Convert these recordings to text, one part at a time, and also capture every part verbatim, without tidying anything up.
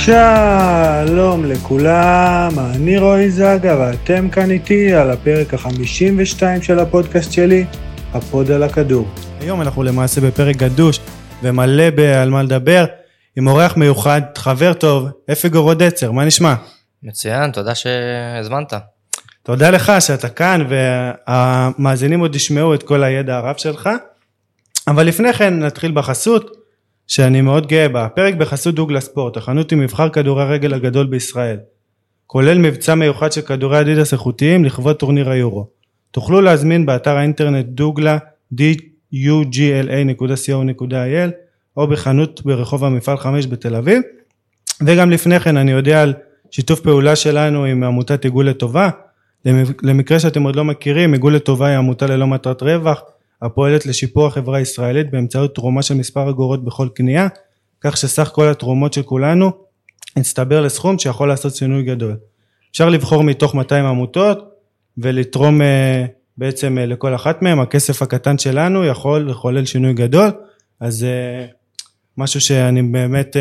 שלום לכולם, אני רועי זגה ואתם כאן איתי על הפרק ה-חמישים ושתיים של הפודקאסט שלי, הפוד על הכדור. היום אנחנו למעשה בפרק גדוש ומלא על מה לדבר, עם אורח מיוחד, חבר טוב, אפי גורודצר, מה נשמע? מצוין, תודה שהזמנת. תודה לך שאתה כאן, והמאזינים עוד ישמעו את כל הידע הרב שלך, אבל לפני כן נתחיל בחסות, שאני מאוד גאה בה. פרק בחסות דוגלס ספורט, החנות עם מבחר כדורי הרגל הגדול בישראל, כולל מבצע מיוחד של כדורי אדידס איכותיים לכבוד טורניר היורו. תוכלו להזמין באתר האינטרנט דוגלה די יו ג'י אל איי נקודה סי או נקודה איי אל או בחנות ברחוב המפעל חמש בתל אביב. וגם לפני כן אני יודע על שיתוף פעולה שלנו עם עמותת עיגול לטובה. למקרה שאתם עוד לא מכירים, עיגול לטובה היא עמותה ללא מטרת רווח, הפועלת לשיפור החברה הישראלית באמצעות תרומה של מספר אגורות בכל קנייה, כך שסך כל התרומות של כולנו יצטבר לסכום שיכול לעשות שינוי גדול. אפשר לבחור מתוך מאתיים עמותות ולתרום בעצם לכל אחת מהם. הכסף הקטן שלנו יכול לחולל שינוי גדול, אז משהו שאני באמת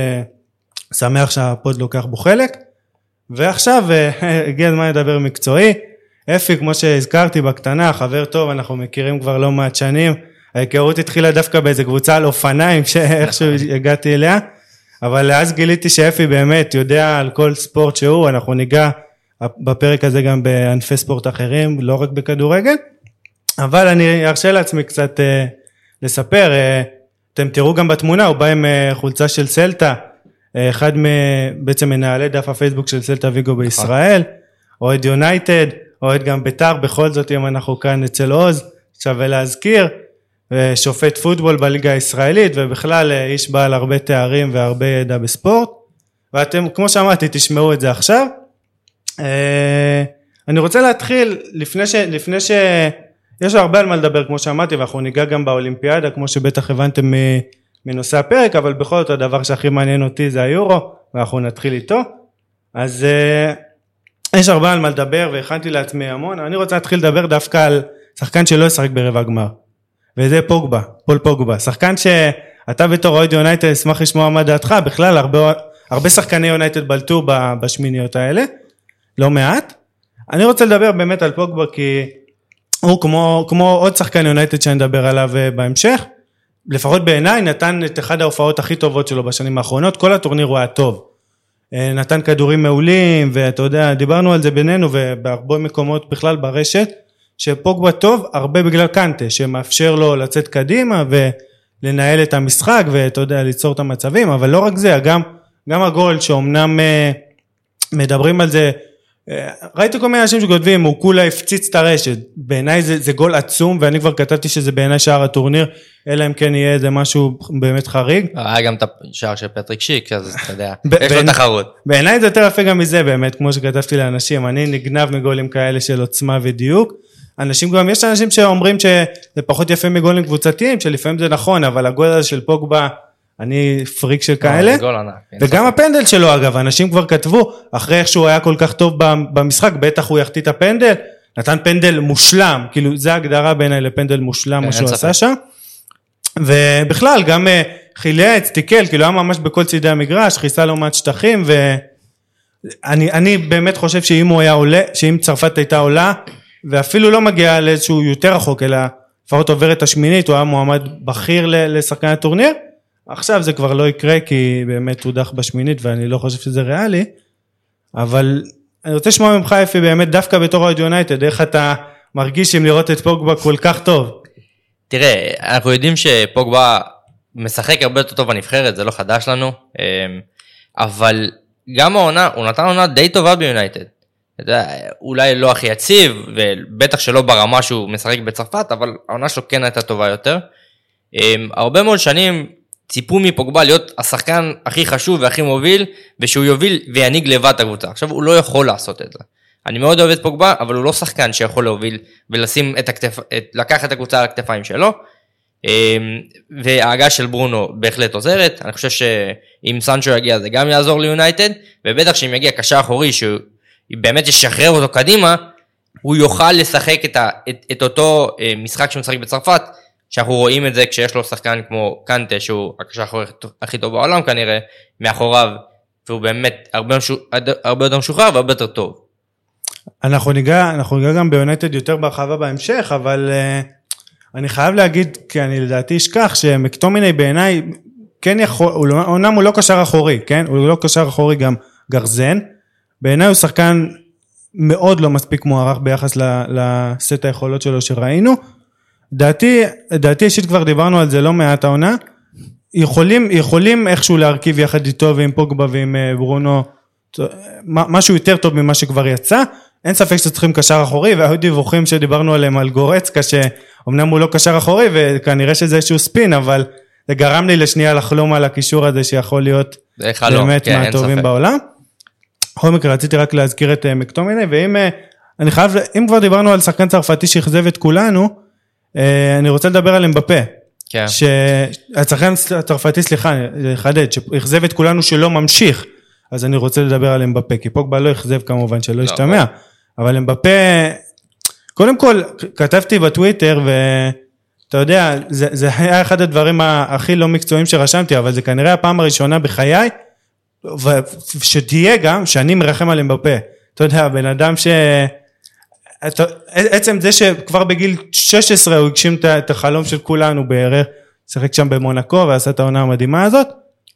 שמח שהפוד לוקח בו חלק. ועכשיו הגיע הזמן לדבר מקצועי. אפי, כמו שהזכרתי בקטנה, חבר טוב, אנחנו מכירים כבר לא מעט שנים, ההיכרות התחילה דווקא באיזה קבוצה על אופניים, שאיכשהו הגעתי אליה, אבל אז גיליתי שאפי באמת יודע על כל ספורט שהוא, אנחנו ניגע בפרק הזה גם בענפי ספורט אחרים, לא רק בכדורגל, אבל אני ארשה לעצמי קצת אה, לספר, אה, אתם תראו גם בתמונה, הוא בא עם אה, חולצה של סלטה, אה, אחד בעצם מנהלי דף הפייסבוק של סלטה ויגו בישראל, אוהד יונייטד, אוהד גם בית"ר, בכל זאת אם אנחנו כאן אצל עוז, שווה להזכיר, שופט פוטבול בליגה הישראלית, ובכלל איש בעל הרבה תארים והרבה ידע בספורט, ואתם כמו שאמרתי תשמעו את זה עכשיו. אני רוצה להתחיל, לפני ש... לפני ש... יש הרבה על מה לדבר כמו שאמרתי, ואנחנו ניגע גם באולימפיאדה, כמו שבטח הבנתם מנושא הפרק, אבל בכל זאת הדבר שהכי מעניין אותי זה היורו, ואנחנו נתחיל איתו. אז יש הרבה על מה לדבר, והכנתי לעצמי המון. אני רוצה להתחיל לדבר דווקא על שחקן שלא ישחק ברבע גמר, וזה פוגבה, פול פוגבה, שחקן שאתה בתור אוהד יונייטד אשמח לשמוע מה דעתך. בכלל הרבה, הרבה שחקני יונייטד בלטו בשמיניות האלה, לא מעט. אני רוצה לדבר באמת על פוגבה, כי הוא כמו, כמו עוד שחקן יונייטד שאני אדבר עליו בהמשך, לפחות בעיניי נתן את אחד ההופעות הכי טובות שלו בשנים האחרונות, כל הטורניר הוא היה טוב, נתן כדורים מעולים, ואתה יודע, דיברנו על זה בינינו, ובהרבה מקומות בכלל ברשת, שפוגבה טוב הרבה בגלל קנטה, שמאפשר לו לצאת קדימה, ולנהל את המשחק, ואתה יודע, ליצור את המצבים, אבל לא רק זה, גם, גם הגול שאומנם מדברים על זה, ראיתי כל מיני אנשים שכותבים, הוא כולה הפציץ את הרשת, בעיניי זה, זה גול עצום, ואני כבר כתבתי שזה בעיניי שער הטורניר, אלא אם כן יהיה איזה משהו באמת חריג. היה גם את השער של פטריק שיק, אז אתה יודע, יש לו תחרות. בעיניי זה יותר יפה גם מזה באמת, כמו שכתבתי לאנשים, אני נגנב מגולים כאלה של עוצמה ודיוק, אנשים גם, יש אנשים שאומרים שזה פחות יפה מגולים קבוצתיים, שלפעמים זה נכון, אבל הגול הזה של פוגבה, אני פריק של כאלה, וגם הפנדל שלו אגב, אנשים כבר כתבו, אחרי איך שהוא היה כל כך טוב במשחק, בטח הוא יחטיא את הפנדל, נתן פנדל מושלם, כאילו זה הגדרה בעיניי לפנדל מושלם, מה שהוא עשה שם, ובכלל גם חילץ, תיקל, כאילו היה ממש בכל צידי המגרש, חיסה לא מעט שטחים, ואני אני באמת חושב שאם הוא היה עולה, שאם צרפת הייתה עולה, ואפילו לא מגיע לאיזשהו יותר רחוק, אלא לפחות עובר את השמינית, הוא היה מועמד בכיר לשחקן הטורניר, עכשיו זה כבר לא יקרה, כי באמת הוא דח בשמינית, ואני לא חושב שזה ריאלי, אבל אני רוצה לשמוע ממך אפי, באמת דווקא בתור אוהד יונייטד, איך אתה מרגיש עם לראות את פוגבה כל כך טוב? תראה, אנחנו יודעים שפוגבה משחק הרבה יותר טוב בנבחרת, זה לא חדש לנו, אבל גם העונה, הוא נתן עונה די טובה ביונייטד, אולי לא הכי יציב, ובטח שלא ברמה שהוא משחק בצרפת, אבל העונה שלו כן הייתה טובה יותר. הרבה מאוד שנים ציפו מפוגבה להיות השחקן הכי חשוב והכי מוביל, ושהוא יוביל וינהיג לבד את הקבוצה. עכשיו הוא לא יכול לעשות את זה. אני מאוד אוהב את פוגבה, אבל הוא לא שחקן שיכול להוביל ולשים את הכתפ... את... לקחת את הקבוצה על הכתפיים שלו. וההגעה של ברונו בהחלט עוזרת. אני חושב שאם סנצ'ו יגיע זה גם יעזור ליונייטד, ובטח שאם יגיע קשר אחורי שהוא באמת ישחרר אותו קדימה, הוא יוכל לשחק את, ה... את... את אותו משחק שהוא משחק בצרפת, שאנחנו רואים את זה כשיש לו שחקן כמו קנטה, שהוא הקשר האחורי הכי טוב בעולם כנראה, מאחוריו והוא באמת הרבה, הרבה יותר משוחרר והרבה יותר טוב. אנחנו ניגע, אנחנו ניגע גם ביונייטד יותר בהרחבה בהמשך, אבל uh, אני חייב להגיד, כי אני לדעתי אשכח, שמקטומיני בעיניי, כן יכול, הוא לא, אומנם הוא לא קשר אחורי, כן? הוא לא קשר אחורי גם גרזן, בעיניי הוא שחקן מאוד לא מספיק מוערך ביחס לסט היכולות שלו שראינו, דעתי, דעתי אישית כבר דיברנו על זה לא מעט העונה, יכולים, יכולים איכשהו להרכיב יחד איתו ועם פוגבה ועם ברונו, משהו יותר טוב ממה שכבר יצא, אין ספק שצריכים קשר אחורי, והיו דיווחים שדיברנו עליהם על גורצקה, שאומנם הוא לא קשר אחורי, וכנראה שזה איזשהו ספין, אבל זה גרם לי לשנייה לחלום על הקישור הזה, שיכול להיות באמת כן, מהטובים בעולם. בכל מקרה, רציתי רק להזכיר את מקטומיני, ואם אני חייב, אם כבר דיברנו על שחקן צרפתי שיחזב את כולנו, אני רוצה לדבר על אמבפה. כן. שהשחקן הצרפתי, סליחה, חדד, שיחזב את כולנו שלא ממשיך, אז אני רוצה לדבר על אמבפה, כי פוגבה לא יחזב כמובן, שלא ישתמע, אבל אמבפה, קודם כל, כתבתי בטוויטר, ואתה יודע, זה, זה היה אחד הדברים הכי לא מקצועיים שרשמתי, אבל זה כנראה הפעם הראשונה בחיי, ושתהיה גם, שאני מרחם על אמבפה, אתה יודע, בן אדם ש... עצם זה שכבר בגיל שש עשרה הוא הגשים את החלום של כולנו בערך, שחק שם במונקו ועשה את העונה המדהימה הזאת,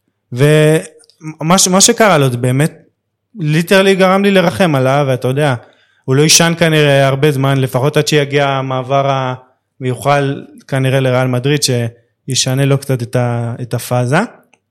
ומה שקרה לו זה באמת, ליטרלי גרם לי לרחם עליו, ואתה יודע, הוא לא ישן כנראה הרבה זמן, לפחות עד שיגיע המעבר המיוחל כנראה לריאל מדריד, שישנה לו קצת את הפאזה.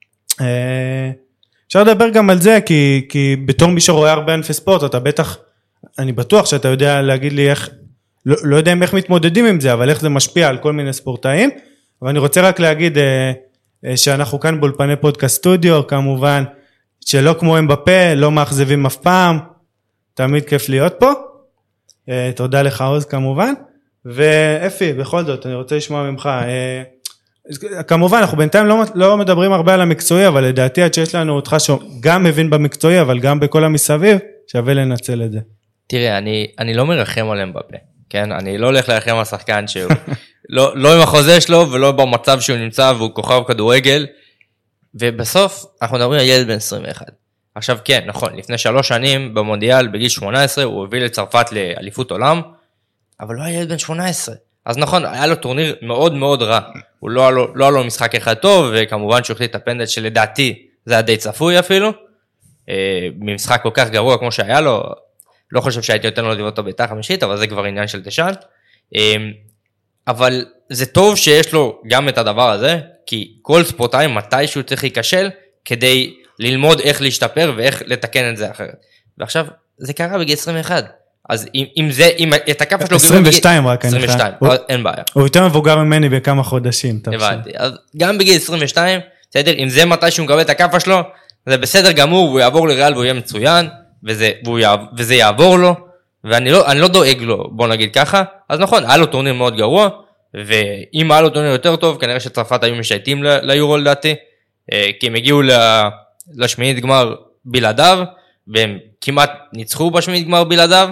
אפשר לדבר גם על זה, כי, כי בתור מי שרואה הרבה ענפי ספורט, אתה בטח, אני בטוח שאתה יודע להגיד לי איך, לא, לא יודע איך מתמודדים עם זה, אבל איך זה משפיע על כל מיני ספורטאים, אבל אני רוצה רק להגיד אה, אה, שאנחנו כאן באולפני פודקאסט סטודיו, כמובן, שלא כמו אמבפה, לא מאכזבים אף פעם, תמיד כיף להיות פה, אה, תודה לך עוז כמובן, ואפי, בכל זאת, אני רוצה לשמוע ממך, אה, כמובן, אנחנו בינתיים לא, לא מדברים הרבה על המקצועי, אבל לדעתי עד שיש לנו אותך שגם מבין במקצועי, אבל גם בכל המסביב, שווה לנצל את זה. תראה, אני, אני לא מרחם עליהם בפה, כן? אני לא הולך לרחם על שחקן שהוא, לא, לא עם החוזה שלו, ולא במצב שהוא נמצא, והוא כוכב כדורגל, ובסוף, אנחנו מדברים על ילד בן עשרים ואחת. עכשיו כן, נכון, לפני שלוש שנים, במונדיאל, בגיל שמונה עשרה, הוא הוביל את צרפת לאליפות עולם, אבל לא היה ילד בן שמונה עשרה. אז נכון, היה לו טורניר מאוד מאוד רע, הוא לא, לא, לא היה לו משחק אחד טוב, וכמובן שהוא החליט את הפנדל שלדעתי, זה היה די צפוי אפילו, ממשחק כל כך גרוע כמו שהיה לו, לא חושב שהייתי יותר לו לראות אותו ביתה חמישית, אבל זה כבר עניין של תשן, אבל זה טוב שיש לו גם את הדבר הזה, כי כל ספורטאי מתי שהוא צריך להיכשל, כדי ללמוד איך להשתפר, ואיך לתקן את זה אחרת, ועכשיו זה קרה בגיל עשרים ואחת, אז אם, אם זה, אם את הכף שלו... עשרים ושתיים רק, עשרים ושתיים, אין בעיה. הוא יותר מבוגר ממני בכמה חודשים. הבנתי, אז גם בגיל עשרים ושתיים, בסדר, אם זה מתי שהוא מקבל את הכף שלו, זה בסדר גמור, והוא יעבור לריאל והוא יהיה מצוין, וזה, יעבור, וזה יעבור לו, ואני לא, אני לא דואג לו, בוא נגיד ככה, אז נכון, היה לו טורניר מאוד גרוע, ואם היה לו טורניר יותר טוב, כנראה שצרפת היו משייטים ליורו לדעתי, כי הם הגיעו לשמינית גמר בלעדיו, והם כמעט ניצחו בשמינית גמר בלעדיו,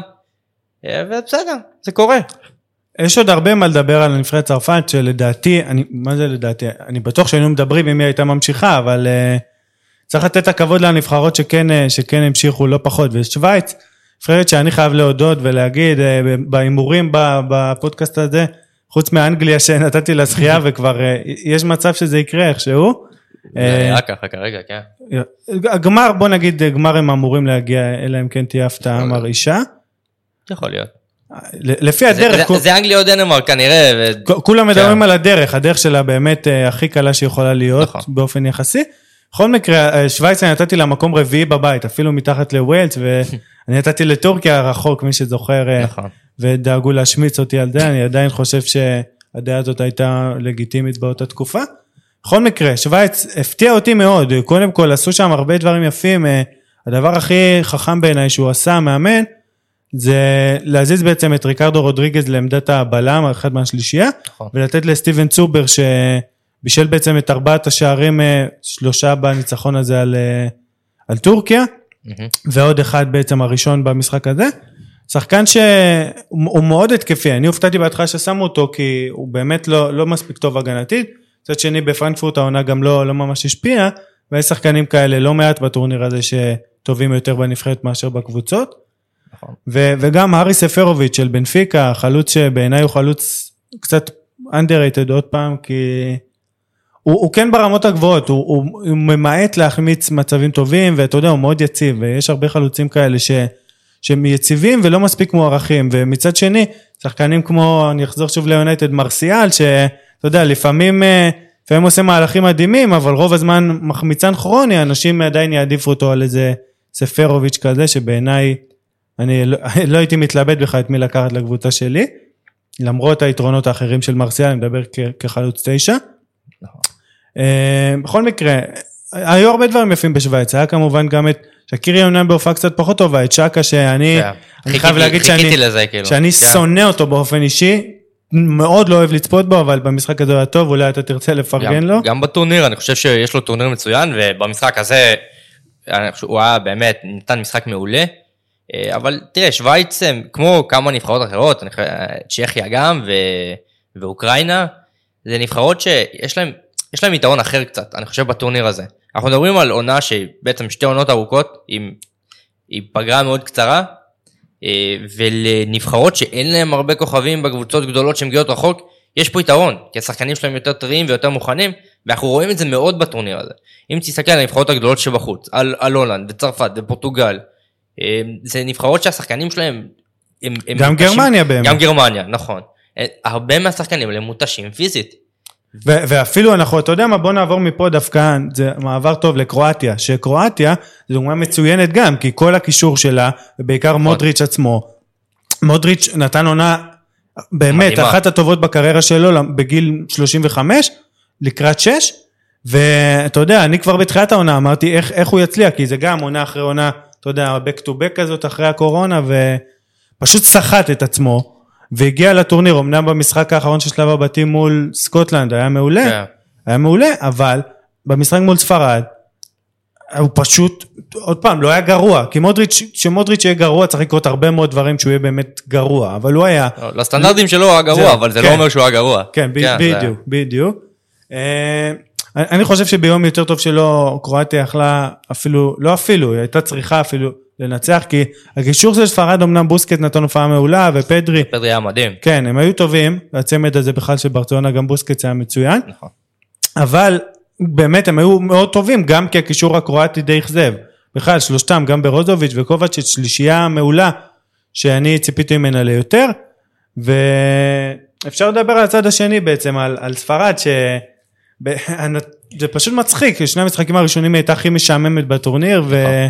ובסדר, זה קורה. יש עוד הרבה מה לדבר על הנבחרת צרפת, שלדעתי, אני, מה זה לדעתי? אני בטוח שהיינו מדברים אם היא הייתה ממשיכה, אבל uh, צריך לתת הכבוד לנבחרות שכן, uh, שכן המשיכו לא פחות, ושוויץ, נבחרת שאני חייב להודות ולהגיד, uh, באימורים בפודקאסט הזה, חוץ מאנגליה שנתתי לשחייה, וכבר uh, יש מצב שזה יקרה איכשהו. זה היה ככה כרגע, כן. הגמר, בוא נגיד, גמר הם אמורים להגיע, אלא אם כן תהיה הפתעה מרעישה. יכול להיות. לפי הדרך... זה אנגליה או דנמרק כנראה. כולם מדברים על הדרך, הדרך שלה באמת הכי קלה שיכולה להיות באופן יחסי. בכל מקרה, שוויץ אני נתתי לה מקום רביעי בבית, אפילו מתחת לווילס, ואני נתתי לטורקיה רחוק, מי שזוכר, ודאגו להשמיץ אותי על זה, אני עדיין חושב שהדעה הזאת הייתה לגיטימית באותה תקופה. בכל מקרה, שוויץ הפתיע אותי מאוד, קודם כל עשו שם הרבה דברים יפים, הדבר הכי חכם בעיניי שהוא עשה, מאמן, זה להזיז בעצם את ריקרדו רודריגז לעמדת הבלם, אחד מהשלישייה, ולתת לסטיבן צובר שבישל בעצם את ארבעת השערים, שלושה בניצחון הזה על, על טורקיה, ועוד אחד בעצם הראשון במשחק הזה, שחקן שהוא מאוד התקפי, אני הופתעתי בהתחלה ששמו אותו, כי הוא באמת לא, לא מספיק טוב הגנתית, קצת שני בפרנקפורט העונה גם לא, לא ממש השפיע, ויש שחקנים כאלה לא מעט בטורניר הזה שטובים יותר בנבחרת מאשר בקבוצות, נכון. ו- וגם הארי ספרוביץ' של בנפיקה, חלוץ שבעיניי הוא חלוץ קצת underrated עוד פעם, כי הוא, הוא כן ברמות הגבוהות, הוא, הוא, הוא ממעט להחמיץ מצבים טובים, ואתה יודע, הוא מאוד יציב, ויש הרבה חלוצים כאלה ש, שהם יציבים ולא מספיק מוערכים, ומצד שני, שחקנים כמו, אני אחזור שוב ליונייטד, מרסיאל, שאתה יודע, לפעמים, לפעמים עושה מהלכים מדהימים, אבל רוב הזמן מחמיצן כרוני, אנשים עדיין יעדיפו אותו על איזה ספרוביץ' כזה, שבעיניי, אני לא, לא הייתי מתלבט בכלל את מי לקחת לקבוצה שלי, למרות היתרונות האחרים של מרסיאל, אני מדבר כ, כחלוץ תשע. נכון. בכל מקרה, היו הרבה דברים יפים בשוויץ, היה כמובן גם את שקירי אומנם בהופעה קצת פחות טובה, את שקה שאני אני חייב להגיד שאני שונא אותו באופן אישי, מאוד לא אוהב לצפות בו, אבל במשחק הזה היה טוב, אולי אתה תרצה לפרגן לו. גם בטורניר, אני חושב שיש לו טורניר מצוין, ובמשחק הזה הוא היה באמת, נתן משחק מעולה, אבל תראה, שוויץ, כמו כמה נבחרות אחרות, צ'כיה גם, ואוקראינה, זה נבחרות שיש להם, יש להם יתרון אחר קצת, אני חושב בטורניר הזה. אנחנו מדברים על עונה שהיא בעצם שתי עונות ארוכות, עם, עם פגרה מאוד קצרה, ולנבחרות שאין להם הרבה כוכבים בקבוצות גדולות שמגיעות רחוק, יש פה יתרון, כי השחקנים שלהם יותר טריים ויותר מוכנים, ואנחנו רואים את זה מאוד בטורניר הזה. אם תסתכל על הנבחרות הגדולות שבחוץ, על, על הולנד וצרפת ופורטוגל, זה נבחרות שהשחקנים שלהם, הם, הם גם מותשים, גרמניה באמת. גם גרמניה, נכון. הרבה מהשחקנים הם מותשים פיזית. ו- ואפילו אנחנו, אתה יודע מה, בוא נעבור מפה דווקא, זה מעבר טוב לקרואטיה, שקרואטיה זו דוגמה מצוינת גם, כי כל הקישור שלה, ובעיקר מודריץ' עצמו, מודריץ' נתן עונה, באמת, מדהימה. אחת הטובות בקריירה שלו, בגיל שלושים וחמש, לקראת שש, ואתה יודע, אני כבר בתחילת העונה, אמרתי איך, איך הוא יצליח, כי זה גם עונה אחרי עונה, אתה יודע, back to back כזאת אחרי הקורונה, ופשוט שחט את עצמו, והגיע לטורניר, אמנם במשחק האחרון של שלב הבתים מול סקוטלנד, היה מעולה, yeah. היה מעולה, אבל במשחק מול ספרד, הוא פשוט, עוד פעם, לא היה גרוע, כי מודריץ', שמודריץ' יהיה גרוע, צריך לקרות הרבה מאוד דברים שהוא יהיה באמת גרוע, אבל הוא היה... לא, לסטנדרדים שלו הוא היה גרוע, אבל זה כן. לא אומר שהוא היה גרוע. כן, כן בדיוק, זה... בדיוק. אני חושב שביום יותר טוב שלו, קרואטיה יכלה אפילו, לא אפילו, היא הייתה צריכה אפילו לנצח, כי הגישור של ספרד, אמנם בוסקט נתן הופעה מעולה, ופדרי, פדרי היה מדהים. כן, הם היו טובים, והצמד הזה בכלל של ברצלונה, גם בוסקט היה מצוין, נכון. אבל באמת הם היו מאוד טובים, גם כי הגישור הקרואטי די אכזב, בכלל שלושתם, גם ברוזוביץ' וקובצ'יץ', שלישייה מעולה, שאני ציפיתי ממנה ליותר, ואפשר לדבר על הצד השני בעצם, על, על ספרד, ש... זה פשוט מצחיק, שני המשחקים הראשונים הייתה הכי משעממת בטורניר, ו...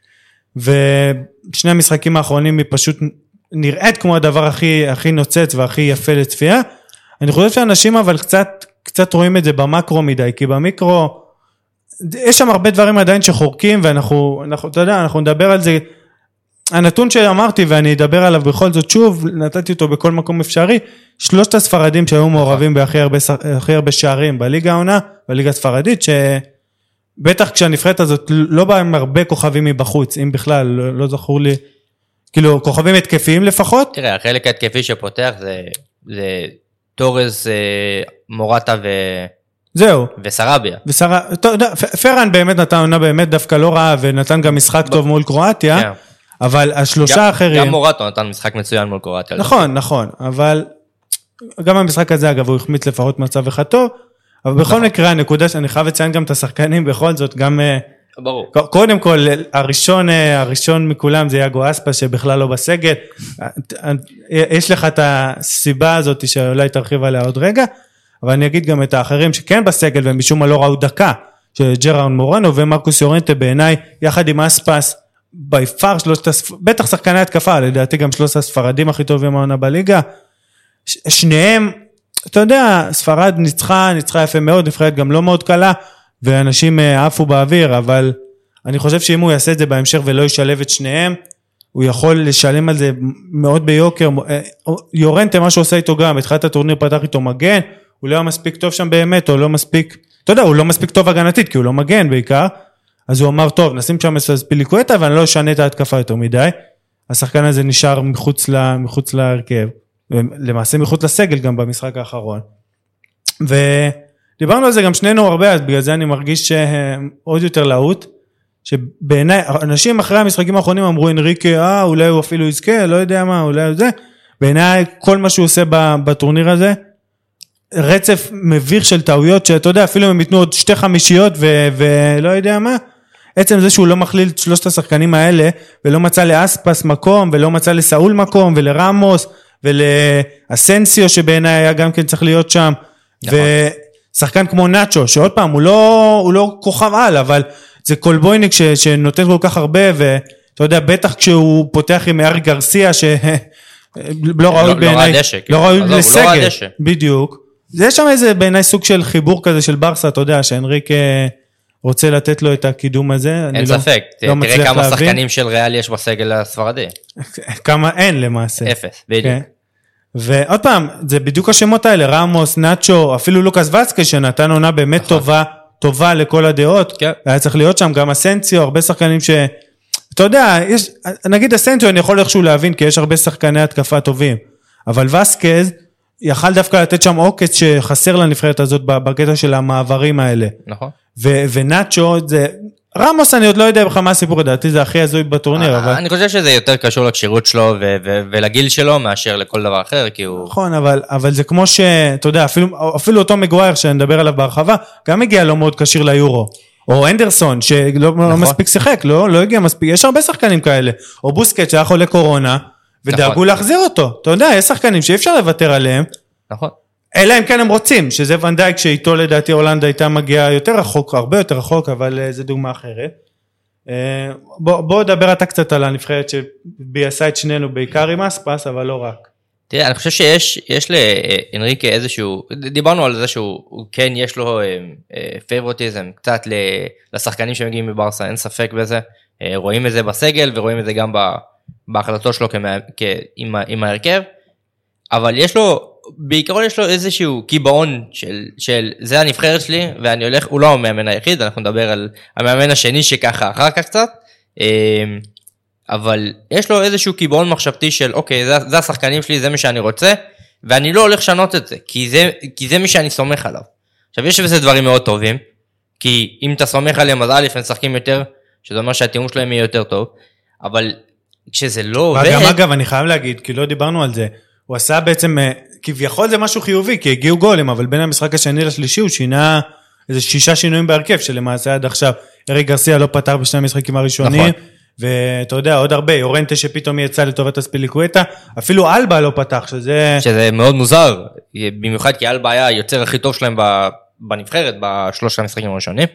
ושני המשחקים האחרונים היא פשוט נראית כמו הדבר הכי, הכי נוצץ והכי יפה לצפייה. אני חושב שאנשים אבל קצת, קצת רואים את זה במקרו מדי, כי במיקרו, יש שם הרבה דברים עדיין שחורקים, ואנחנו, אנחנו, אתה יודע, אנחנו נדבר על זה, הנתון שאמרתי, ואני אדבר עליו בכל זאת שוב, נתתי אותו בכל מקום אפשרי, שלושת הספרדים שהיו מעורבים בהכי הרבה, הכי הרבה שערים בליגה העונה, בליגה הספרדית, שבטח כשהנבחרת הזאת לא באה עם הרבה כוכבים מבחוץ, אם בכלל, לא, לא זכור לי, כאילו כוכבים התקפיים לפחות. תראה, החלק ההתקפי שפותח זה, זה טורס, מורטה ו... זהו. וסרביה. וסר... פרן באמת נתן עונה באמת דווקא לא רעה, ונתן גם משחק טוב מול קרואטיה, כן. אבל השלושה גם, האחרים... גם מורטו נתן משחק מצוין מול קרואטיה. נכון, נכון, אבל גם המשחק הזה, אגב, הוא החמיץ לפחות מצב אחד טוב, אבל בכל מקרה, הנקודה שאני חייב לציין גם את השחקנים, בכל זאת, גם... ברור. קודם כל, הראשון, הראשון מכולם זה יאגו אספא, שבכלל לא בסגל. יש לך את הסיבה הזאת, שאולי תרחיב עליה עוד רגע, אבל אני אגיד גם את האחרים שכן בסגל, ומשום מה לא ראו דקה, שג'ראון מורנו ומרקוס יורנטה בעיניי, יחד עם אספס, ביפר שלושת, בטח שחקני התקפה, לדעתי גם שלושת הספרדים הכי טובים העונה בליגה, שניהם, אתה יודע, ספרד ניצחה, ניצחה יפה מאוד, נבחרת גם לא מאוד קלה, ואנשים עפו באוויר, אבל אני חושב שאם הוא יעשה את זה בהמשך ולא ישלב את שניהם, הוא יכול לשלם על זה מאוד ביוקר, יורנטה מה שעושה איתו גם, התחילת הטורניר פתח איתו מגן, הוא לא מספיק טוב שם באמת, או לא מספיק, אתה יודע, הוא לא מספיק טוב הגנתית, כי הוא לא מגן בעיקר, אז הוא אמר, טוב, נשים שם ספיליקווטה, אבל אני לא אשנה את ההתקפה יותר מדי, השחקן הזה נשאר מחוץ, לה, מחוץ להרכב, למעשה מחוץ לסגל גם במשחק האחרון, דיברנו על זה גם שנינו הרבה, אז בגלל זה אני מרגיש עוד יותר להוט, שבעיניי, אנשים אחרי המשחקים האחרונים אמרו, אנריקה, אה, אולי הוא אפילו יזכה, לא יודע מה, אולי הוא זה, בעיניי כל מה שהוא עושה בטורניר הזה, רצף מביך של טעויות, שאתה יודע, אפילו הם ייתנו עוד שתי חמישיות, ו- ולא יודע מה, עצם זה שהוא לא מכליל את שלושת השחקנים האלה, ולא מצא לאספס מקום, ולא מצא לסאול מקום, ולרמוס, ולאסנסיו, שבעיניי היה גם כן צריך להיות שם, ושחקן כמו נאצ'ו, שעוד פעם, הוא לא, הוא לא כוכב על, אבל זה קולבויניק ש- שנותן כל כך הרבה, ואתה יודע, בטח כשהוא פותח עם ארי גרסיה, ש... לא ראוי בעיניי, לא ראוי לסגל, בדיוק. יש שם איזה בעיניי סוג של חיבור כזה של ברסה, אתה יודע, שאנריק רוצה לתת לו את הקידום הזה. אין ספק, תראה כמה שחקנים של ריאל יש בסגל הספרדי. כמה אין למעשה. אפס, בדיוק. ועוד פעם, זה בדיוק השמות האלה, רמוס, נאצ'ו, אפילו לוקאס וסקה, שנתן עונה באמת טובה, טובה לכל הדעות. היה צריך להיות שם גם אסנסיו, הרבה שחקנים ש... אתה יודע, יש, נגיד אסנסיו אני יכול איכשהו להבין, כי יש הרבה שחקני התקפה טובים, אבל וסקז יכל דווקא לתת שם עוקץ שחסר לנבחרת הזאת בקטע של המעברים האלה. נכון. ו- ונאצ'ו, זה, רמוס אני עוד לא יודע בכלל מה הסיפור, לדעתי זה הכי הזוי בטורניר. אבל... אני חושב שזה יותר קשור לקשירות שלו ו- ו- ולגיל שלו, מאשר לכל דבר אחר, כי הוא... נכון, אבל, אבל זה כמו ש... אתה יודע, אפילו, אפילו אותו מגווייר שנדבר עליו בהרחבה, גם הגיע לא מאוד קשיר ליורו. או אנדרסון, שלא נכון. מספיק שיחק, לא, לא הגיע מספיק, יש הרבה שחקנים כאלה, או בוסקט שהיה חולה קורונה, ודאגו נכון. להחזיר אותו, אתה יודע, יש שחקנים שאי אפשר לוותר עליהם, נכון. אלא אם כן הם רוצים, שזה ונדייק שאיתו לדעתי הולנד הייתה מגיעה יותר רחוק, הרבה יותר רחוק, אבל זה דוגמה אחרת. בוא, בוא דבר אתה קצת על הנבחרת שביעשה את שנינו בעיקר עם אספס, אבל לא רק. תראה, אני חושב שיש יש לאנריקה איזשהו, דיברנו על זה שהוא כן יש לו פייברוטיזם קצת לשחקנים שמגיעים מברסה, אין ספק בזה, רואים את זה בסגל ורואים את זה גם בהחלטות שלו עם, עם ההרכב, אבל יש לו, בעיקרון יש לו איזשהו קיבעון של, של זה הנבחרת שלי, ואני הולך, הוא לא המאמן היחיד, אנחנו נדבר על המאמן השני שככה אחר כך קצת, אבל יש לו איזשהו קיבעון מחשבתי של, אוקיי, זה, זה השחקנים שלי, זה מי שאני רוצה, ואני לא הולך לשנות את זה, כי זה, כי זה מי שאני סומך עליו. עכשיו, יש בזה דברים מאוד טובים, כי אם אתה סומך עליהם, אז א', הם שחקים יותר, שזה אומר שהתיאום שלהם יהיה יותר טוב, אבל כשזה לא עובד... גם אגב, אני חייב להגיד, כי לא דיברנו על זה, הוא עשה בעצם, כביכול זה משהו חיובי, כי הגיעו גולים, אבל בין המשחק השני לשלישי, הוא שינה איזה שישה שינויים בהרכב, שלמעשה עד עכשיו, ארי גרסיה לא פתר בשני המשחקים הראשונים, נכון. ואתה יודע, עוד הרבה, יורנטה שפתאום יצא לטובת הספיליקווטה, אפילו אלבה לא פתח, שזה... שזה מאוד מוזר, במיוחד כי אלבה היה היוצר הכי טוב שלהם בנבחרת, בשלושת המשחקים הראשונים.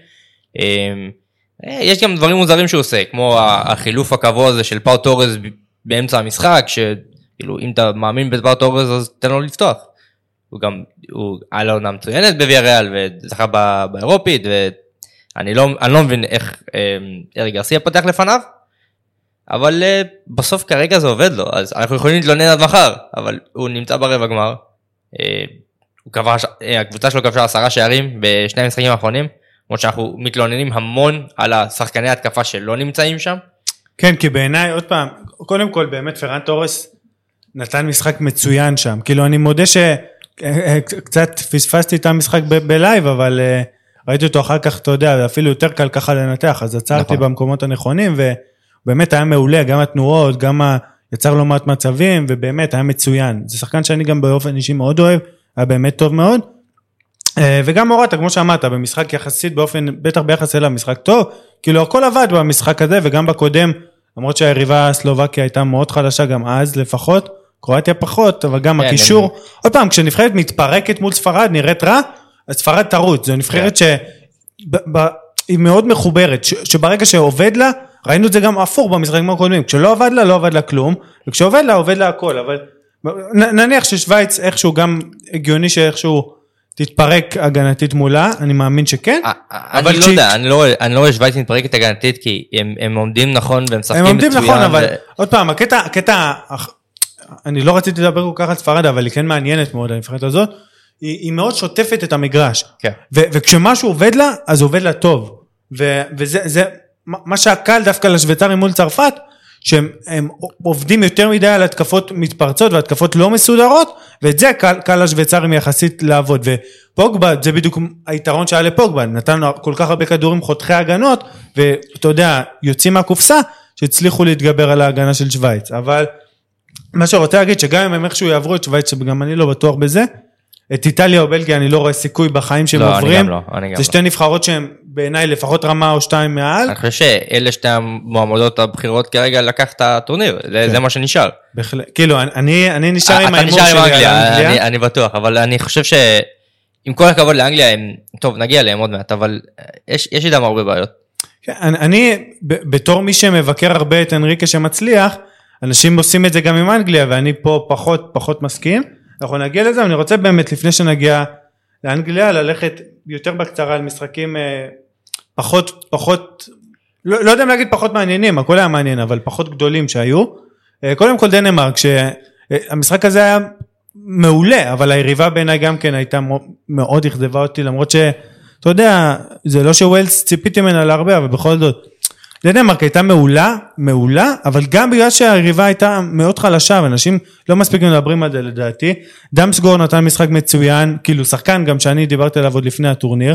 יש גם דברים מוזרים שהוא עושה, כמו החילוף הקבוע הזה של פאו טורז באמצע המשחק, שכאילו אם אתה מאמין בפאו טורז, אז תן לו לפתוח. הוא גם, הוא היה לו עונה מצוינת בוויאריאל, וזכה באירופית, ואני לא, אני לא מבין איך ארי גרסיה פתח לפניו, אבל uh, בסוף כרגע זה עובד לו, אז אנחנו יכולים להתלונן עד מחר, אבל הוא נמצא ברבע גמר, uh, הוא כבש, uh, הקבוצה שלו כבשה עשרה שערים בשני המשחקים האחרונים, למרות שאנחנו מתלוננים המון על השחקני התקפה שלא נמצאים שם. כן, כי בעיניי, עוד פעם, קודם כל באמת פרן טורס נתן משחק מצוין שם, כאילו אני מודה שקצת פספסתי את המשחק ב- בלייב, אבל uh, ראיתי אותו אחר כך, אתה יודע, אפילו יותר קל ככה לנתח, אז עצרתי נכון. במקומות הנכונים, ו... באמת היה מעולה, גם התנועות, גם ה... יצר לא מעט מצבים, ובאמת היה מצוין. זה שחקן שאני גם באופן אישי מאוד אוהב, היה באמת טוב מאוד. וגם מורטה, כמו שאמרת, במשחק יחסית באופן, בטח ביחס אליו משחק טוב, כאילו הכל עבד במשחק הזה, וגם בקודם, למרות שהיריבה הסלובקיה הייתה מאוד חדשה גם אז לפחות, קרואטיה פחות, אבל גם הקישור. עוד פעם, כשנבחרת מתפרקת מול ספרד, נראית רע, אז ספרד תרוץ. זו נבחרת שהיא מאוד מחוברת, שברגע שעובד לה, ראינו את זה גם אפור במשחקים הקודמים, כשלא עובד לה, לא עובד לה כלום, וכשעובד לה, עובד לה הכל, אבל נניח ששוויץ איכשהו גם הגיוני שאיכשהו תתפרק הגנתית מולה, אני מאמין שכן. אני לא יודע, אני לא רואה שוויץ מתפרקת הגנתית, כי הם עומדים נכון והם שחקים מצוין. הם עומדים נכון, אבל עוד פעם, הקטע, אני לא רציתי לדבר כל כך על ספרד, אבל היא כן מעניינת מאוד, הנבחרת הזאת, היא מאוד שוטפת את המגרש, וכשמשהו עובד לה, אז עובד לה טוב, וזה מה שהקל דווקא לשוויצרים מול צרפת, שהם הם עובדים יותר מדי על התקפות מתפרצות והתקפות לא מסודרות, ואת זה קל, קל השוויצרים יחסית לעבוד, ופוגבה, זה בדיוק היתרון שהיה לפוגבה, נתן כל כך הרבה כדורים חותכי הגנות, ואתה יודע, יוצאים מהקופסה, שהצליחו להתגבר על ההגנה של שוויץ, אבל מה שרוצה להגיד, שגם אם הם איכשהו יעברו את שוויץ, שגם אני לא בטוח בזה, את איטליה או בלגיה אני לא רואה סיכוי בחיים שהם לא, עוברים, אני גם לא, אני גם זה שתי לא. נבחרות שהן בעיניי לפחות רמה או שתיים מעל. אני חושב שאלה שתי המועמדות הבחירות כרגע לקח את הטורניר, זה, כן. זה מה שנשאר. בהחלט, כאילו אני, אני נשאר עם אתה האימור נשאר שלי עם על אנגליה, אנגליה. אני, אני בטוח, אבל אני חושב שעם כל הכבוד לאנגליה, הם, טוב נגיע להם עוד מעט, אבל יש, יש איתם הרבה בעיות. כן, אני, אני ב- בתור מי שמבקר הרבה את אנריקה שמצליח, אנשים עושים את זה גם עם אנגליה, ואני פה פחות פחות מסכים, אנחנו נגיע לזה, אני רוצה באמת לפני שנגיע לאנגליה, ללכת יותר בקצרה על משחקים אה, פחות, פחות, לא, לא יודע אם להגיד פחות מעניינים, הכל היה מעניין, אבל פחות גדולים שהיו. אה, קודם כל דנמרק, שהמשחק הזה היה מעולה, אבל היריבה בעיניי גם כן הייתה מאוד הכזבה אותי, למרות שאתה יודע, זה לא שווילס ציפיתי ממנה להרבה, אבל בכל זאת, דנמרק הייתה מעולה, מעולה, אבל גם בגלל שהיריבה הייתה מאוד חלשה, ואנשים לא מספיק מדברים על זה לדעתי, דמסגור נתן משחק מצוין, כאילו שחקן גם שאני דיברתי עליו עוד לפני הטורניר,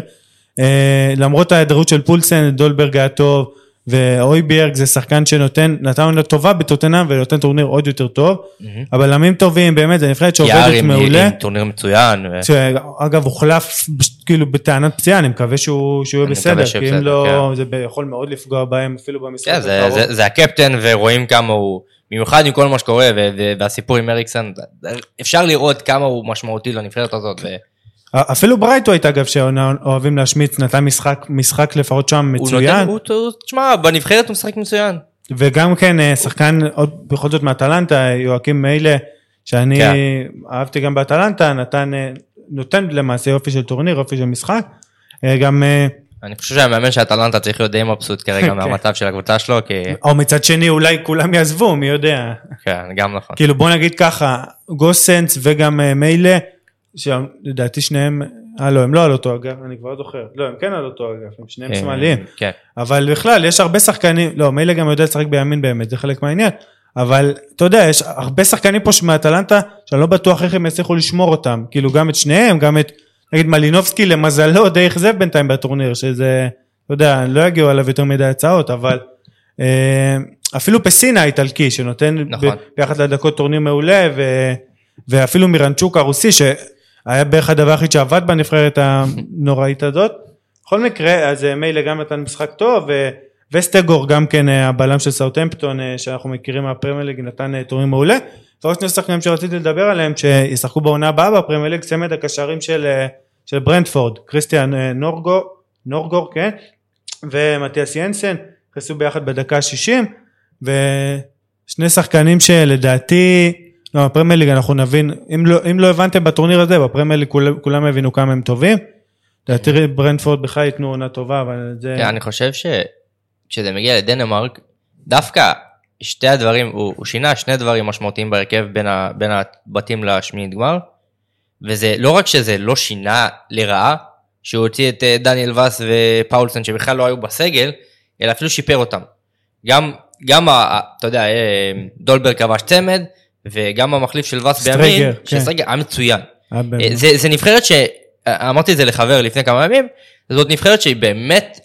למרות ההיעדרות של פולסן, דולברג היה טוב, ואויביארג זה שחקן שנותן, נתן לו טובה בטוטנהאם, ונותן טורניר עוד יותר טוב, אבל עמים טובים באמת, זה נבחרת שעובדת מעולה. טורניר מצוין. שאגב, הוחלף כאילו בטענת פציעה, אני מקווה שהוא יהיה בסדר, כי אם לא, זה יכול מאוד לפגוע בהם, אפילו במשחק הקרוב. זה הקפטן, ורואים כמה הוא, במיוחד עם כל מה שקורה, והסיפור עם אריקסן, אפשר לראות כמה הוא משמעותי לנבחרת הזאת, אפילו ברייטו הייתה אגב שאוהבים להשמיץ, נתן משחק, משחק לפחות שם מצוין. הוא נותן, תשמע, בנבחרת הוא משחק מצוין. וגם כן שחקן, עוד בכל זאת מאטלנטה, יואקים מיילה, שאני אהבתי גם באטלנטה, נתן, נותן למעשה יופי של טורניר, יופי של משחק. גם... אני חושב שהמאמן של אטלנטה צריך להיות די מבסוט כרגע מהמצב של הקבוצה שלו, כי... או מצד שני אולי כולם יעזבו, מי יודע. כן, גם נכון. כאילו בוא נגיד ככה, גוסנס וגם מיילה, שלדעתי שניהם, אה לא, הם לא על אותו אגף, אני כבר זוכר, לא, הם כן על אותו אגף, הם שניהם שמאליים, כן. אבל בכלל, יש הרבה שחקנים, לא, מילא גם יודע לשחק בימין באמת, זה חלק מהעניין, אבל אתה יודע, יש הרבה שחקנים פה מהטלנטה, שאני לא בטוח איך הם יצליחו לשמור אותם, כאילו גם את שניהם, גם את, נגיד מלינובסקי, למזלו, די יחזב בינתיים בטורניר, שזה, אתה יודע, לא יגיעו עליו יותר מדי הצעות, אבל אפילו פסינה האיטלקי, שנותן ביחד לדקות טורניר מעולה, ואפילו מירנצ'וק הרוסי, היה בערך הדבר הכי שעבד בנבחרת הנוראית הזאת. בכל מקרה, אז מיילה גם נתן משחק טוב, וסטגור גם כן הבלם של סאוטהמפטון, שאנחנו מכירים מהפרמייר ליג, נתן טורניר מעולה. ועוד שני שחקנים שרציתי לדבר עליהם, שישחקו בעונה הבאה בפרמייר ליג, צמד הקשרים של, של ברנטפורד, קריסטיאן נורגו, נורגור, כן, ומתיאס ינסן, נכנסו ביחד בדקה ה-שישים, ושני שחקנים שלדעתי, לא, בפרמייר ליג אנחנו נבין, אם לא, אם לא הבנתם בטורניר הזה, בפרמייר ליג כולם, כולם הבינו כמה הם טובים, תראי ברנטפורד בכלל ייתנו עונה טובה, אבל זה... אני חושב שכשזה מגיע לדנמרק, דווקא שתי הדברים, הוא, הוא שינה שני דברים משמעותיים בהרכב בין, ה, בין הבתים לשמינית גמר, וזה לא רק שזה לא שינה לרעה, שהוא הוציא את דניאל וס ופאולסן שבכלל לא היו בסגל, אלא אפילו שיפר אותם. גם, גם ה, אתה יודע, דולברג כבש צמד, וגם המחליף של וס בימין, שסטרגר היה מצוין. זה, זה נבחרת שאמרתי את זה לחבר לפני כמה ימים, זאת נבחרת שהיא באמת,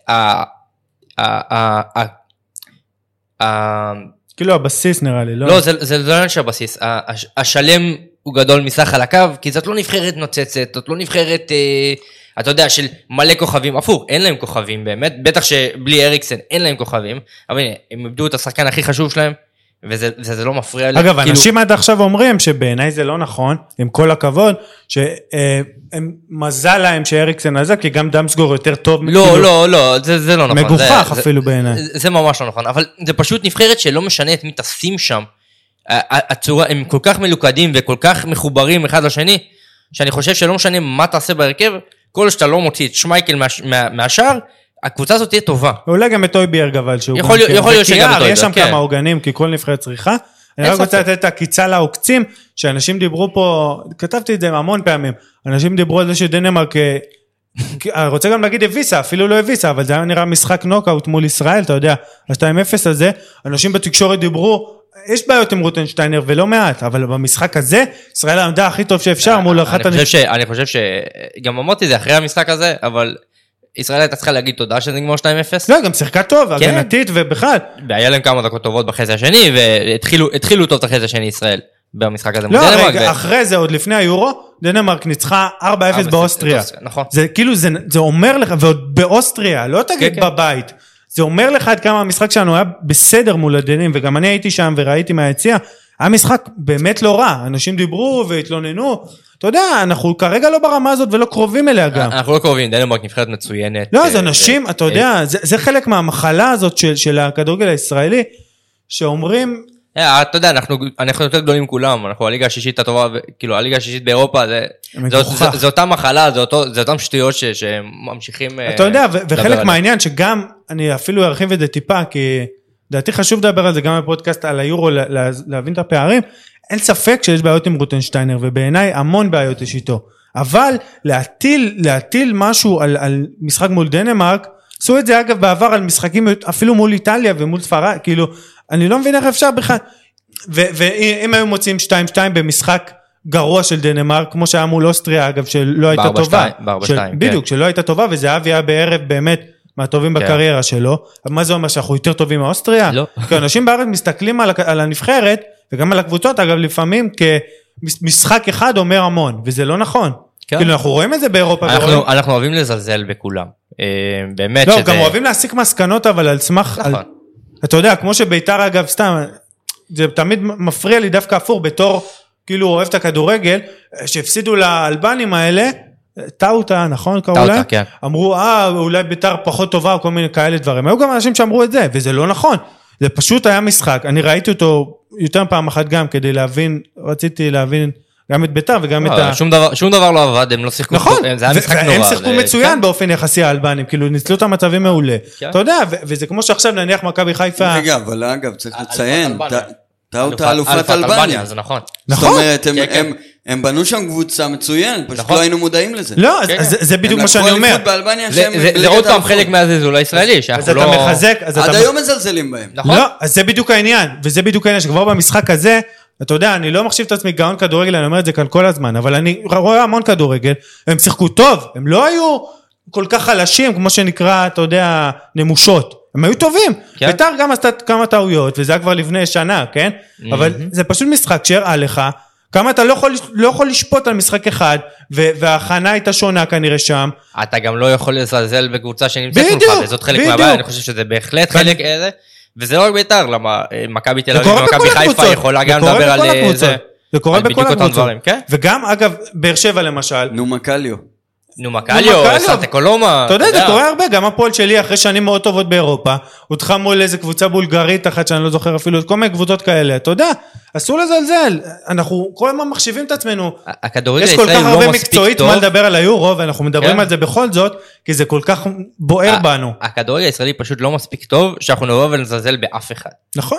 כאילו הבסיס נראה לי, לא? לא, זה לא עניין של הבסיס, השלם הוא גדול מסך על הקו, כי זאת לא נבחרת נוצצת, זאת לא נבחרת, אתה יודע, של מלא כוכבים, אפור, אין להם כוכבים באמת, בטח שבלי אריקסן אין להם כוכבים, אבל הנה, הם איבדו את השחקן הכי חשוב שלהם, וזה זה, זה לא מפריע לי. אגב, כאילו... אנשים עד עכשיו אומרים שבעיניי זה לא נכון, עם כל הכבוד, שהם מזל להם שאריקסן הזה, כי גם דמסגור יותר טוב. לא, כאילו... לא, לא, זה, זה לא נכון. מגוחך זה, אפילו זה, בעיניי. זה, זה ממש לא נכון, אבל זה פשוט נבחרת שלא משנה את מי תשים שם. הצורה, הם כל כך מלוכדים וכל כך מחוברים אחד לשני, שאני חושב שלא משנה מה תעשה בהרכב, כל שאתה לא מוציא את שמייקל מה, מה, מהשאר, הקבוצה הזאת תהיה טובה. אולי גם את אויביארג אבל שהוא יכול להיות שגם את אויביארג. יש שם כמה עוגנים כי כל נבחרת צריכה. אני רק רוצה לתת את הקיצה לעוקצים, שאנשים דיברו פה, כתבתי את זה המון פעמים, אנשים דיברו על זה שדנמרק רוצה גם להגיד הביסה, אפילו לא הביסה, אבל זה היה נראה משחק נוקאוט מול ישראל, אתה יודע, ה-שתיים אפס הזה, אנשים בתקשורת דיברו, יש בעיות עם רוטנשטיינר ולא מעט, אבל במשחק הזה, ישראל עמדה הכי טוב שאפשר מול אחת הנפגעים. אני חושב שגם אמרתי זה אחרי המשחק הזה, אבל ישראל הייתה צריכה להגיד תודה שזה נגמר שתיים אפס. לא, גם שיחקה טוב, הגנתית ובכלל. והיה להם כמה דקות טובות בחצי השני, והתחילו טוב את החצי השני ישראל. במשחק הזה לא, רגע, אחרי זה, עוד לפני היורו, דנמרק ניצחה ארבע אפס באוסטריה. נכון. זה כאילו, זה אומר לך, ועוד באוסטריה, לא תגיד בבית, זה אומר לך עד כמה המשחק שלנו היה בסדר מול הדנים, וגם אני הייתי שם וראיתי מהיציאה, היה משחק באמת לא רע, אנשים דיברו והתלוננו, אתה יודע, אנחנו כרגע לא ברמה הזאת ולא קרובים אליה גם. אנחנו לא קרובים, דנמרק נבחרת מצוינת. לא, זה אנשים, אתה יודע, זה חלק מהמחלה הזאת של הכדורגל הישראלי, שאומרים, אתה יודע, אנחנו יותר גדולים כולם, אנחנו הליגה השישית הטובה, כאילו הליגה השישית באירופה, זה אותה מחלה, זה אותם שטויות שממשיכים. אתה יודע, וחלק מהעניין שגם, אני אפילו ארחיב את זה טיפה, כי דעתי חשוב לדבר על זה גם בפודקאסט על היורו, להבין את הפערים, אין ספק שיש בעיות עם רוטנשטיינר, ובעיניי המון בעיות יש איתו, אבל להטיל, להטיל משהו על, על משחק מול דנמרק, עשו את זה אגב בעבר על משחקים אפילו מול איטליה ומול ספרד, כאילו, אני לא מבין איך אפשר בכלל, ואם היו מוצאים שתיים שתיים במשחק גרוע של דנמרק, כמו שהיה מול אוסטריה אגב, שלא הייתה טובה, בדיוק, שלא הייתה טובה, וזהב היה בערב באמת מהטובים בקריירה שלו, אבל מה זה אומר שאנחנו יותר טובים מאוסטריה? לא. כי אנשים בארץ מסתכלים על הנבחרת, וגם על הקבוצות אגב לפעמים, כמשחק אחד אומר המון, וזה לא נכון. כאילו אנחנו רואים את זה באירופה. אנחנו אוהבים לזלזל בכולם. באמת לא, גם אוהבים להסיק מסקנות, אבל על סמך, אתה יודע, כמו שביתר אגב סתם, זה תמיד מפריע לי דווקא אפור, בתור כאילו אוהב את הכדורגל, שהפסידו לאלבנים האלה, טאוטה, נכון? טאוטה, כן. אמרו, אה, אולי ביתר פחות טובה, או כל מיני כאלה דברים. היו גם אנשים שאמרו את זה, וזה לא נכון. זה פשוט היה משחק. אני ראיתי אותו יותר פעם אחת גם, כדי להבין, רציתי להבין גם את ביתר וגם את ה... שום דבר לא עבד, הם לא שיחקו... נכון, והם שיחקו מצוין באופן יחסי האלבנים, כאילו ניצלו את המצבים מעולה. אתה יודע, וזה כמו שעכשיו נניח מכבי חיפה... רגע, אבל אגב, צריך לציין, טאוטה אלופת אלבניה. זה נכון. זאת אומרת, הם בנו שם קבוצה מצוין, פשוט לא היינו מודעים לזה. לא, זה בדיוק מה שאני אומר. זה עוד פעם חלק מהזלזול הישראלי, אז אתה מחזק... עד היום מזלזלים בהם. לא, אז זה בדיוק העניין, וזה בדיוק העניין, שכבר במשחק הזה, אתה יודע, אני לא מחשיב את עצמי גאון כדורגל, אני אומר את זה כאן כל הזמן, אבל אני רואה המון כדורגל, הם שיחקו טוב, הם לא היו כל כך חלשים, כמו שנקרא, אתה יודע, נמושות. הם היו טובים, ביתר גם עשתה כמה טעויות, וזה היה כבר לפני שנה, כן? אבל זה פשוט משחק שהראה לך, כמה אתה לא יכול, לא יכול לשפוט על משחק אחד, וההכנה הייתה שונה כנראה שם. אתה גם לא יכול לזלזל בקבוצה שנמצאת ממך, וזאת חלק מהבעיה, אני חושב שזה בהחלט חלק איזה, וזה לא רק ביתר, למה מכבי תל אביב ומכבי חיפה יכולה גם לדבר על זה. זה קורה בכל הקבוצות. וגם, אגב, באר שבע למשל. נו מקליו. נו מקליו, סנטה קולומה. אתה יודע, זה קורה הרבה, גם הפועל שלי אחרי שנים מאוד טובות באירופה, הודחה מול איזה קבוצה בולגרית אחת שאני לא זוכר אפילו, כל מיני קבוצות כאלה, אתה יודע, אסור לזלזל, אנחנו כל הזמן מחשיבים את עצמנו, יש כל כך הרבה מקצועית מה לדבר על היורו, ואנחנו מדברים על זה בכל זאת, כי זה כל כך בוער בנו. הכדורגל הישראלי פשוט לא מספיק טוב, שאנחנו נבוא ונזלזל באף אחד. נכון.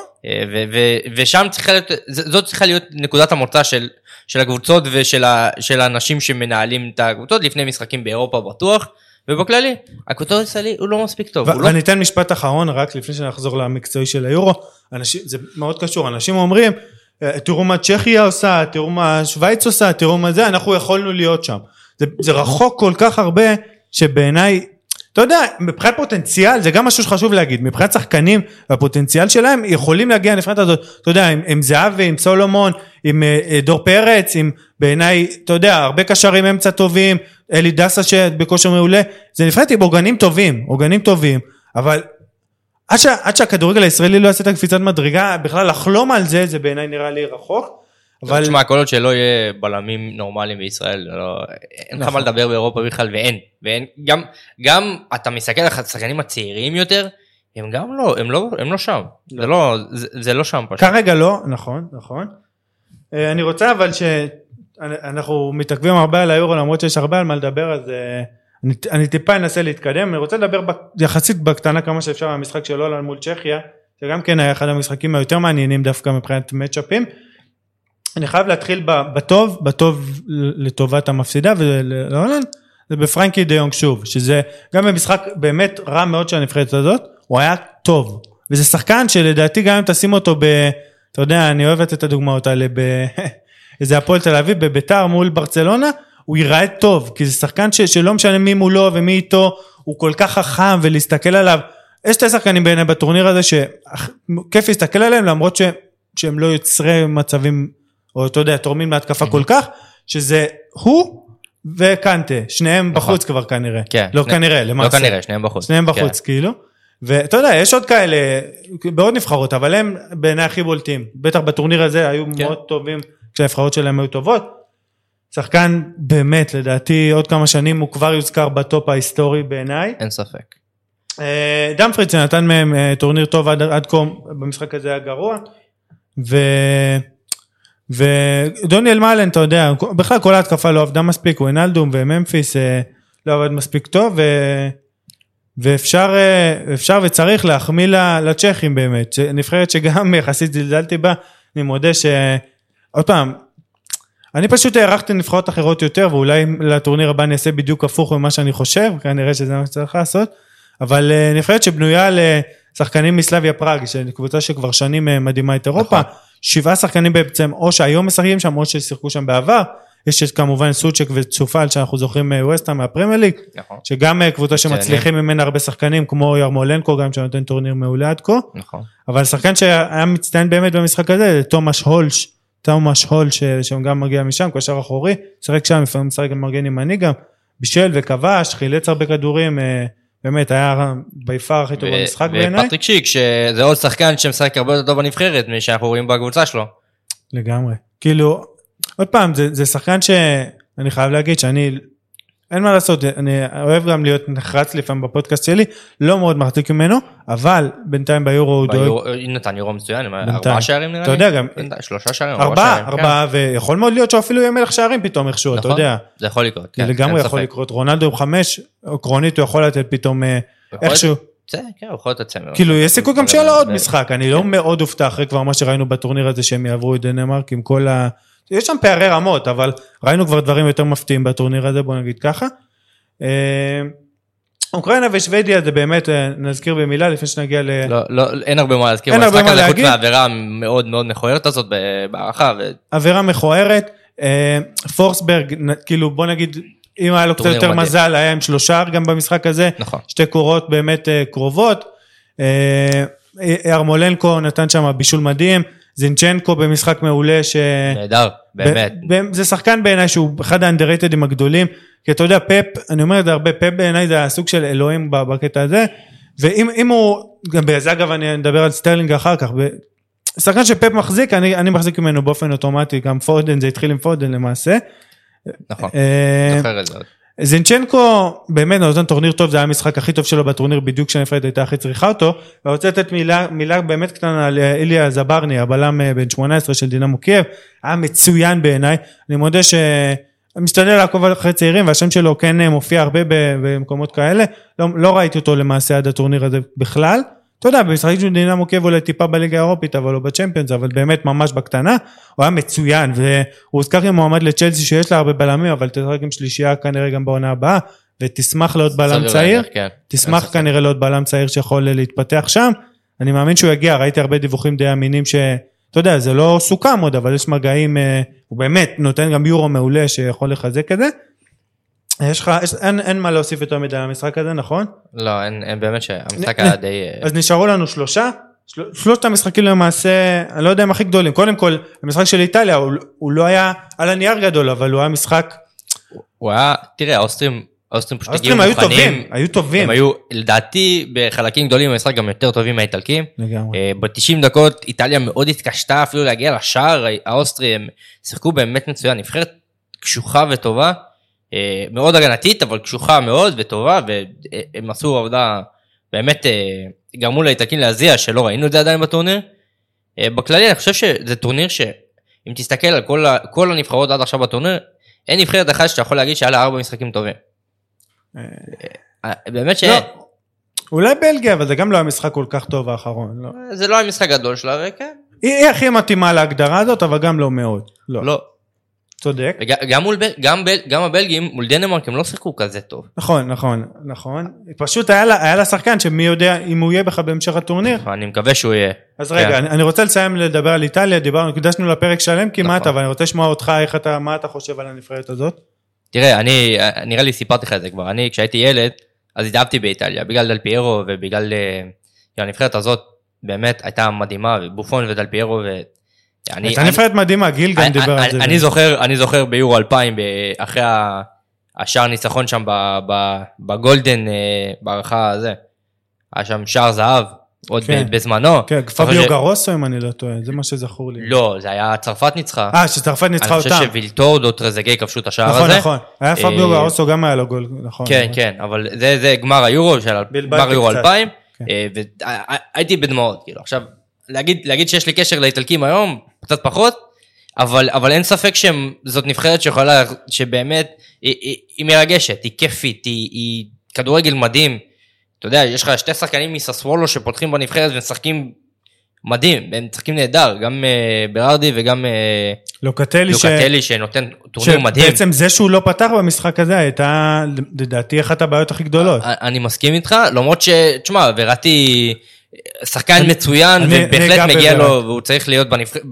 ושם צריכה להיות, זאת צריכה להיות נקודת המוצא של של הקבוצות ושל האנשים שמנהלים את הקבוצות לפני משחקים באירופה בטוח, ובכללי, הכדורגל הישראלי הוא לא מספיק טוב. ואני אתן משפט אחרון רק לפני שנחזור למקצועי של היורו, זה מאוד קשור, אנשים אומרים, תראו מה צ'כיה עושה, תראו מה שוויץ עושה, תראו מה זה, אנחנו יכולנו להיות שם. זה רחוק כל כך הרבה שבעיניי, אתה יודע, מבחינת פוטנציאל, זה גם משהו שחשוב להגיד, מבחינת שחקנים, והפוטנציאל שלהם יכולים להגיע לנבחרת הזאת, אתה יודע, עם, עם זהבי, עם סולומון, עם uh, דור פרץ, עם בעיניי, אתה יודע, הרבה קשרים אמצע טובים, אלי דסה שבכושר מעולה, זה נבחרת עם עוגנים טובים, עוגנים טובים, אבל עד, שה, עד שהכדורגל הישראלי לא יעשה את הקפיצת מדרגה, בכלל לחלום על זה, זה בעיניי נראה לי רחוק, אבל... תשמע, כל עוד שלא יהיה בלמים נורמליים בישראל, אין לך מה לדבר באירופה בכלל, ואין, ואין, גם, גם אתה מסתכל על השחקנים הצעירים יותר, הם גם לא, הם לא, הם לא שם, זה לא, זה לא שם פשוט. כרגע לא, נכון, נכון. אני רוצה אבל שאנחנו מתעכבים הרבה על היורו, למרות שיש הרבה על מה לדבר, אז אני, אני טיפה אנסה להתקדם, אני רוצה לדבר יחסית בקטנה כמה שאפשר מהמשחק של הולנד מול צ'כיה, שגם כן היה אחד המשחקים היותר מעניינים דווקא מבחינת מצ'אפים, אני חייב להתחיל בטוב, בטוב לטובת המפסידה, ולהולנד, זה בפרנקי דיונג שוב, שזה גם במשחק באמת רע מאוד של הנבחרת הזאת, הוא היה טוב, וזה שחקן שלדעתי גם אם תשים אותו ב, אתה יודע, אני אוהבת את הדוגמאות האלה, באיזה הפועל תל אביב, בביתר מול ברצלונה, הוא ייראה טוב, כי זה שחקן ש, שלא משנה מי מולו ומי איתו, הוא כל כך חכם ולהסתכל עליו, יש שתי שחקנים בעיניי בטורניר הזה, שכיף להסתכל עליהם, למרות ש, שהם לא יוצרי מצבים, או אתה יודע, תורמים להתקפה כל כך, שזה הוא וקנטה, שניהם בחוץ כבר כנראה. לא כנראה, למעשה. לא כנראה, שניהם בחוץ. שניהם בחוץ, כאילו. ואתה יודע, יש עוד כאלה, בעוד נבחרות, אבל הם בעיניי הכי בולטים. בטח בטורניר הזה היו מאוד טובים, כשהנבחרות שלהם היו טובות. שחקן באמת, לדעתי, עוד כמה שנים הוא כבר יוזכר בטופ ההיסטורי בעיניי. אין ספק. דמפריץ נתן מהם טורניר טוב עד כה, במשחק הזה היה גרוע. ו... ודוניאל מאלן, אתה יודע, בכלל כל ההתקפה לא עבדה מספיק, ווינלדום וממפיס לא עבד מספיק טוב, ו... ואפשר אפשר וצריך להחמיא לצ'כים באמת, נבחרת שגם יחסית זלזלתי בה, אני מודה ש... עוד פעם, אני פשוט הערכתי נבחרות אחרות יותר, ואולי לטורניר הבא אני אעשה בדיוק הפוך ממה שאני חושב, כנראה שזה מה שצריך לעשות, אבל נבחרת שבנויה לשחקנים מסלביה פראג, שקבוצה שכבר שנים מדהימה את אירופה, שבעה שחקנים בעצם, או שהיום משחקים שם, או ששיחקו שם בעבר, יש כמובן סוצ'ק וצופל, שאנחנו זוכרים מווסטה מהפרמייר ליג, שגם קבוצה שמצליחים ממנה הרבה שחקנים, כמו ירמולנקו, גם שנותן טורניר מעולה עד כה, אבל שחקן שהיה מצטיין באמת במשחק הזה, זה תומש הולש, תומש הולש, שגם מגיע משם, קשר אחורי, שחק שם, לפעמים משחק עם מגן ימני גם, בישל וכבש, חילץ הרבה כדורים, באמת היה ביפר הכי טוב במשחק בעיניי. ופטריק שיק, שזה עוד שחקן שמשחק הרבה יותר טוב בנבחרת, משאנחנו רואים בקבוצה שלו. לגמרי. כאילו, עוד פעם, זה, זה שחקן שאני חייב להגיד שאני, אין מה לעשות, אני אוהב גם להיות נחרץ לפעמים בפודקאסט שלי, לא מאוד מחזיק ממנו, אבל בינתיים ביורו הוא דואג. נתן יורו מצוין, ארבעה שערים נראה לי? אתה יודע גם. שלושה שערים, ארבעה, ארבעה, ויכול מאוד להיות שאפילו יהיה מלך שערים פתאום איכשהו, אתה יודע. זה יכול לקרות. זה לגמרי יכול לקרות. רונלדו הוא חמש, עקרונית הוא יכול לתת פתאום איכשהו. זה, כן, הוא יכול לתת סמר. כאילו, יש סיכוי גם שיהיה לו עוד משחק, אני לא מאוד הופתע אחרי כבר מה שראינו בטורניר הזה שהם יעברו את דנמרק עם כל ה... יש שם פערי רמות, אבל ראינו כבר דברים יותר מפתיעים בטורניר הזה, בוא נגיד ככה. אוקראינה ושוודיה זה באמת, נזכיר במילה לפני שנגיע ל... לא, לא, אין הרבה מה להזכיר, אין הרבה מה להגיד. חוץ מהעבירה מאוד מאוד מכוערת הזאת בערכה. עבירה מכוערת, פורסברג, כאילו בוא נגיד, אם היה לו קצת יותר מזל, היה עם שלושה גם במשחק הזה, שתי קורות באמת קרובות, ארמולנקו נתן שם בישול מדהים, זינצ'נקו במשחק מעולה ש... נהדר, באמת. זה שחקן בעיניי שהוא אחד האנדררייטדים הגדולים, כי אתה יודע, פפ, אני אומר את זה הרבה, פפ בעיניי זה הסוג של אלוהים בקטע הזה, ואם הוא, גם בזה אגב אני אדבר על סטרלינג אחר כך, שחקן שפפ מחזיק, אני, אני מחזיק ממנו באופן אוטומטי, גם פודן, זה התחיל עם פודן למעשה. נכון, זוכר את זה. זינצ'נקו באמת נותן טורניר טוב, זה היה המשחק הכי טוב שלו בטורניר, בדיוק כשנפרד הייתה הכי צריכה אותו, ואני רוצה לתת מילה, מילה באמת קטנה על איליה זברני, הבלם בן שמונה עשרה של דינמו קייב, היה מצוין בעיניי, אני מודה שמשתדל לעקוב אחרי צעירים, והשם שלו כן מופיע הרבה במקומות כאלה, לא, לא ראיתי אותו למעשה עד הטורניר הזה בכלל, אתה יודע, במשחקים של דינמו קייב אולי טיפה בליגה האירופית, אבל לא בצ'מפיונס, אבל באמת ממש בקטנה, הוא היה מצוין, והוא הוזכר עם מועמד לצ'לסי שיש לה הרבה בלמים, אבל תשחק עם שלישייה כנראה גם בעונה הבאה, ותשמח להיות בלם צעיר, תשמח כנראה להיות בלם צעיר שיכול להתפתח שם, אני מאמין שהוא יגיע, ראיתי הרבה דיווחים די אמינים ש... אתה יודע, זה לא סוכם עוד, אבל יש מגעים, הוא באמת נותן גם יורו מעולה שיכול לחזק את זה, יש לך, אין, אין מה להוסיף יותר מדי למשחק הזה, נכון? לא, אין, אין באמת שהמשחק היה די... אז נשארו לנו שלושה, של, שלושת המשחקים למעשה, אני לא יודע אם הכי גדולים, קודם כל, המשחק של איטליה, הוא, הוא לא היה על הנייר גדול, אבל הוא היה משחק... הוא היה, תראה, האוסטרים, האוסטרים פשוט הגיעו מוכנים. האוסטרים היו טובים, היו טובים. הם היו, לדעתי, בחלקים גדולים, המשחק גם יותר טובים מהאיטלקים. לגמרי. ב-תשעים דקות, איטליה מאוד התקשתה אפילו להגיע לשער, האוסטרים שיחקו באמת מצוין, נבחרת קשוחה וטובה. מאוד הגנתית, אבל קשוחה מאוד וטובה, והם עשו עבודה, באמת גרמו לאיטלקים להזיע, שלא ראינו את זה עדיין בטורניר. בכללי, אני חושב שזה טורניר שאם תסתכל על כל, כל הנבחרות עד עכשיו בטורניר, אין נבחרת אחת שאתה יכול להגיד שהיה לה ארבע משחקים טובים. באמת ש... אולי בלגיה, אבל זה גם לא היה משחק כל כך טוב האחרון. זה לא היה משחק גדול שלה, וכן. היא הכי מתאימה להגדרה הזאת, אבל גם לא מאוד. לא. צודק. גם, מול, גם, גם הבלגים מול דנמרק הם לא שיחקו כזה טוב. נכון, נכון, נכון. פשוט היה לה, היה לה שחקן שמי יודע אם הוא יהיה בכלל בהמשך הטורניר. אני מקווה שהוא יהיה. אז רגע, אני, אני רוצה לסיים לדבר על איטליה, דיברנו, קדשנו לפרק שלם כמעט, אבל אני רוצה לשמוע אותך, איך אתה, מה אתה חושב על הנבחרת הזאת? תראה, אני, נראה לי סיפרתי לך את זה כבר, אני כשהייתי ילד, אז התאהבתי באיטליה, בגלל דל פיירו ובגלל, הנבחרת הזאת באמת הייתה מדהימה, בופון ודל פיירו ו... הייתה נבחרת מדהימה, גיל גם דיבר על זה. אני זוכר, אני זוכר ביורו אלפיים, אחרי השער ניצחון שם בגולדן, בערכה הזה, היה שם שער זהב, עוד בזמנו. כן, פביו גרוסו אם אני לא טועה, זה מה שזכור לי. לא, זה היה צרפת ניצחה. אה, שצרפת ניצחה אותם. אני חושב שווילטורד או טרזגי כבשו את השער הזה. נכון, נכון. היה פביו גרוסו גם היה לו גול, נכון. כן, כן, אבל זה גמר היורו, גמר יורו אלפיים, והייתי בדמעות, כאילו, עכשיו, להגיד, להגיד שיש לי קשר לאיטלקים היום, קצת פחות, אבל, אבל אין ספק שזאת נבחרת שיכולה, שבאמת, היא, היא, היא מרגשת, היא כיפית, היא, היא כדורגל מדהים. אתה יודע, יש לך שתי שחקנים מססוולו שפותחים בנבחרת ומשחקים מדהים, הם משחקים נהדר, גם uh, ברארדי וגם uh, לוקטלי, לוקטלי ש... שנותן טורניר מדהים. בעצם זה שהוא לא פתח במשחק הזה, הייתה, לדעתי, אחת הבעיות הכי גדולות. אני מסכים איתך, למרות ש... תשמע, וראיתי... שחקן מצוין, ובהחלט מגיע לו, והוא צריך להיות בנבחרת,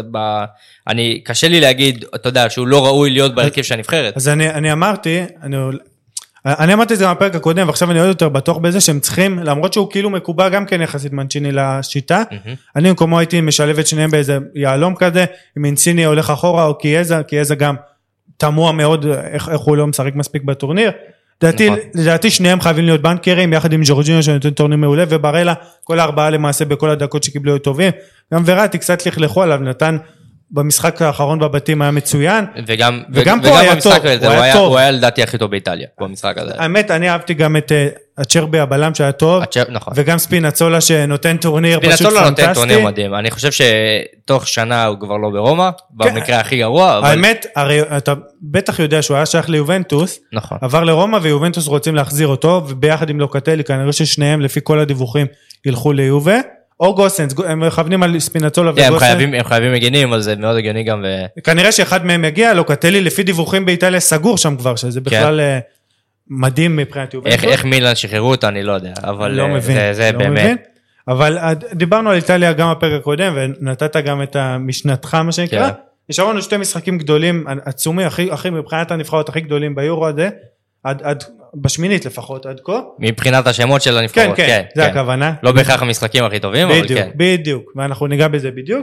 אני, קשה לי להגיד, אתה יודע, שהוא לא ראוי להיות בהרכב של הנבחרת. אז אני אמרתי, אני אמרתי את זה בפרק הקודם, ועכשיו אני עוד יותר בטוח בזה, שהם צריכים, למרות שהוא כאילו מקובע גם כן יחסית מנצ'יני לשיטה, אני במקומו הייתי משלב את שניהם באיזה יעלום כזה, אם אינסיני הולך אחורה, או קיאזה, קיאזה גם תמוה מאוד, איך הוא לא משחק מספיק בטורניר, לדעתי שניהם חייבים להיות בנקרים, יחד עם ג'ורג'ינו שנותן טורניר מעולה, וברלה, כל הארבעה למעשה בכל הדקות שקיבלו היו טובים, גם וראטי קצת לכלכו עליו, נתן במשחק האחרון בבתים היה מצוין, וגם, וגם פה היה טוב, הוא היה טוב. הוא היה לדעתי הכי טוב באיטליה, במשחק הזה. האמת, אני אהבתי גם את הצ'רבי הבלם שהיה טוב, נכון. וגם ספינצולה שנותן טורניר פשוט פנטסטי. ספינצולה נותן טורניר מדהים, אני חושב שתוך שנה הוא כבר לא ברומא, במקרה הכי גרוע. אבל... האמת, הרי אתה בטח יודע שהוא היה שייך ליובנטוס, נכון. עבר לרומא ויובנטוס רוצים להחזיר אותו, וביחד עם לוקטלי, כנראה ששניהם לפי כל הדיווחים ילכו ליובה, או גוסנס, הם מכוונים על ספינצולה וגוסנס. הם חייבים מגינים, אז זה מאוד הגיוני גם. כנראה שאחד מהם יגיע, לוקטלי לפי דיווחים באיטליה סגור שם כבר, שזה בכלל מדהים מבחינת יובנטוס. איך מילאן שחררו אותה, אני לא יודע, אבל זה באמת. אבל דיברנו על איטליה גם בפרק הקודם, ונתת גם את המשנתך, מה שנקרא. נשארו לנו שתי משחקים גדולים, עצומי, הכי מבחינת הנבחרות הכי גדולים ביורו הזה, עד בשמינית לפחות, עד כה. מבחינת השמות של הנבחרות, כן, כן, זה הכוונה. לא בהכרח המשחקים הכי טובים, אבל כן. בדיוק, ואנחנו ניגע בזה בדיוק.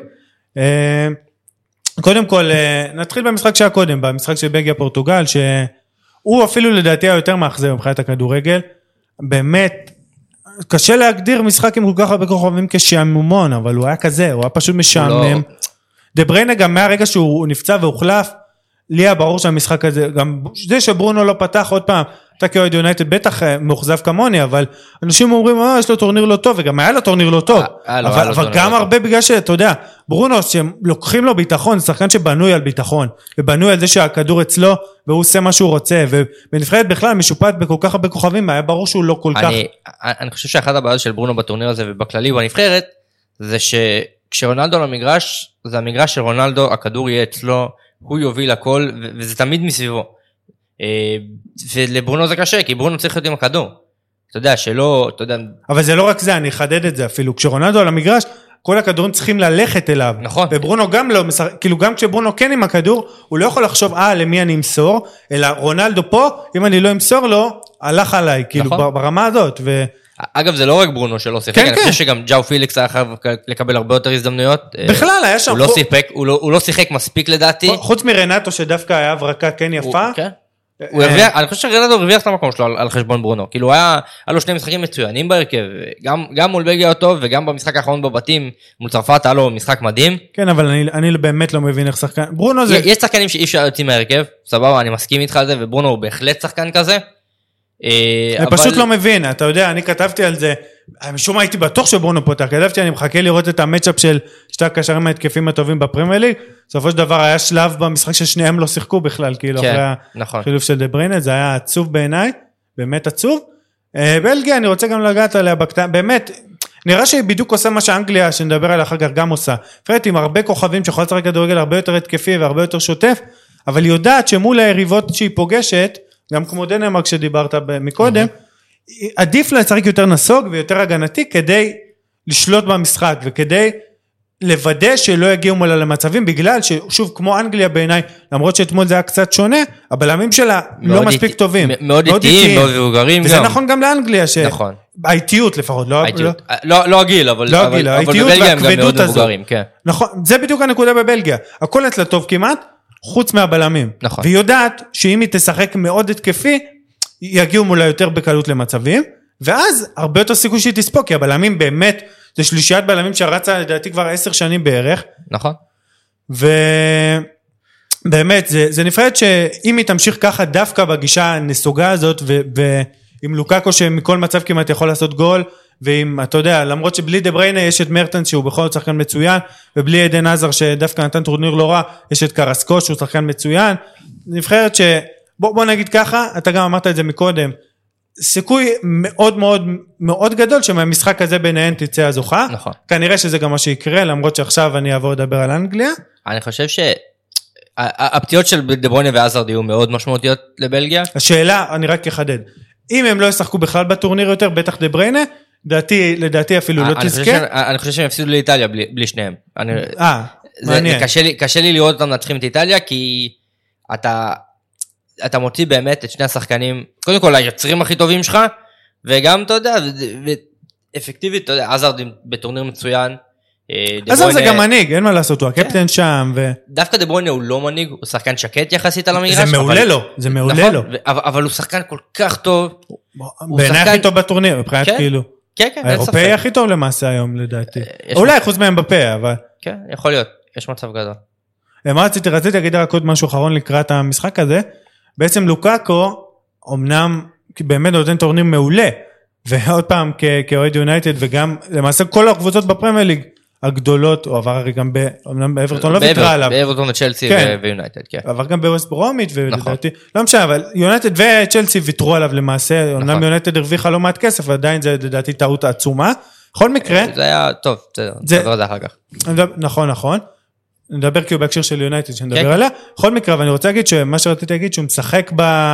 קודם כל, נתחיל במשחק שהיה קודם, במשחק של בלגיה פורטוגל, שהוא אפילו לדעתי היותר מאכזב מבחינת הכדורגל, באמת, קשה להגדיר משחק עם כל כך הרבה כוכבים כשעמומון, אבל הוא היה כזה, הוא היה פשוט משעמם. דה בריינה גם מהרגע שהוא נפצע והוחלף, לי היה ברור שהמשחק הזה, גם זה שברונו לא פתח עוד פעם, אתה כאוהד יונייטד בטח מאוכזב כמוני, אבל אנשים אומרים, אה, יש לו טורניר לא טוב, וגם היה לו טורניר לא טוב, אבל גם הרבה בגלל שאתה יודע, ברונו, שהם לוקחים לו ביטחון, זה שחקן שבנוי על ביטחון, ובנוי על זה שהכדור אצלו, והוא עושה מה שהוא רוצה, ובנבחרת בכלל משופט בכל כך הרבה כוכבים, היה ברור שהוא לא כל כך. אני חושב שאחת הבעיות של ברונו בטורניר הזה, ובכללי בנבחרת, זה שכשרונלדו למגרש, זה המגרש של רונלדו, הכדור יהיה אצלו, הוא יוביל הכל, וזה תמיד מסביבו. ולברונו זה קשה, כי ברונו צריך להיות עם הכדור. אתה יודע, שלא, אתה יודע... אבל זה לא רק זה, אני אחדד את זה אפילו. כשרונלדו על המגרש, כל הכדורים צריכים ללכת אליו. נכון. וברונו גם לא, כאילו גם כשברונו כן עם הכדור, הוא לא יכול לחשוב, אה, למי אני אמסור, אלא רונלדו פה, אם אני לא אמסור לו, הלך עליי, כאילו, ברמה הזאת, ו... אגב, זה לא רק ברונו שלא שיחק, אני חושב שגם ג'או פיליקס היה חייב לקבל הרבה יותר הזדמנויות. בכלל, היה שם... הוא לא שיחק מספיק לדעתי. חוץ מרנטו שדווקא היה הברקה כן יפה. אני חושב שרנטו הרוויח את המקום שלו על חשבון ברונו. כאילו היה לו שני משחקים מצוינים בהרכב, גם מול בלגיה אותו וגם במשחק האחרון בבתים מול צרפת היה לו משחק מדהים. כן, אבל אני באמת לא מבין איך שחקן... ברונו זה... יש שחקנים שאי אפשר יוצאים מהרכב, סבבה, אני מסכים איתך על זה, וברונו הוא בהחלט שחקן כזה. אני פשוט לא מבין, אתה יודע, אני כתבתי על זה, משום מה הייתי בטוח שברונו פותח, כתבתי, אני מחכה לראות את המצ'אפ של שתי הקשרים ההתקפים הטובים בפרמייר ליג, בסופו של דבר היה שלב במשחק ששניהם לא שיחקו בכלל, כאילו אחרי החילוף של דה בריינה, זה היה עצוב בעיניי, באמת עצוב. בלגיה, אני רוצה גם לגעת עליה בקטנה, באמת, נראה שהיא בדיוק עושה מה שאנגליה, שנדבר עליה אחר כך גם עושה, פרט עם הרבה כוכבים שיכול לשחק כדורגל הרבה יותר התקפי והרבה יותר שוטף, אבל היא יודעת שמול היריבות שהיא פוגשת, גם כמו דנמרק שדיברת מקודם, עדיף לה לשחק יותר נסוג ויותר הגנתי, כדי לשלוט במשחק, וכדי לוודא שלא יגיעו מולה למצבים, בגלל ששוב כמו אנגליה בעיניי, למרות שאתמול זה היה קצת שונה, הבלמים שלה לא מספיק טובים. מאוד איטיים, מאוד מבוגרים גם. וזה נכון גם לאנגליה, נכון. האיטיות לפחות, לא הגיל, אבל בבלגיה הם גם מאוד מבוגרים, כן. נכון, זה בדיוק הנקודה בבלגיה, הכל אצלה טוב כמעט, חוץ מהבלמים. נכון. והיא יודעת שאם היא תשחק מאוד התקפי, יגיעו מולה יותר בקלות למצבים, ואז הרבה יותר סיכוי שהיא תספוק, כי הבלמים באמת, זה שלישיית בלמים שרצה לדעתי כבר עשר שנים בערך. נכון. ובאמת, זה, זה נפרד שאם היא תמשיך ככה דווקא בגישה הנסוגה הזאת, ו, ועם לוקאקו שמכל מצב כמעט יכול לעשות גול, ועם, אתה יודע, למרות שבלי דה בריינה יש את מרטנס שהוא בכל זאת שחקן מצוין, ובלי עדן עזר שדווקא נתן טורניר לא רע, יש את קרסקו שהוא שחקן מצוין, נבחרת ש... בוא, בוא נגיד ככה, אתה גם אמרת את זה מקודם, סיכוי מאוד מאוד מאוד גדול שמהמשחק הזה ביניהן תצא הזוכה. נכון. כנראה שזה גם מה שיקרה, למרות שעכשיו אני אעבור לדבר על אנגליה. אני חושב שהפציעות של דה בריינה ועזרד יהיו מאוד משמעותיות לבלגיה. השאלה, אני רק אחדד, אם הם לא ישחקו בכלל בטורניר יותר, בטח דה בריינה, לדעתי, לדעתי אפילו לא תזכה. אני חושב שהם יפסידו לאיטליה בלי שניהם. אה, מעניין. קשה לי לראות אותם נצחים את איטליה, כי אתה... אתה מוציא באמת את שני השחקנים, קודם כל היוצרים הכי טובים שלך, וגם אתה יודע, אפקטיבית, אתה יודע, עזרד בטורניר מצוין. עזרד זה גם מנהיג, אין מה לעשות, הוא הקפטן שם. דווקא דה בריינה הוא לא מנהיג, הוא שחקן שקט יחסית על המגרש. זה מעולה לו, זה מעולה לו. אבל הוא שחקן כל כך טוב. בעיניי הכי טוב בטורניר, מבחינת כאילו. כן, כן, האירופאי הכי טוב למעשה היום לדעתי. אולי חוץ מהם בפה, אבל. כן, יכול להיות, יש מצב גדול. מה רציתי, רציתי להגיד רק עוד משהו אחרון לקראת המשחק הזה. בעצם לוקאקו, אמנם באמת נותן טורניר מעולה, ועוד פעם כאוהד יונייטד, וגם למעשה כל הקבוצות בפרמייר ליג הגדולות, הוא עבר הרי גם באברטון, לא ויתרה עליו. באברטון וצ'לסי ויונייטד, כן. עבר גם בווסט ברומית, ולדעתי, לא משנה, אבל יונייטד וצ'לסי ויתרו עליו למעשה, אמנם יונייטד הרוויחה לא מעט כסף, ועדיין זה לדעתי טעות עצומה. בכל מקרה... זה היה טוב, זה עבר זה אחר כך. נכון, נכון. נדבר כאילו בהקשר של יונייטד שנדבר עליה, בכל מקרה, ואני רוצה להגיד שמה שרציתי להגיד, שהוא משחק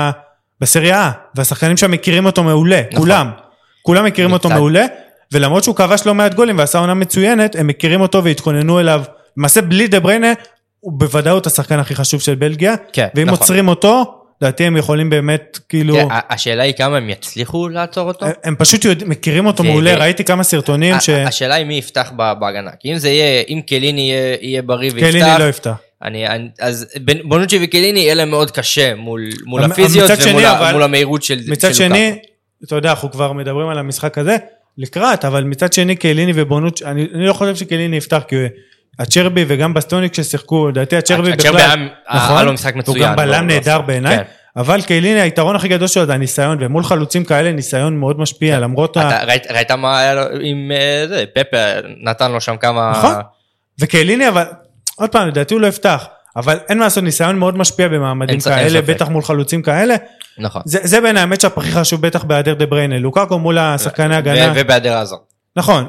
בסריה, והשחקנים שם מכירים אותו מעולה, כולם, כולם מכירים אותו מעולה, ולמרות שהוא כבש לא מעט גולים, ועשה עונה מצוינת, הם מכירים אותו והתכוננו אליו, למעשה בלי דה בריינה, הוא בוודאות השחקן הכי חשוב של בלגיה, ואם עוצרים אותו, לדעתי הם יכולים באמת, כאילו... השאלה היא כמה הם יצליחו לעצור אותו? הם פשוט מכירים אותו מעולה, ראיתי כמה סרטונים ש... השאלה היא מי יפתח בהגנה, כי אם זה יהיה, אם קליני יהיה בריא ויפתח... קליני לא יפתח. אז בונוצ'י וקליני יהיה להם מאוד קשה מול הפיזיות ומול המהירות של לוקאקו. מצד שני, אתה יודע, אנחנו כבר מדברים על המשחק הזה, לקראת, אבל מצד שני קליני ובונוצ'י, אני לא חושב שקליני יפתח, כי הצ'רבי וגם בסטוניק ששיחקו, לדעתי הצ'רבי בכלל, נכון, הוא גם בלם נהדר בעיניי, אבל קליני היתרון הכי גדול שלו זה הניסיון, ומול חלוצים כאלה ניסיון מאוד משפיע, למרות ה... ראית מה היה לו עם זה, פפה נתן לו שם כמה... נכון, וקליני אבל, עוד פעם, לדעתי הוא לא יפתח, אבל אין מה לעשות, ניסיון מאוד משפיע במעמדים כאלה, בטח מול חלוצים כאלה, נכון. זה בין האמת שהפכי חשוב בטח בהיעדר דה בריינה, לוקאקו מול השחקני הגנה. ובהיעדר עזר. נכון,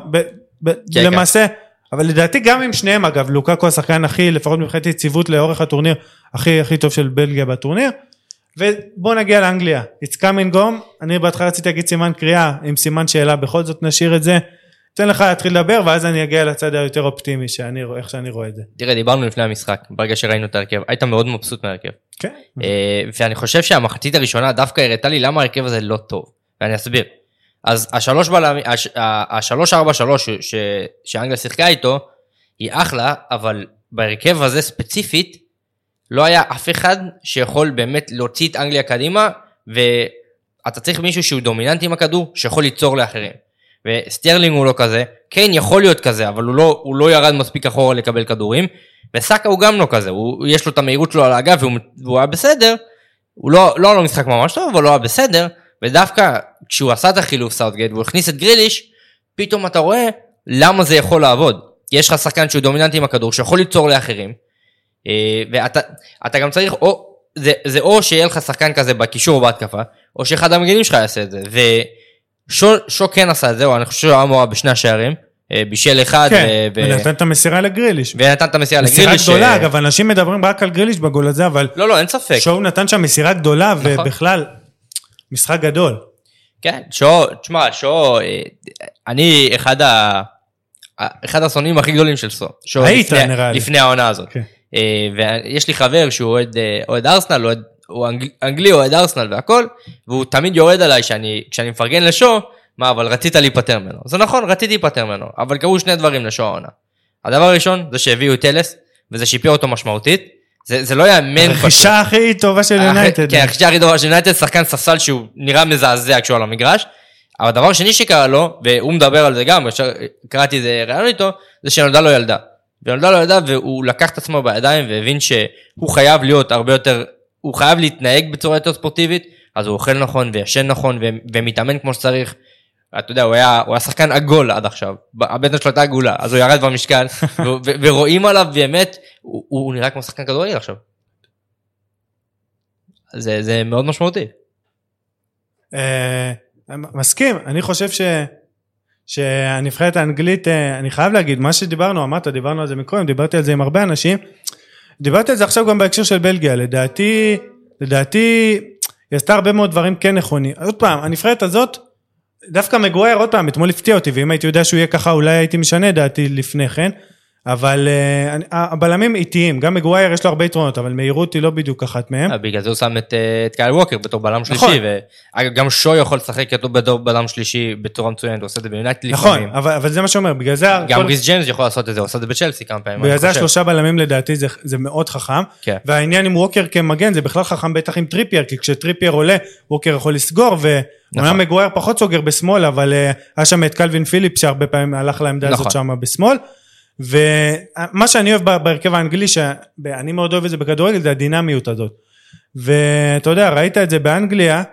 למעשה, אבל לדעתי גם עם שניהם אגב, לוקאקו השחקן הכי, לפחות מבחינת יציבות לאורך הטורניר, הכי הכי טוב של בלגיה בטורניר, ובוא נגיע לאנגליה, it's coming home, אני בהתחלה רציתי להגיד סימן קריאה, עם סימן שאלה, בכל זאת נשאיר את זה, תן לך להתחיל לדבר, ואז אני אגיע לצד היותר אופטימי, שאני, איך שאני רואה את זה. תראה, דיברנו לפני המשחק, ברגע שראינו את ההרכב, היית מאוד מבסוט מהרכב. כן. ואני חושב שהמחצית הראשונה דווקא הראתה לי למה ההרכב הזה לא טוב, ואני אסביר. אז השלוש בלמים, השלוש ארבע שלוש שאנגליה שיחקה איתו, היא אחלה, אבל בהרכב הזה ספציפית, לא היה אף אחד שיכול באמת להוציא את אנגליה קדימה, ואתה צריך מישהו שהוא דומיננטי עם הכדור, שיכול ליצור לאחרים. וסטרלינג הוא לא כזה, קיין יכול להיות כזה, אבל הוא לא, הוא לא ירד מספיק אחורה לקבל כדורים, וסאקה הוא גם לא כזה, הוא, יש לו את המהירות שלו על האגף, והוא, והוא היה בסדר, הוא לא, לא לא משחק ממש טוב, אבל לא היה בסדר, ודווקא כשהוא עשה את החילוף סאוטגייט, והוא הכניס את גריליש, פתאום אתה רואה למה זה יכול לעבוד. יש לך שחקן שהוא דומיננטי עם הכדור, שיכול ליצור לאחרים, ואתה אתה גם צריך, או, זה, זה או שיהיה לך שחקן כזה בקישור או בהתקפה, או שאחד המגנים שלך יעשה את זה, ושו שו כן עשה את זה, או אני חושב שהוא היה מורה בשני השערים, בישל אחד. כן, ונתן את המסירה לגריליש. ונתן את המסירה לגריליש. מסירה גדולה, אגב, אנשים מדברים רק על גריליש בגול הזה, אבל... לא, לא, אין ספק. שואו נתן שם מסירה גדולה, ובכלל, משחק גדול. כן, שואו, תשמע, שואו, אני אחד ה... אחד הסונים הכי גדולים של שואו. היית, נראה לי. לפני העונה הזאת. ויש לי חבר שהוא אוהד ארסנל, הוא אנגלי, אוהד ארסנל והכל, והוא תמיד יורד עליי כשאני מפרגן לשואו, מה, אבל רצית להיפטר ממנו. זה נכון, רציתי להיפטר ממנו, אבל קרו שני דברים לשואו העונה. הדבר הראשון, זה שהביאו את טלס, וזה שיפר אותו משמעותית, זה, זה לא יאמן פשוט. הרכישה הכי טובה של יונייטד. כן, הרכישה הכי טובה של יונייטד, שחקן ספסל שהוא נראה מזעזע כשהוא על המגרש, אבל הדבר שני שקרה לו, והוא מדבר על זה גם, קראתי את זה רעיון איתו, זה שנולדה לו ילדה. ונולדה לו ילדה, והוא לקח את עצמו בידיים, והבין שהוא חייב להיות הרבה יותר, הוא חייב להתנהג בצורה יותר ספורטיבית, אז הוא אוכל נכון, וישן נכון, ומתאמן כמו שצריך. אתה יודע, הוא היה, הוא היה שחקן עגול עד עכשיו, הבטן שלו הייתה עגולה, אז הוא ירד במשקל, ורואים עליו באמת, הוא, הוא נראה כמו שחקן כדורגל עכשיו. זה, זה מאוד משמעותי. מסכים, אני חושב ש, שהנבחרת האנגלית, אני חייב להגיד, מה שדיברנו, אמרת, דיברנו על זה מקודם, דיברתי על זה עם הרבה אנשים, דיברתי על זה עכשיו גם בהקשר של בלגיה, לדעתי, לדעתי, היא עשתה הרבה מאוד דברים כן נכונים. עוד פעם, הנבחרת הזאת, דווקא מגווייר עוד פעם, אתמול הפתיע אותי, ואם הייתי יודע שהוא יהיה ככה, אולי הייתי משנה דעתי לפני כן, אבל uh, הבלמים איטיים, גם מגווייר יש לו הרבה יתרונות, אבל מהירות היא לא בדיוק אחת מהם. בגלל זה הוא שם את, את קייל ווקר בתור בלם שלישי, נכון. וגם שוי יכול לשחק אותו בתור בלם שלישי בצורה מצוינת, הוא עושה את זה ביונייטד לפעמים. נכון, אבל, אבל זה מה שאומר, בגלל זה... גם כל... ריס ג'יימס יכול לעשות את זה, הוא עושה את זה בצ'לסי כמה פעמים. בגלל זה השלושה בלמים לדעתי זה, זה מאוד חכם, כן. והעניין עם ווקר כמגן זה בכלל חכם בטח עם טריפייר, כי כשטריפייר עולה, ווקר יכול לסגור, ו... נכון. מגווייר פחות סוגר בשמאל, אבל היה שם את קלווין פיליפ, שהרבה פעמים הלך לעמדה נכון. הזאת שם בשמאל, ומה שאני אוהב בהרכב האנגלי, שאני מאוד אוהב את זה בכדורגל, זה הדינמיות הזאת, ואתה יודע, ראית את זה באנגליה,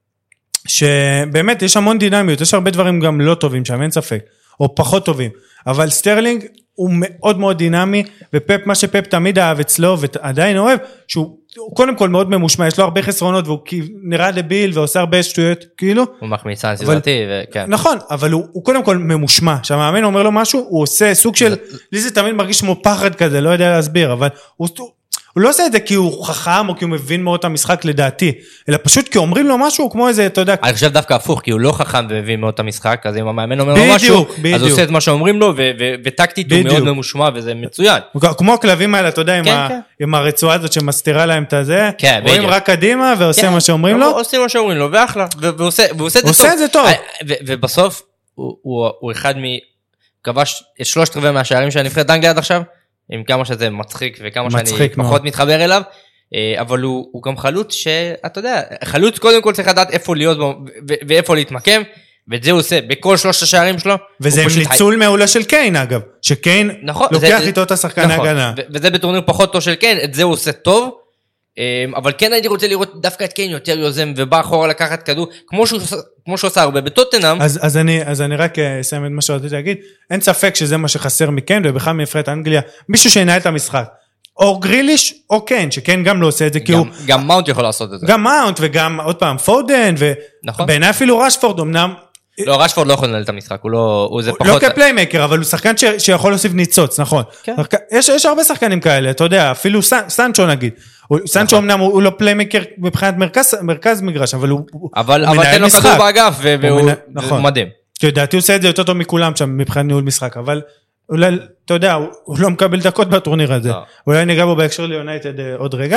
שבאמת יש המון דינמיות, יש הרבה דברים גם לא טובים שם, אין ספק, או פחות טובים, אבל סטרלינג הוא מאוד מאוד דינמי, ופפ, מה שפפ תמיד אהב אצלו, ועדיין אוהב, שהוא קודם כל מאוד ממושמע, יש לו הרבה חסרונות, והוא נראה דביל, ועושה הרבה שטויות, כאילו. הוא מחמיצן סדרתי, וכן. נכון, אבל הוא, הוא קודם כל ממושמע, שהמאמן אומר לו משהו, הוא עושה סוג של, לי זה תמיד מרגיש כמו פחד כזה, לא יודע להסביר, אבל הוא, הוא לא עושה את זה כי הוא חכם, או כי הוא מבין מאוד את המשחק לדעתי, אלא פשוט כי אומרים לו משהו, כמו איזה, אתה יודע... אני חושב דווקא הפוך, כי הוא לא חכם ומבין מאוד את המשחק, אז אם המאמן אומר לו משהו, אז הוא עושה את מה שאומרים לו, וטקטית הוא מאוד ממושמע, וזה מצוין. כמו הכלבים האלה, אתה יודע, עם הרצועה הזאת שמסתירה להם את הזה, רואים רק קדימה, ועושה מה שאומרים לו. עושים מה שאומרים לו, ואחלה, והוא עושה את זה טוב. ובסוף, הוא אחד מ... כבש את שלושת רבעי מהשערים של הנבחרת אנגליה עד עכשיו, עם כמה שזה מצחיק וכמה שאני פחות מתחבר אליו, אבל הוא, הוא גם חלוץ שאתה יודע, חלוץ קודם כל צריך לדעת איפה להיות ואיפה להתמקם, ואת זה הוא עושה בכל שלושת השערים שלו. וזה עם ניצול מעולה של קיין אגב, שקיין נכון, לוקח זה, איתו את השחקן נכון, ההגנה. וזה בטורניר פחות טוב של קיין, את זה הוא עושה טוב, אבל כן הייתי רוצה לראות דווקא את קיין יותר יוזם, ובא אחורה לקחת כדור, כמו שהוא, כמו שהוא עושה הרבה בטוטנהאם. אז, אז, אני, אז אני רק אסיים את מה שרציתי להגיד, אין ספק שזה מה שחסר מקיין, ובכלל מנבחרת אנגליה, מישהו שינהל את המשחק, או גריליש, או קיין, שקיין גם לא עושה את זה, כי הוא... גם מאונט יכול לעשות את זה. גם מאונט, וגם עוד פעם פודן, ובעיניי אפילו רשפורד, אמנם... לא, רשפורד לא יכול לנהל את המשחק, הוא לא... הוא זה פחות... לא כפליימקר, אבל הוא שחקן ש... שיכול להוסיף ניצוץ, נכון. כן. יש, יש הרבה שחקנים כאלה, אתה יודע, אפילו סנצ'ו נגיד. סנצ'ו אמנם הוא לא פליימקר מבחינת מרכז, מרכז מגרש, אבל הוא, אבל, הוא אבל תן לו כדור באגף, והוא מנ... נכון. מדהים. כי לדעתי הוא עושה את זה יותר טוב מכולם שם, מבחינת ניהול משחק, אבל אולי, אתה יודע, הוא, הוא לא מקבל דקות בטורניר הזה. לא. אולי ניגע בו בהקשר ליונייטד עוד רגע.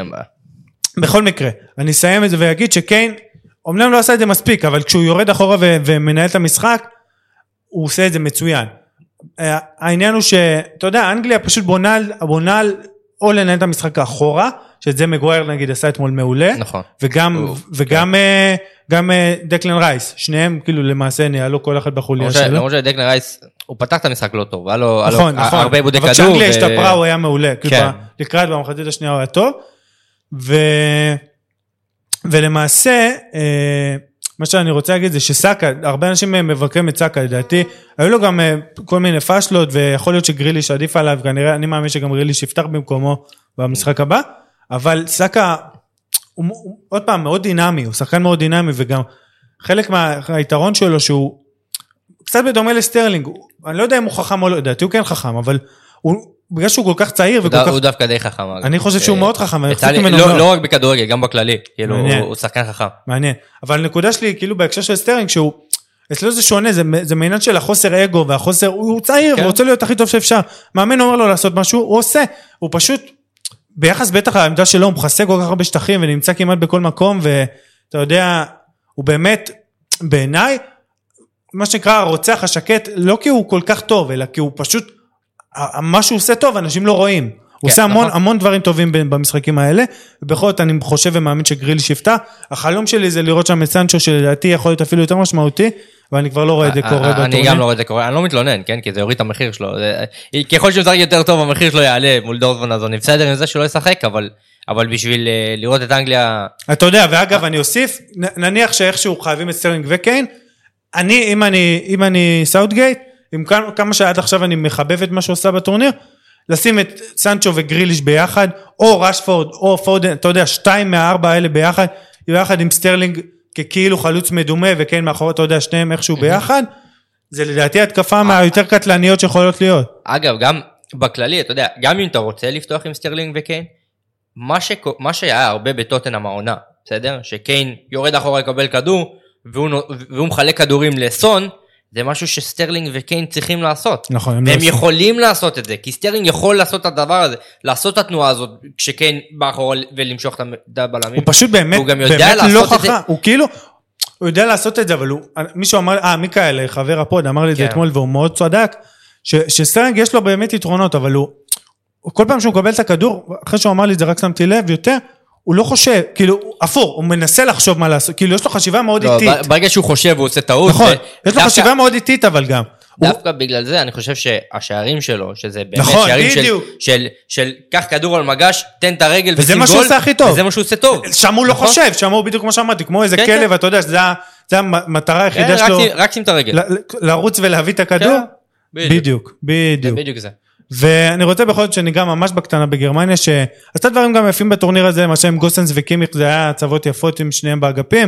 בכל מקרה, אני אסיים את זה ויגיד שקיין, אומנם לא עשה את זה מספיק, אבל כשהוא יורד אחורה ו- ומנהל את המשחק, הוא עושה את זה מצוין. העניין הוא שאתה יודע, אנגליה פשוט בונה, בונה על או לנהל את המשחק אחורה, שאת זה מגווייר נגיד עשה אתמול מעולה, נכון. וגם, וגם גם דקלן רייס, שניהם כאילו למעשה ניהלו כל אחד בחוליה שלו. למרות שדקלן רייס, הוא פתח את המשחק לא טוב, היה לו נכון, הרבה עיבודי כדור. אבל כשאנגליה השתפרה הוא היה מעולה, לקראת במחצית השנייה הוא היה טוב, ו... ולמעשה, מה שאני רוצה להגיד זה שסאקה, הרבה אנשים מבקרים את סאקה, לדעתי, היו לו גם כל מיני פשלות, ויכול להיות שגריליש עדיף עליו, כנראה, אני מאמין שגם גריליש יפתח במקומו במשחק הבא, אבל סאקה, הוא, הוא עוד פעם מאוד דינמי, הוא שחקן מאוד דינמי, וגם חלק מהיתרון שלו, שהוא קצת בדומה לסטרלינג, אני לא יודע אם הוא חכם או לא, לדעתי הוא כן חכם, אבל הוא, בגלל שהוא כל כך צעיר וכל כך... הוא דווקא די חכם. אני חושב שהוא מאוד חכם. לא רק בכדורגל, גם בכללי, כאילו הוא שחקן חכם. מעניין, אבל הנקודה שלי, כאילו בהקשר של סטרלינג, שהוא, אצלו זה שונה, זה מעניין של החוסר אגו, והחוסר, הוא צעיר, הוא רוצה להיות הכי טוב שאפשר, מאמן אומר לו לעשות משהו, הוא עושה, הוא פשוט, ביחס בטח העמדה שלו, הוא מחסה כל כך הרבה שטחים, ונמצא כמעט בכל מקום, ואתה יודע, הוא באמת, בעיניי, מה שנקרא הרוצח השקט, לא כי הוא כל כך טוב, אלא כי הוא פשוט, מה שהוא עושה טוב, אנשים לא רואים. הוא עושה המון, המון דברים טובים במשחקים האלה, ובכל זאת אני חושב ומאמין שגריל שיפטה. החלום שלי זה לראות שם את סנצ'ו, שלדעתי יכול להיות אפילו יותר משמעותי, ואני כבר לא רואה את זה קורה בטורניר. אני גם לא רואה את זה קורה, אני לא מתלונן, כן? כי זה יוריד את המחיר שלו. ככל שהוא משחק יותר טוב, המחיר שלו יעלה מול דורטמונד, אז אני בסדר עם זה שלא ישחק, אבל אבל בשביל לראות את אנגליה... אתה יודע, ואגב, אני אוסיף, נניח שאיכשהו חייבים את סטרלינג וקיין, אני, אם אני, אם אני סאוטגייט, עם כמה שעד עכשיו אני מחבב את מה שעושה בטורניר, לשים את סנצ'ו וגריליש ביחד, או רשפורד, או פודן, אתה יודע, שתיים מהארבע האלה ביחד, ביחד עם סטרלינג ככאילו חלוץ מדומה, וכן מאחורי, אתה יודע, שניהם איכשהו ביחד, זה לדעתי התקפה מהיותר קטלניות שיכולות להיות. אגב, גם בכללי, אתה יודע, גם אם אתה רוצה לפתוח עם סטרלינג וקיין, מה, ש... מה שהיה הרבה בטוטנהאם העונה, בסדר? שקיין יורד אחורה לקבל כדור, והוא, והוא מחלק כדורים לסון, זה משהו שסטרלינג וקיין צריכים לעשות. נכון. והם לא יכולים עושים. לעשות את זה, כי סטרלינג יכול לעשות את הדבר הזה, לעשות את התנועה הזאת, כשקיין בא אחורה ולמשוך את הבלמים. הוא פשוט באמת, הוא גם יודע באמת לא חכה, הוא כאילו, הוא יודע לעשות את זה, אבל הוא, מישהו אמר, אה, מיקאל, חבר הפוד, אמר לי את זה אתמול, והוא מאוד צדק, שסטרלינג יש לו באמת יתרונות, אבל הוא, כל פעם שהוא מקבל את הכדור, אחרי שהוא אמר לי את זה, רק שמתי לב יותר, הוא לא חושב, כאילו, אפור, הוא מנסה לחשוב מה לעשות, כאילו יש לו חשיבה מאוד לא, איטית. ברגע שהוא חושב, הוא עושה טעות. נכון, ו... יש לו חשיבה דווקא, מאוד איטית, אבל גם. דווקא הוא... בגלל זה, אני חושב שהשערים שלו, שזה באמת נכון, שערים של, של, של, של, קח כדור על מגש, תן את הרגל וזה מה שהוא עושה הכי טוב. וזה מה שהוא עושה טוב. שם הוא נכון? לא חושב, שם הוא בדיוק כמו שאמרתי, כמו איזה כן, כלב, כן. אתה יודע, שזה המטרה היחידה כן, שלו. רק, רק שים את הרגל. לרוץ ולהביא את הכדור. כן, בדיוק. בדיוק, בדיוק. בדיוק זה. ואני רוצה בכל זאת שניגע ממש בקטנה בגרמניה, שעשתה דברים גם יפים בטורניר הזה, מה שהם גוסנס וקימיך, זה היה הצוות יפות עם שניהם באגפים,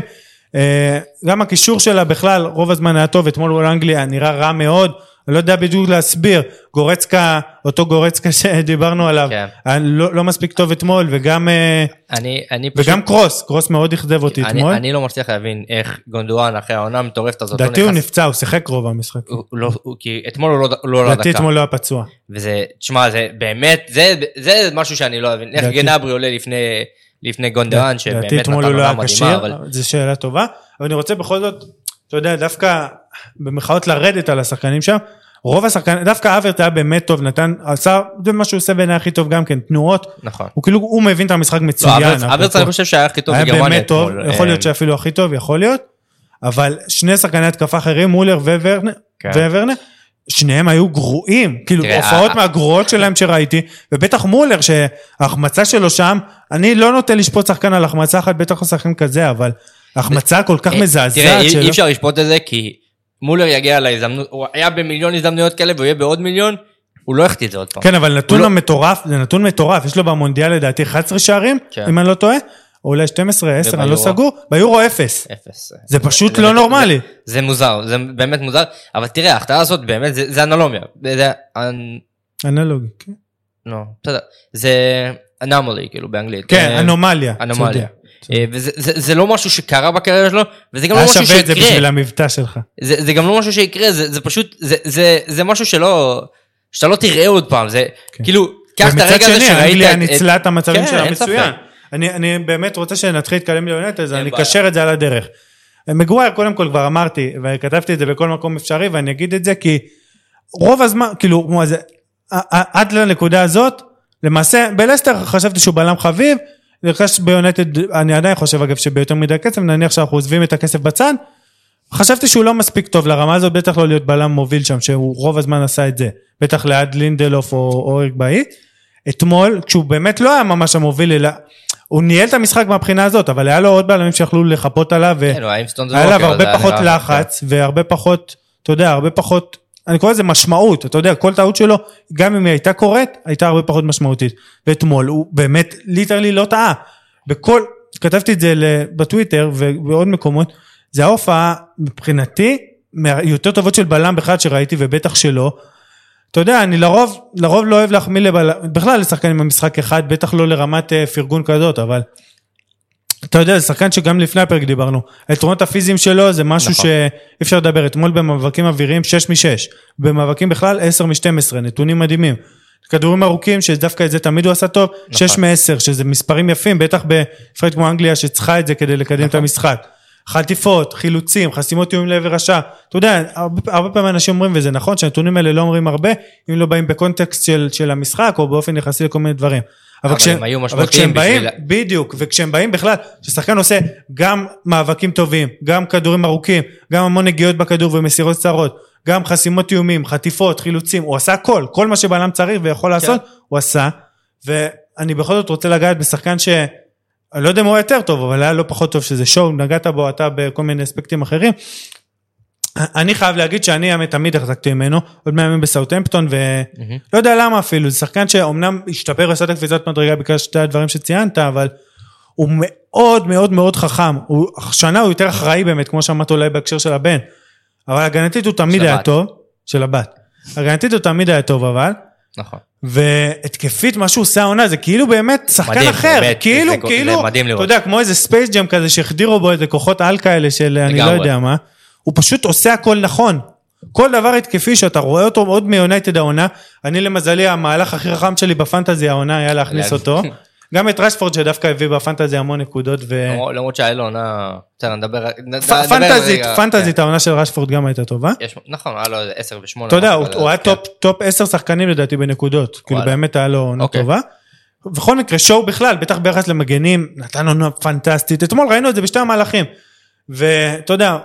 גם הקישור שלה בכלל, רוב הזמן היה טוב, אתמול מול אנגליה נראה רע מאוד, אני לא יודע בדיוק להסביר, גורצקה, אותו גורצקה שדיברנו עליו, כן. לא, לא מספיק טוב אתמול, וגם, אני, אני וגם פשוט... קרוס, קרוס מאוד הכזב אותי אני, אתמול. אני לא מצליח להבין איך גונדואן אחרי העונה מטורפת הזאת. דעתי הוא נפצע, הוא שיחק רוב המשחק. הוא, הוא לא, הוא, כי אתמול הוא לא, לא לדקה. דעתי אתמול לא היה פצוע. וזה, תשמע, זה באמת, זה, זה משהו שאני לא אבין, איך גנברי עולה לפני, לפני גונדואן, שבאמת נתן עונה מדהימה. אבל... זו שאלה טובה, אבל אני רוצה בכל זאת, אתה יודע, דווקא במחאות לרדת על השחקנים שם, רוב השחקנים, דווקא אברט היה באמת טוב, נתן, עשה, זה מה שהוא עושה בעיני הכי טוב גם כן, תנועות, נכון. הוא כאילו, הוא מבין את המשחק מצוין. לא, אברט אני חושב שהיה הכי טוב בגרמניה. היה באמת טוב, יכול להיות שאפילו הכי טוב, יכול להיות, אבל שני שחקני התקפה אחרים, מולר וורנר, שניהם היו גרועים, כאילו, הופעות מהגרועות שלהם שראיתי, ובטח מולר, שההחמצה שלו שם, אני לא נוטה לשפוט שחקן על החמצה אחת, בטח הוא שחקן כזה, אבל ההחמצה כל כך מזעזעת שלו. אי אפשר לשפוט את זה, כי מולר יגיע להזדמנות, הוא היה במיליון הזדמנויות כאלה, והוא יהיה בעוד מיליון, הוא לא יחטיא את זה עוד פעם. כן, אבל נתון המטורף, זה נתון מטורף, יש לו במונדיאל לדעתי אחת עשרה שערים, אם אני לא טועה, או אולי שתים עשרה, עשר, אני לא סגור, ביורו אפס. אפס. זה פשוט לא נורמלי. זה מוזר, זה באמת מוזר, אבל תראה, ההחטאה הזאת באמת, זה אנלומיה. זה אנלוגי, כן. לא, בסדר. זה אנומלי, כאילו, באנגלית. כן, אנומליה. אנומליה. וזה לא משהו שקרה בקריירה שלו, וזה גם לא משהו שיקרה. היה שווה את זה בשביל המבטא שלך. זה גם לא משהו שיקרה, זה פשוט, זה משהו שלא, שאתה לא תראה עוד פעם, זה כאילו, קח את הרגע הזה שראית. אנגליה ניצלה את המצבים שלה מצוין. אני באמת רוצה שנתחיל להתקדם ליונטד, אז אני אקשר את זה על הדרך. מגווייר, קודם כל כבר אמרתי, וכתבתי את זה בכל מקום אפשרי, ואני אגיד את זה, כי רוב הזמן, כאילו, עד לנקודה הזאת, למעשה, בלסטר חשבתי שהוא בלם חביב, לרכש ביונטד, אני עדיין חושב אגב שביותר מדי כסף, נניח שאנחנו עוזבים את הכסף בצד, חשבתי שהוא לא מספיק טוב לרמה הזאת, בטח לא להיות בלם מוביל שם, שהוא רוב הזמן עשה את זה, בטח ליד לינדלוף או אוריק באי, אתמול, כשהוא באמת לא היה ממש המוביל, אלא, הוא ניהל את המשחק מהבחינה הזאת, אבל היה לו עוד בלמים שיכלו לחפות עליו, והיה עליו הרבה פחות לחץ, והרבה פחות, אתה יודע, הרבה פחות, אני קורא לזה משמעות, אתה יודע, כל טעות שלו, גם אם היא הייתה קורית, הייתה הרבה פחות משמעותית. ואתמול, הוא באמת, ליטרלי לא טעה. בכל, כתבתי את זה בטוויטר, ובעוד מקומות, זה ההופעה, מבחינתי, יותר טובות של בלם בכלל שראיתי, ובטח שלא. אתה יודע, אני לרוב, לרוב לא אוהב להחמיא לבלם, בכלל לשחקן עם המשחק אחד, בטח לא לרמת פרגון כזאת, אבל אתה יודע, זה שחקן שגם לפני הפרק דיברנו, היתרונות הפיזיים שלו זה משהו נכון. שאי אפשר לדבר, אתמול במאבקים אוויריים שש משש, במאבקים בכלל עשר משתים עשרה, נתונים מדהימים, כדורים ארוכים שדווקא את זה תמיד הוא עשה טוב, נכון. שש מעשר, שזה מספרים יפים, בטח בפרק כמו אנגליה שצריכה את זה כדי לקדם נכון. את המשחק, חטיפות, חילוצים, חסימות איומים לעבר השעה, אתה יודע, הרבה, הרבה פעמים אנשים אומרים, וזה נכון שהנתונים האלה לא אומרים הרבה, אם לא באים בקונטקסט של, של המשחק, או באופן יחסי לכל מיני דברים. אבל, כשהם, אבל כשהם באים, בשביל... בדיוק, וכשהם באים בכלל, ששחקן עושה גם מאבקים טובים, גם כדורים ארוכים, גם המון נגיעות בכדור ומסירות קצרות, גם חסימות איומים, חטיפות, חילוצים, הוא עשה הכל, כל מה שבעלם צריך ויכול לעשות, כן. הוא עשה, ואני בכל זאת רוצה לגעת בשחקן ש... אני לא יודע אם הוא יותר טוב, אבל היה לא פחות טוב שזה שואו, נגעת בו אתה בכל מיני אספקטים אחרים, אני חייב להגיד שאני תמיד החזקתי ממנו, עוד מהימים בסאוטהמפטון, ולא יודע למה אפילו, זה שחקן שאומנם השתפר עשת הקפיצת מדרגה, בגלל שתי הדברים שציינת, אבל הוא מאוד מאוד מאוד חכם, שנה הוא יותר אחראי באמת, כמו שאמרת אולי בהקשר של הבן, אבל הגנתית הוא תמיד היה טוב, של הבת, הגנתית הוא תמיד היה טוב, אבל, נכון. והתקפית מה שהוא עושה העונה, זה כאילו באמת שחקן אחר, כאילו, כאילו, אתה יודע, כמו איזה ספייס ג'ם כזה, שהחדירו בו איזה כוחות על כאלה, של אני לא יודע מה, הוא פשוט עושה הכל נכון, כל דבר התקפי שאתה רואה אותו עוד מיונייטד העונה, אני למזלי המהלך הכי חכם שלי בפנטזי העונה היה להכניס אותו, גם את רשפורד שדווקא הביא בפנטזי המון נקודות, למרות שהיה לו עונה, נדבר, פנטזית, פנטזית העונה של רשפורד גם הייתה טובה, נכון, היה לו עשר ושמונה, אתה יודע, הוא היה טופ עשר שחקנים לדעתי בנקודות, כאילו באמת היה לו עונה טובה, בכל מקרה שואו בכלל, בטח ביחס למגנים, נתן עונה פנטסטית, אתמול ראינו את זה בשתי המהלכים, ואתה יודע,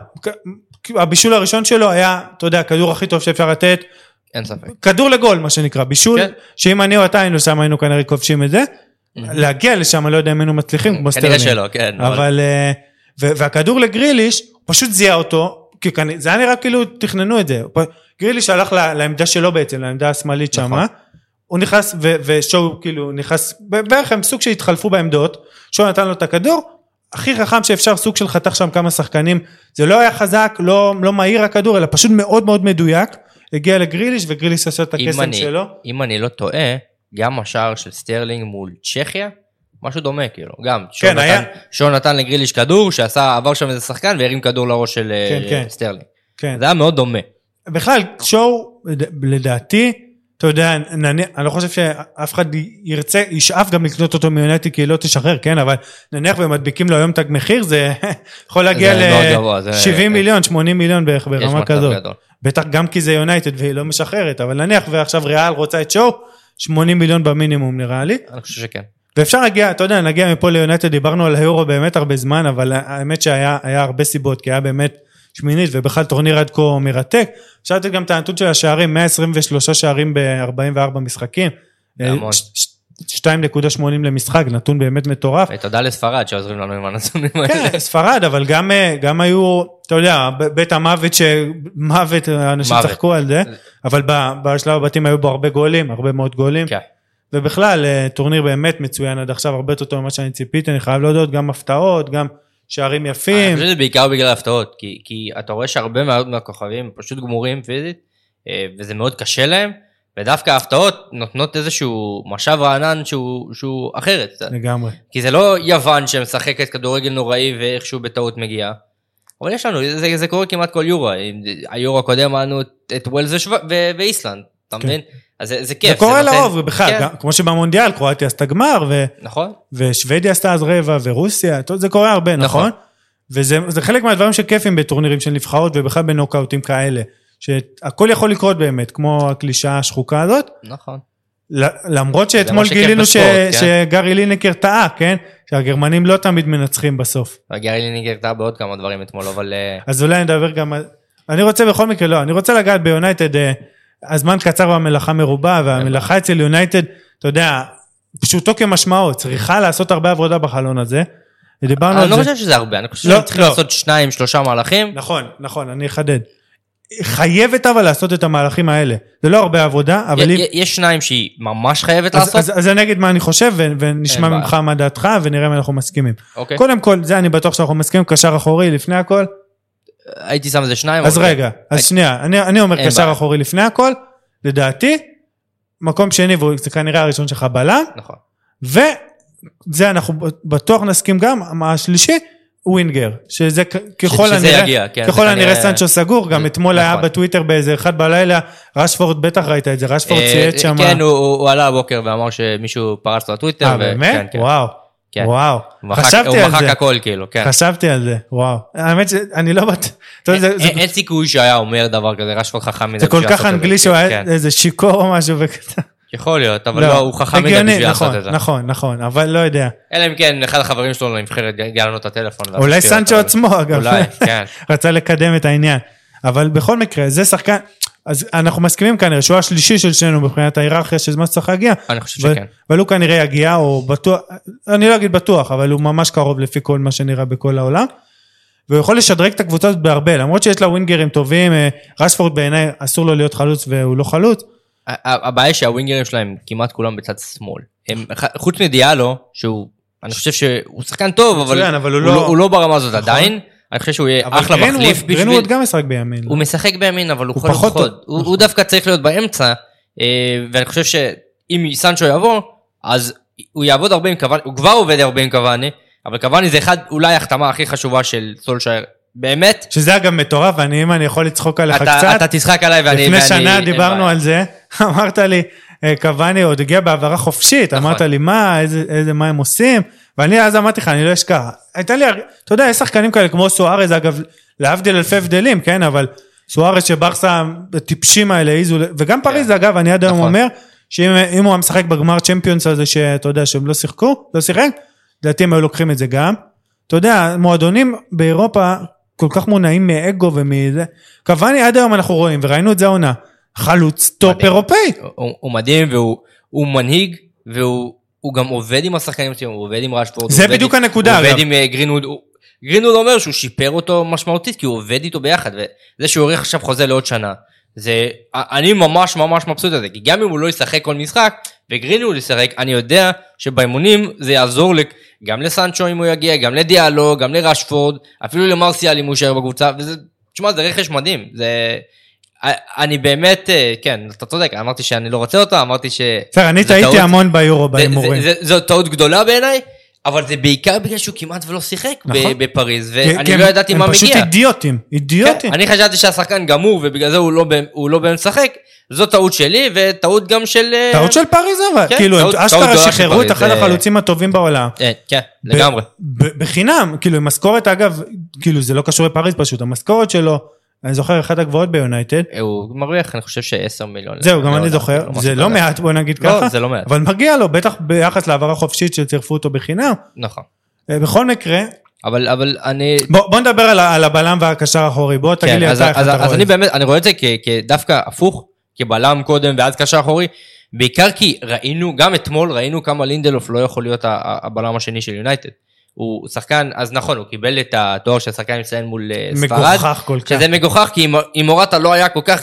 הבישול הראשון שלו היה, אתה יודע, הכדור הכי טוב שאפשר לתת, אין ספק. כדור לגול, מה שנקרא, בישול, כן. שאם אני או אתה היינו שם, היינו כנראה כובשים את זה, mm-hmm. להגיע לשם, אני לא יודע אם היינו מצליחים, כמו סטרלינג. כנראה שלא, כן. אבל, אבל... ו- והכדור לגריליש, פשוט זיהה אותו, כי זה היה נראה כאילו תכננו את זה, גריליש הלך לעמדה שלו בעצם, לעמדה השמאלית שם, נכון. הוא נכנס, ו- ושואו כאילו נכנס, בערך הם סוג שהתחלפו בעמדות, שואו נתן לו את הכדור, הכי חכם שאפשר, סוג של חתך שם כמה שחקנים, זה לא היה חזק, לא, לא מהיר הכדור, אלא פשוט מאוד מאוד מדויק, הגיע לגריליש, וגריליש עשה את הקסם אני, שלו. אם אני לא טועה, גם השער של סטרלינג מול צ'כיה, משהו דומה, כאילו, גם, כן, שון, היה... נתן, שון נתן לגריליש כדור, שעשה, עבר שם איזה שחקן, והרים כדור לראש של כן, כן. סטרלינג. כן. זה היה מאוד דומה. בכלל, שואו, לדעתי, אתה יודע, אני, אני לא חושב שאף אחד ירצה, ישאף גם לקנות אותו מיונייטד, כי לא תשחרר, כן, אבל נניח ומדביקים לו היום תג מחיר, זה יכול להגיע ל-שבעים מיליון, שמונים מיליון בערך ברמה כזאת. בטח גם כי זה יונייטד והיא לא משחררת, אבל נניח ועכשיו ריאל רוצה את שואו, שמונים מיליון במינימום נראה לי. אני חושב שכן. ואפשר להגיע, אתה יודע, נגיע מפה ליונייטד, דיברנו על היורו באמת הרבה זמן, אבל האמת שהיה היה הרבה סיבות, כי היה באמת שמינית, ובכלל טורניר עד כה מרתק. אפשר לתת גם את הנתון של השערים, מאה עשרים ושלושה שערים ב-ארבעים וארבעה משחקים, שתיים נקודה שמונים למשחק, נתון באמת מטורף. תודה לספרד שעוזרים לנו עם הנתונים האלה. כן, ספרד, אבל גם, גם היו, אתה יודע, בית המוות שמוות, אנשים צחקו על זה, אבל בשלב הבתים היו בו הרבה גולים, הרבה מאוד גולים. כן. ובכלל, טורניר באמת מצוין עד עכשיו, הרבה יותר טוב ממה שאני ציפיתי, אני חייב להודות, גם הפתעות, גם שערים יפים. אני חושב שזה בעיקר בגלל ההפתעות, כי, כי אתה רואה שהרבה מאוד מהכוכבים פשוט גמורים פיזית, וזה מאוד קשה להם, ודווקא ההפתעות נותנות איזשהו משאב רענן שהוא, שהוא אחרת. לגמרי. כי זה לא יוון שמשחקת כדורגל נוראי ואיכשהו בטעות מגיע, אבל יש לנו, זה, זה קורה כמעט כל יורו, היורו הקודם ענו את ווילס ואיסלנד, אתה מבין? אז זה, זה כיף. זה קורה לרוב, ובכלל, כמו שבמונדיאל, קרואטיה עשתה גמר, ו... נכון. ושוודיה עשתה אז רבע, ורוסיה, זה קורה הרבה, נכון? וזה זה חלק מהדברים שכיפים בטורנירים של נבחרות, ובכלל בנוקאוטים כאלה, שהכל יכול לקרות באמת, כמו הקלישה השחוקה הזאת. נכון. למרות שאתמול גילינו שגארי לינקר טעה, כן? שהגרמנים לא תמיד מנצחים בסוף. גארי לינקר טעה בעוד כמה דברים אתמול, אבל... אז אולי נדבר גם... אני רוצה בכל מקרה, לא, אני רוצה לגעת ביונייטד... הזמן קצר והמלאכה מרובה, והמלאכה אצל יונייטד, אתה יודע, פשוטו כמשמעו, צריכה לעשות הרבה עבודה בחלון הזה, ודיברנו על זה. אני לא חושב שזה הרבה, אני חושב שצריכים לעשות שניים, שלושה מהלכים. נכון, נכון, אני אחדד. חייבת אבל לעשות את המהלכים האלה, זה לא הרבה עבודה, אבל... יש שניים שהיא ממש חייבת לעשות? אז אני אגיד מה אני חושב, ונשמע ממך מה דעתך, ונראה אם אנחנו מסכימים. קודם כל, זה אני בטוח שאנחנו מסכימים, קשר אחורי, לפני הכל. הייתי שם איזה שניים. אז רגע, אז שנייה, אני אומר קשר אחורי לפני הכל, לדעתי, מקום שני, וזה כנראה הראשון שלך בלם, נכון. וזה אנחנו בטוח נסכים גם, השלישי, ווינגר, שזה ככל הנראה, ככל הנראה סנצ'ו סגור, גם אתמול היה בטוויטר באיזה אחד בלילה, רשפורד, בטח ראית את זה, רשפורד צייץ שם. כן, הוא עלה הבוקר ואמר שמישהו פרץ לו לטוויטר. אה, באמת? וואו, וואו. חשבתי על זה. הכל, כאילו, כן. חשבתי על זה, וואו. האמת שאני לא באת... אין סיכוי שהיה אומר דבר כזה, רשפורד חכם מזה. זה כל כך אנגלי שהוא היה איזה שיקור או משהו וכזה. יכול להיות, אבל לא, הוא חכם מדי בשביל לעשות את זה. נכון, נכון, אבל לא יודע. אלא אם כן, אחד החברים שלו לנבחרת, גאה לנו את הטלפון. אולי סנצ'ו עצמו, אגב. אולי, כן. רצה לקדם את העניין. אבל בכל מקרה, זה שחקן, אז אנחנו מסכימים כנראה, שהוא השלישי של שנינו, מבחינת ההיררכיה, שזה מה שצריך להגיע. אני חושב שכן. אבל הוא כנראה יגיע, או בטוח, אני לא אגיד בטוח, אבל הוא ממש קרוב לפי כל מה שנראה בכל העולם. והוא יכול לשדרג את הקבוצות בהרבה, למרות שיש לה ווינגרים טובים, רשפורד בעיניי אסור לו להיות חלוץ והוא לא חלוץ. הבעיה שהווינגרים שלהם כמעט כולם בצד שמאל. הם, חוץ מדיאלו, שהוא, אני חושב שהוא שחקן טוב, אבל, מצוין, אבל הוא, הוא, לא, הוא לא ברמה הזאת נכון. עדיין. אני חושב שהוא יהיה אחלה מחליף בשביל... גרינווד גם משחק בימין. הוא משחק בימין, אבל הוא יכול לחוד. הוא, הוא דווקא צריך להיות באמצע, ואני חושב שאם סנצ'ו יעבור, אז הוא יעבוד הרבה עם קוואני, הוא כבר עובד הרבה עם קוואני, אבל קוואני זה אחד, אולי ההחתמה הכי חשובה של סולשייר. באמת. שזה אגב מטורף, ואני, אם אני יכול לצחוק עליך אתה, קצת. אתה תשחק עליי ואני... לפני ואני, שנה דיברנו על זה, אמרת לי, קוואני עוד הגיע בעברה חופשית, נכון. אמרת לי, מה, איזה, איזה, מה הם עושים? ואני אז אמרתי לך, אני לא אשכח. הייתה לי, אתה יודע, יש שחקנים כאלה כמו סוארז, אגב, להבדיל אלפי הבדלים, כן, אבל סוארז שברסה, הטיפשים האלה, איזו, וגם פריז, אגב, אני עד היום אומר, שאם הוא משחק בגמר צ'מפיונס הזה, שאתה יודע, שהם לא שיחקו, לא שיחק, לדעתי הם היו לוקחים את זה גם. אתה יודע, מועדונים באירופה, כל כך מונעים מאגו ומזה, קוואני עד היום אנחנו רואים, וראינו את זה העונה, חלוץ טופ אירופאי. הוא מדהים, והוא מנהיג, והוא גם עובד עם השחקנים, הוא עובד עם רשפורד, זה בדיוק הנקודה. הוא עובד עם גרינווד, גרינווד אומר שהוא שיפר אותו משמעותית, כי הוא עובד איתו ביחד, וזה שהוא עורך עכשיו חוזה לעוד שנה, זה, אני ממש ממש מבסוט על זה, כי גם אם הוא לא ישחק כל משחק, וגרינווד ישחק, אני יודע שבאימונים זה יעזור גם לסנצ'ו אם הוא יגיע, גם לדיאלו, גם לרשפורד, אפילו למרסיאל אם הוא יישאר בקבוצה, וזה, תשמע, זה רכש מדהים, זה, אני באמת, כן, אתה צודק, אמרתי שאני לא רוצה אותו, אמרתי ש... בסדר, אני טעיתי המון ביורו באימונים. זו טעות גדולה בעיניי, אבל זה בעיקר בגלל שהוא כמעט ולא שיחק בפריז, ואני לא ידעתי מה מגיע. הם פשוט אידיוטים, אידיוטים. אני חשבתי שהשחקן גמור, ובגלל זה הוא לא באמת שחק, זו טעות שלי, וטעות גם של... טעות של פריז, אבל, כאילו, הם אשכרה שחררו את אחד החלוצים הטובים בעולם. כן, לגמרי. בחינם, כאילו, עם משכורת, אגב, כאילו, זה לא קשור לפריז פשוט, המשכורת שלו, אני זוכר אחד הגבוהות ביונייטד. הוא מרוויח, אני חושב שעשר מיליון. זהו, גם אני זוכר, זה לא מעט, בוא נגיד ככה. לא, זה לא מעט. אבל מגיע לו, בטח ביחס לעברה חופשית שצירפו אותו בחינם. נכון. בכל מקרה... אבל, אבל אני... בוא נדבר על הבלם והקשר האחורי, בוא תגיד לי אתה איך אתה רואה. אז אני באמת, אני רואה את זה כדווקא הפוך, כבלם קודם ואז קשר אחורי, בעיקר כי ראינו, גם אתמול ראינו כמה לינדלוף לא יכול להיות הבלם השני של יונייטד. הוא שחקן, אז נכון, הוא קיבל את התואר של שחקן מצטיין מול ספרד. מגוחך כל כך. שזה מגוחך, כי אם מורטה לא היה כל כך,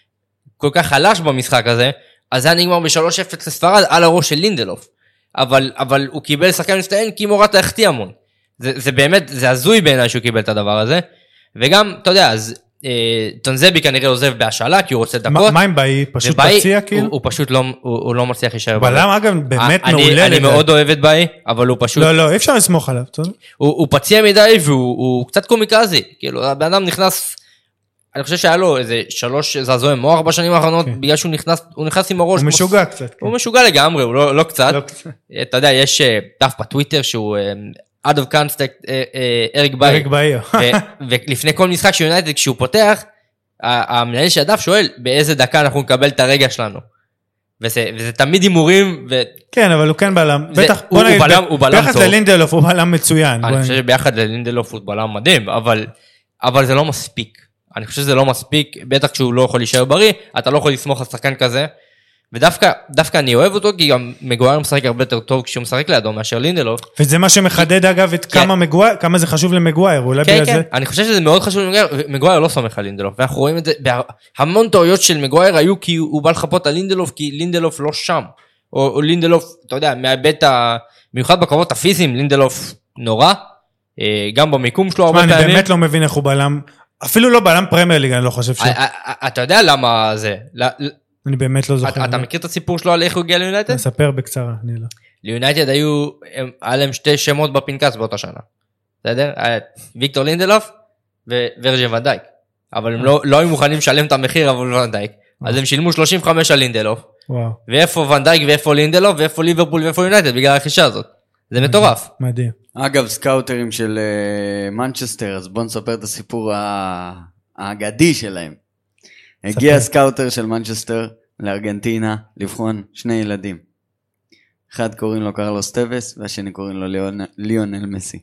כל כך חלש במשחק הזה, אז היה נגמר ב-שלוש אפס לספרד על הראש של לינדלוף. אבל, אבל הוא קיבל שחקן מצטיין כי מורטה החטיא המון. זה, זה באמת, זה הזוי בעיניי שהוא קיבל את הדבר הזה. וגם, אתה יודע, אז טונזבי כנראה עוזב בהשאלה, כי הוא רוצה דקות. מה עם באי? פשוט פציע כאילו? הוא פשוט לא מצליח להישאר. בלם אגב באמת מעולה. אני מאוד אוהב את באי, אבל הוא פשוט... לא, לא, אי אפשר לסמוך עליו. הוא פציע מדי והוא קצת קומיקזי. כאילו, הבן אדם נכנס, אני חושב שהיה לו איזה שלוש זעזועי מוח בשנים האחרונות, בגלל שהוא נכנס עם הראש. הוא משוגע קצת. הוא משוגע לגמרי, הוא לא קצת. אתה יודע, יש דף בטוויטר שהוא... out of contact, אריק באי. אריק באי. ולפני כל משחק של יונייטד, כשהוא פותח, המנהל של הדף שואל, באיזה דקה אנחנו נקבל את הרגע שלנו. וזה, וזה תמיד הימורים. ו... כן, אבל הוא כן בלם. בטח, בוא נגיד, ביחד ללינדלוף הוא בלם מצוין. אני חושב שביחד ללינדלוף הוא בלם מדהים, אבל, אבל זה לא מספיק. אני חושב שזה לא מספיק, בטח כשהוא לא יכול להישאר בריא, אתה לא יכול לסמוך על שחקן כזה. ודווקא, דווקא אני אוהב אותו, כי גם מגואר משחק הרבה יותר טוב כשהוא משחק לידו מאשר לינדלוף. וזה מה שמחדד אגב את כמה מגואר, כמה זה חשוב למגואר, אולי בגלל זה. כן, כן, אני חושב שזה מאוד חשוב למגואר, מגואר לא סומך על לינדלוף, ואנחנו רואים את זה, המון טעויות של מגואר היו כי הוא בא לחפות על לינדלוף, כי לינדלוף לא שם, או לינדלוף, אתה יודע, מהבית, במיוחד בקרבות הפיזיים, לינדלוף נורא, גם במיקום שלו הרבה פעמים. אני באמת לא מבין איך הוא בלם, אפילו לא בלם פרמייר ליג, אני לא חושב ש... אתה יודע למה זה? אני באמת לא זוכר. אתה מכיר את הסיפור שלו על איך הוא הגיע ליונייטד? נספר בקצרה, אני לא. ליונייטד היו, היה להם שתי שמות בפנקס באותה שנה. בסדר? היה ויקטור לינדלוף ווירג'ל ון דייק. אבל הם לא היו מוכנים לשלם את המחיר עבור ון דייק. אז הם שילמו שלושים וחמש על לינדלוף. ואיפה ון דייק ואיפה לינדלוף ואיפה ליברפול ואיפה יונייטד בגלל הרכישה הזאת. זה מטורף. מדהים. אגב, סקאוטרים של מנצ'סטר, אז בואו נספר את הסיפור האגדי שלהם. הגיע סקאוטר של מנצ'סטר לארגנטינה לבחון שני ילדים. אחד קוראים לו קרלוס טווס, והשני קוראים לו ליונל מסי.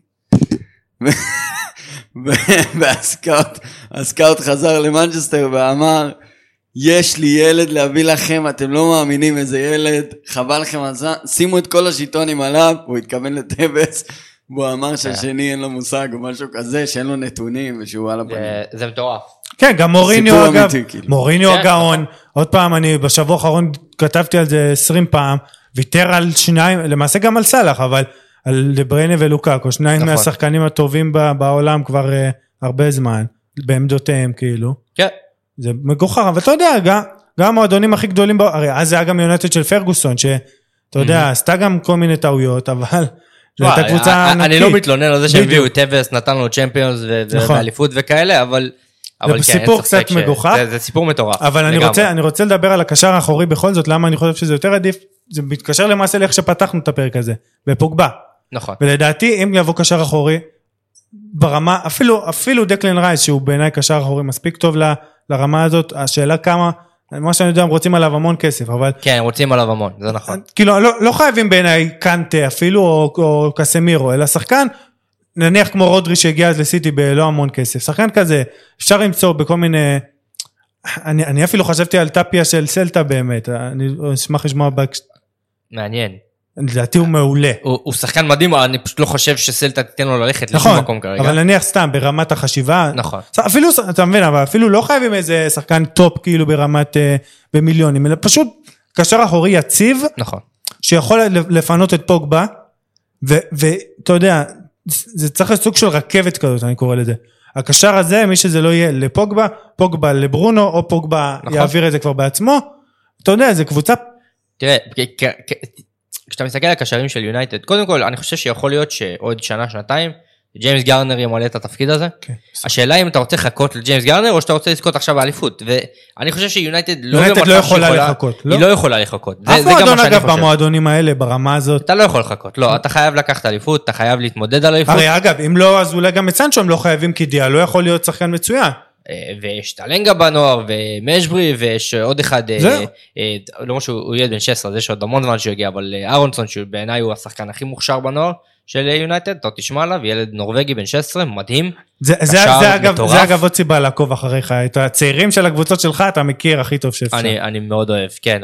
והסקאוט, הסקאוט חזר למנצ'סטר ואמר, יש לי ילד להביא לכם, אתם לא מאמינים איזה ילד, חבל לכם על זה, שימו את כל השיטונים עליו, הוא התכוון לטווס, והוא אמר שהשני אין לו מושג או משהו כזה, שאין לו נתונים ושהוא על הפנים. זה מטורף. כן, גם מוריניו אגב, מוריניו הגאון, עוד פעם אני בשבוע האחרון כתבתי על זה עשרים פעם, ויתר על שניים, למעשה גם על סלח, אבל על דבריינה ולוקאקו, שניים מהשחקנים הטובים בעולם כבר הרבה זמן, בעמדותיהם כאילו. כן. זה מגוחר, אבל אתה יודע, גם המועדונים הכי גדולים, הרי אז זה היה גם יונייטד של פרגוסון, שאתה יודע, עשתה גם כל מיני טעויות, אבל זו הייתה קבוצה ענקית. אני לא מתלונן על זה שהביאו את טווס, נתן לו צ'מפיונס ואליפות וכאלה, אבל... זה סיפור קצת מגוחך. זה סיפור מטורף. אבל אני רוצה לדבר על הקשר האחורי בכל זאת, למה אני חושב שזה יותר עדיף, זה מתקשר למעשה לאיך שפתחנו את הפרק הזה, בפוגבה. נכון. ולדעתי, אם יבוא קשר אחורי, ברמה, אפילו, אפילו דקלן רייס, שהוא בעיניי קשר אחורי מספיק טוב ל, לרמה הזאת, השאלה כמה, מה שאני יודע, הם רוצים עליו המון כסף, אבל... כן, רוצים עליו המון, זה נכון. כאילו, לא, לא חייבים בעיניי קנטה אפילו, או, או קסמירו, אלא שחקן, נניח כמו רודרי שהגיע אז לסיטי בלא המון כסף, שחקן כזה, אפשר למצוא בכל מיני, אני, אני אפילו חשבתי על טפיה של סלטה באמת, אני אשמח לשמוע בקש... מעניין. לדעתי הוא מעולה. הוא, הוא שחקן מדהים, אני פשוט לא חושב שסלטה תיתן לו ללכת נכון, לשום מקום כרגע. אבל נניח סתם ברמת החשיבה. נכון. אפילו, אתה מבין, אבל אפילו לא חייבים איזה שחקן טופ כאילו ברמת, במיליונים, אלא פשוט קשר אחורי יציב. נכון. שיכול לפנות את פוגבה, ואתה יודע, זה צריך לסוג של רכבת כזאת, אני קורא לזה. הקשר הזה, מי שזה לא יהיה לפוגבה, פוגבה לברונו, או פוגבה נכון. יעביר את זה כבר בעצמו. אתה יודע, זה קבוצה... תראה, כשאתה מסתכל על הקשרים של יונייטד, קודם כל, אני חושב שיכול להיות שעוד שנה, שנתיים, ג'יימס גארנר ימלא את התפקיד הזה. Okay. השאלה אם אתה רוצה לחכות לג'יימס גארנר, או שאתה רוצה לזכות עכשיו באליפות. ואני חושב שיונייטד לא, לא יכולה לחכות. היא לא יכולה לחכות. אף מועדון אגב במועדונים האלה, ברמה הזאת. אתה לא יכול לחכות. לא, אתה חייב לקחת אליפות, אתה חייב להתמודד על אליפות. הרי אגב, אם לא, אז אולי גם מצאן שהם לא חייבים, כי דיאלו לא יכול להיות שחקן מצוין. ויש טלנגה בנוער, ומשברי, ויש עוד אחד, לא משהו, הוא ילד בן שש עשרה, אז יש עוד המון זמן שהוא הגיע, אבל אהרונסון, שבעיניי הוא השחקן הכי מוכשר בנוער של יונייטד, אתה תשמע עליו, ילד נורווגי בן שש עשרה, מדהים, זה אגב עוד סיבה לעקוב אחריך, את הצעירים של הקבוצות שלך, אתה מכיר הכי טוב שאפשר. אני מאוד אוהב, כן,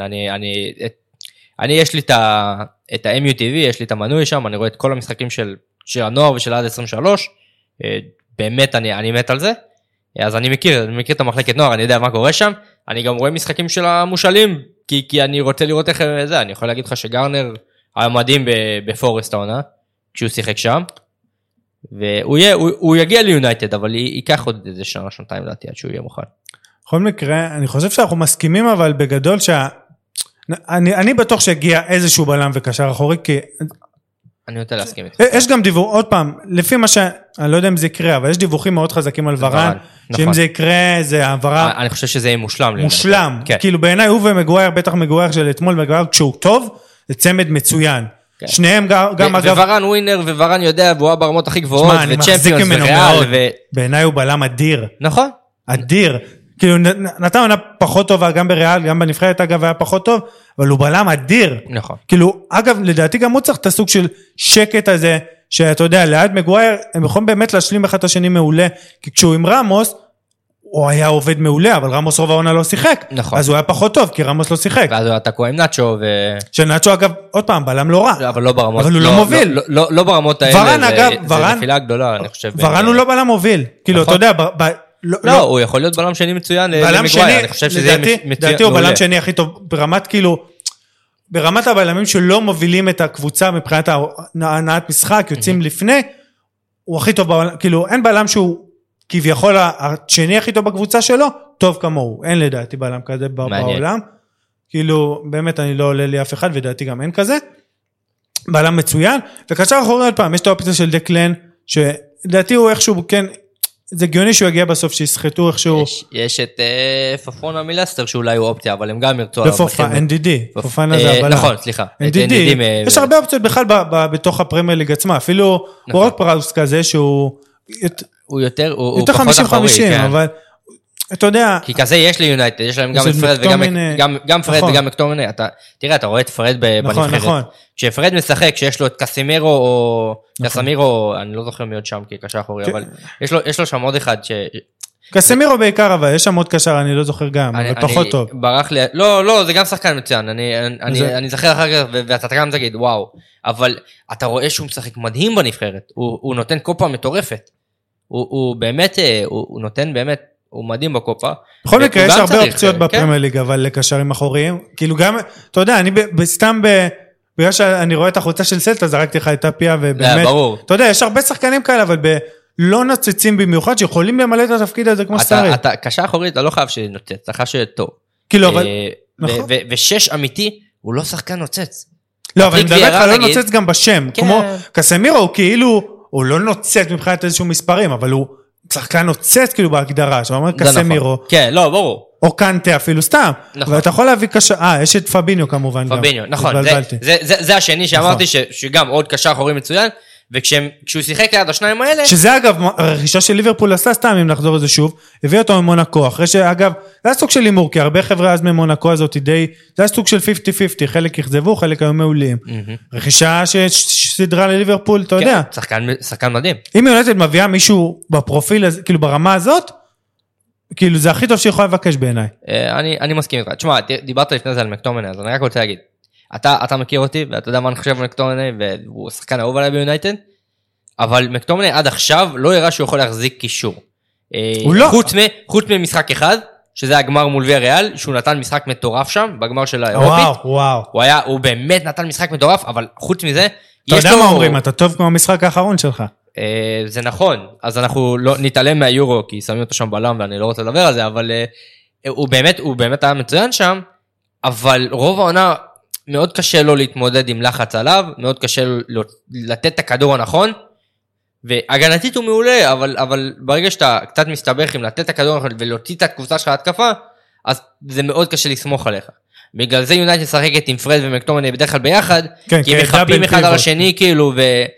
אני, יש לי את ה-אם יו טי וי, יש לי את המנוי שם, אני רואה את כל המשחקים של הנוער ושל עד עשרים ושלוש, באמת אני מת על זה, אז אני מכיר, אני מכיר את המחלקת נוער, אני יודע מה קורה שם, אני גם רואה משחקים של המושלים, כי, כי אני רוצה לראות איך זה, אני יכול להגיד לך שגארנר היה מדהים בפורסט העונה, כשהוא שיחק שם, והוא יהיה, הוא, הוא יגיע ליונייטד, אבל ייקח עוד איזה שנה, שנתיים לדעתי, עד שהוא יהיה מוכן. בכל מקרה, אני חושב שאנחנו מסכימים, אבל בגדול שה... אני, אני בטוח שהגיע איזשהו בלם וקשר אחורי, כי... אני רוצה להסכים איתך. יש גם דיווח, עוד פעם, לפי מה ש... אני לא יודע אם זה יקרה, אבל יש דיווחים מאוד חזקים על ורן, שאם זה יקרה, זה העברה... אני חושב שזה יהיה מושלם. מושלם. כאילו בעיניי הוא ומגווייר, בטח מגווייר של אתמול, מגווייר כשהוא טוב, זה צמד מצוין. שניהם גם אגב... וורן ווינר, וורן יודע, והוא ברמות הכי גבוהות, וצ'מפיונס וריאל. בעיניי הוא בלם אדיר. נכון. אדיר. כאילו נתן עונה פחות טובה, גם בריאל, גם בנבחרת אגב היה פחות טוב, אבל הוא בלם אדיר. נכון. כאילו, אגב, לדעתי גם הוא צריך את הסוג של שקט הזה, שאתה יודע, ליד מגווייר, הם יכולים באמת להשלים אחד את השני מעולה, כי כשהוא עם רמוס, הוא היה עובד מעולה, אבל רמוס רוב העונה לא שיחק. נכון. אז הוא היה פחות טוב, כי רמוס לא שיחק. ואז הוא היה תקוע עם נאצ'ו, ו... שנאצ'ו אגב, עוד פעם, בלם לא רע. אבל לא ברמות. אבל הוא לא מוביל. לא ברמות האלה. ורן אגב, ורן... זה נפילה גדולה, אני חושב. ורן הוא לא בלם מוביל. כאילו, אתה יודע, לא, לא, הוא יכול להיות בלם שני מצוין. בלם שני, לדעתי הוא בלם שני הכי טוב, ברמת כאילו, ברמת הבלמים שלא מובילים את הקבוצה מבחינת הנעת משחק, יוצאים לפני, הוא הכי טוב בלם, כאילו אין בלם שהוא כביכול השני הכי טוב בקבוצה שלו, טוב כמוהו, אין לדעתי בעולם כזה בעולם, כאילו באמת אני לא עולה לי אף אחד, ודעתי גם אין כזה, בעולם מצוין, וקשר אחורי עוד פעם, יש את האופציה של דקלן, שדעתי הוא איכשהו, כן, זה גיוני שהוא יגיע בסוף, שיסחטו איכשהו. יש, יש את uh, פפונה מלסטר, שאולי הוא אופציה, אבל הם גם ירצו... בפופה, אן די די, פופנה זה הבלה. נכון, סליחה. אן די די, יש הרבה אופציות בכלל בתוך הפרמייר ליג עצמה, אפילו וורק פראוס כזה, שהוא... הוא יותר, הוא יותר חמישים חמישים, אבל... אתה יודע... כי כזה יש לי יונייטד, יש להם גם את פרד וגם, גם, גם פרד וגם מקטומני, אתה, תראה, אתה רואה את פרד בנבחרת. נכון, נכון. כשפרד משחק, שיש לו את קסימירו או קסמירו, אני לא זוכר מי עוד שם, כי קשר אחורי, אבל יש לו, יש לו שם עוד אחד ש... קסמירו בעיקר, אבל יש שם עוד קשר, אני לא זוכר גם, אבל פחות טוב. ברח לי, לא, לא, זה גם שחקן מצוין, אני, אני, אני זוכר אחר כך, ואתה גם תגיד, וואו, אבל אתה רואה שהוא משחק מדהים בנבחרת, הוא, הוא נותן קופה מטורפת, הוא, הוא באמת, הוא, הוא נותן באמת, הוא מדהים בקופה. בכל מקרה, יש הרבה אופציות בפרמייר ליג, אבל לקשרים אחוריים, כאילו גם, אתה יודע, אני סתם בגלל שאני רואה את החולצה של סלטה, זרקתי לך את הפיה, ובאמת, אתה יודע, יש הרבה שחקנים כאלה, אבל לא נוצצים במיוחד, שיכולים למלא את התפקיד הזה כמו סטארי. אתה קשר אחורי, אתה לא חייב שנוצץ, אתה חייב שטוב. כאילו, אבל... ושש אמיתי, הוא לא שחקן נוצץ. לא, אבל אני מדבר לך לא נוצץ גם בשם, כמו קסמירו, הוא כאילו, הוא לא נוצץ מבחינת איזשהו מספרים, אבל הוא שחקן נוצץ כאילו בהגדרה, שאתה אומר קסמירו. כן, לא, ברור. או קנטה אפילו, סתם. נכון. ואתה יכול להביא קשר, אה, יש את פביניו כמובן. פביניו, נכון. זה השני שאמרתי, שגם עוד קשר אחורי מצוין, וכשהוא שיחק ליד השניים האלה... שזה אגב, הרכישה של ליברפול עשה סתם, אם נחזור לזה שוב, הביא אותו ממונקו, אחרי שאגב, זה היה סוג של הימור, כי הרבה חבר'ה אז ממונקו הזאת די, זה היה סוג של חמישים חמישים, חלק יחזבו, חלק היו מעולים. רכישה שסדרה לליברפול, אתה יודע. שחקן מדהים. אם יונייטד מביאה מישהו בפרופיל, כאילו ברמה הזאת, כאילו זה הכי טוב שיכול לבקש בעיניי. אני מסכים איתך. תשמע, דיברת לפני זה על מקטומני, אז אני רק רוצה להגיד. אתה, אתה מכיר אותי, ואתה יודע מה אני חושב על מקטומני, והוא שחקן אהוב עליי ביונייטד, אבל מקטומני עד עכשיו לא הראה שהוא יכול להחזיק קישור. הוא לא. חוץ, מ, חוץ ממשחק אחד, שזה הגמר מול ויאריאל, שהוא נתן משחק מטורף שם, בגמר של האירופית. וואו, וואו. הוא היה, הוא באמת נתן משחק מטורף, אבל חוץ מזה, אתה יודע לו... מה אומרים, אתה טוב כמו המשחק האחרון שלך. זה נכון, אז אנחנו לא נתעלם מהיורו, כי שמים אותו שם בלם, ואני לא רוצה לדבר על זה, אבל הוא באמת, הוא באמת היה מצוין שם, אבל רוב העונה, מאוד קשה לו להתמודד עם לחץ עליו, מאוד קשה לו לתת את הכדור הנכון, והגנתית הוא מעולה, אבל, אבל ברגע שאתה קצת מסתבך עם לתת את הכדור הנכון, ולהוציא את הקבוצה שלך התקפה, אז זה מאוד קשה לסמוך עליך. בגלל זה יונייטד משחקת עם פרד ומקטומני בדרך כלל ביחד, כן, כי הם מחפים אחד על השני, כאילו, ו...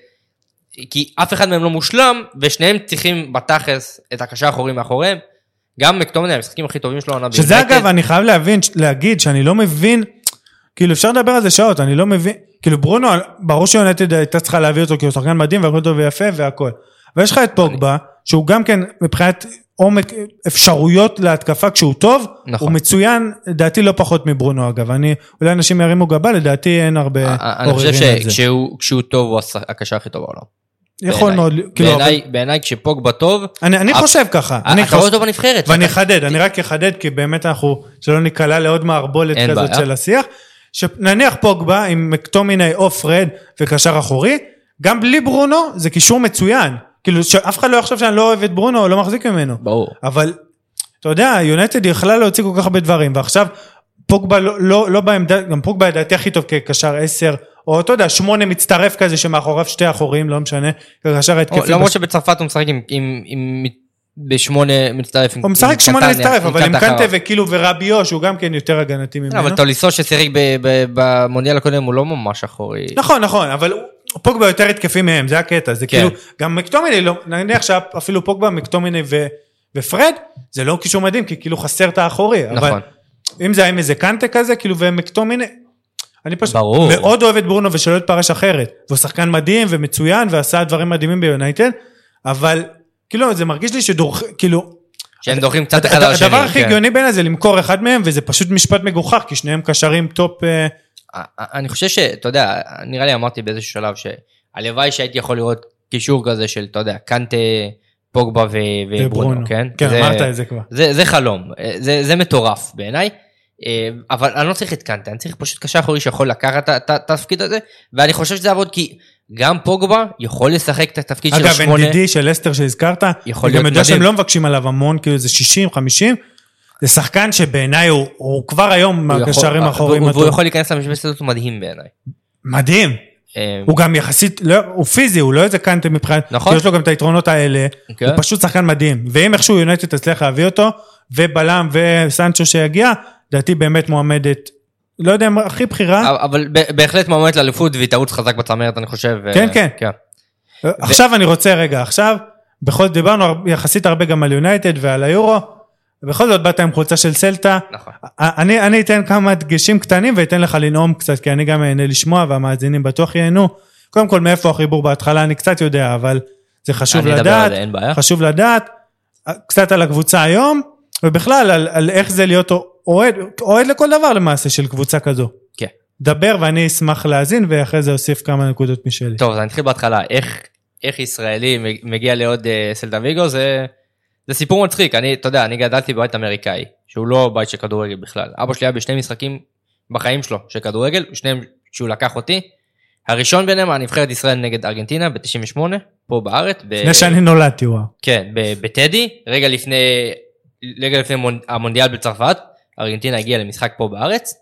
כי אף אחד מהם לא מושלם, ושניהם צריכים בתכלס את הקשר האחורי מאחוריהם, גם מקטומני, המשחקים הכי טובים שלו, שזה אגב, אני חייב להבין, להגיד שאני לא מבין, כאילו אפשר לדבר על זה שעות, אני לא מבין, כאילו ברונו, ברור שיונייטד הייתה צריכה להביא אותו, כי הוא שחקן מדהים, והכל טוב ויפה והכל. ויש לך את פוגבה, שהוא גם כן מבחינת עומק אפשרויות להתקפה, כשהוא טוב, הוא מצוין, לדעתי לא פחות מברונו אגב, אני, אולי אנשים ירימו גבה, לדעתי אין הרבה עוררים על זה. אני חושב שכשהוא טוב, הוא הקשר הכי טוב בעולם. יכול מאוד, בעיניי כשפוגבה טוב, אני חושב ככה, אתה רואה אותו בנבחרת. ואני אחדד, אני רק אחדד, כי באמת אנחנו, שלא ניקלה לעוד מערבולת כזאת של השיח, שנניח פוגבה עם מקטומיני או פרד וקשר אחורי, גם בלי ברונו זה קישור מצוין, כאילו שאף אחד לא יחשוב שאני לא אוהב את ברונו או לא מחזיק ממנו, ברור. אבל אתה יודע, יונייטד יכלה להוציא כל כך הרבה דברים, ועכשיו פוגבה לא, לא, לא בעמדה, גם פוגבה ידעתי הכי טוב כקשר עשר, או אתה יודע, שמונה מצטרף כזה שמאחוריו שתי אחורים, לא משנה, כקשר התקפי. למרות שבצרפת הוא משחק עם, עם, עם בשמונה מצטרף. הוא משחק שמונה מצטרף, אבל עם קנטה וכאילו ורביו, שהוא גם כן יותר הגנתי ממנו. אבל טוליסו ששיחק במונדיאל הקודם, הוא לא ממש אחורי. נכון, נכון, אבל פוגבה יותר התקפי מהם, זה הקטע, זה כאילו, גם מקטומיני, נניח שאפילו פוגבה, מקטומיני ופרד, זה לא קישור מדהים, כי כאילו חסר את האחורי, אבל אם זה היה עם איזה קנטה כזה, כאילו ומקטומיני, אני פשוט מאוד אוהב את ברונו ושלא יתפרש אחרת, והוא שחקן מדהים ומצוין, ועשה דברים מדהימים ביונייטד, אבל כאילו זה מרגיש לי שדורך, כאילו, שהם דורכים קצת אחד על השני. הדבר הכי הגיוני בין זה למכור אחד מהם, וזה פשוט משפט מגוחך, כי שניהם קשרים טופ. אני חושב שאתה יודע, נראה לי אמרתי באיזשהו שלב, שהלוואי שהייתי יכול לראות קישור כזה של, אתה יודע, קנטה, פוגבה וברונו, כן? כן, אמרת את זה כבר. זה חלום, זה מטורף בעיניי, אבל אני לא צריך את קנטה, אני צריך פשוט קשר אחורי שיכול לקחת את התפקיד הזה, ואני חושב שזה עבוד כי גם פוגבה יכול לשחק את התפקיד של השמונה. אגב, אנדידי של אסטר שהזכרת, יכול להיות גם יודע שהם לא מבקשים עליו המון, כאילו זה שישים חמישים, זה שחקן שבעיניי הוא, הוא כבר היום מהקשרים האחוריים. והוא יכול להיכנס למשבצת הזאת מדהים בעיניי. מדהים. הוא גם יחסית, לא, הוא פיזי, הוא לא איזה קנטה מבחינת, נכון. כי יש לו גם את היתרונות האלה, okay. הוא פשוט שחקן מדהים, ואם איכשהו יונייטד תצליח להביא אותו, ובלם וסנצ'ו שיגיע, דעתי באמת מועמדת, לא יודע, הכי בחירה. אבל בהחלט מועמדת לאליפות, והיא תרוץ חזק בצמרת, אני חושב. כן, כן. כן. עכשיו אני רוצה רגע, עכשיו, בכל זאת דיברנו יחסית הרבה גם על יונייטד ועל היורו, ובכל זאת באת עם חולצה של סלטה, נכון. אני, אני אתן כמה דגשים קטנים, ואתן לך לנאום קצת, כי אני גם אענה לשמוע, והמאזינים בטוח ייהנו. קודם כל, מאיפה החיבור בהתחלה, אני קצת יודע, אבל זה חשוב לדעת, חשוב לדעת, קצת על הקבוצה היום, ובכלל על, על איך זה להיות אוהד, אוהד לכל דבר למעשה של קבוצה כזו. כן. דבר ואני אשמח להזין, ואחרי זה אוסיף כמה נקודות משלי. טוב, אז אני אתחיל בהתחלה, איך, איך ישראלי מגיע לעוד uh, סלטה ויגו, זה... זה סיפור מצחיק, אני, אתה יודע, אני גדלתי בבית אמריקאי, שהוא לא בית של כדורגל בכלל. אבא שלי היה בשני משחקים בחיים שלו של כדורגל, שניהם שהוא לקח אותי. הראשון ביניהם, הנבחרת ישראל נגד ארגנטינה ב-תשעים ושמונה, פה בארץ. לפני ב... שאני נולדתי, וואו. כן, בטדי, רגע לפני, רגע לפני המונדיאל בצרפת, ארגנטינה הגיעה למשחק פה בארץ.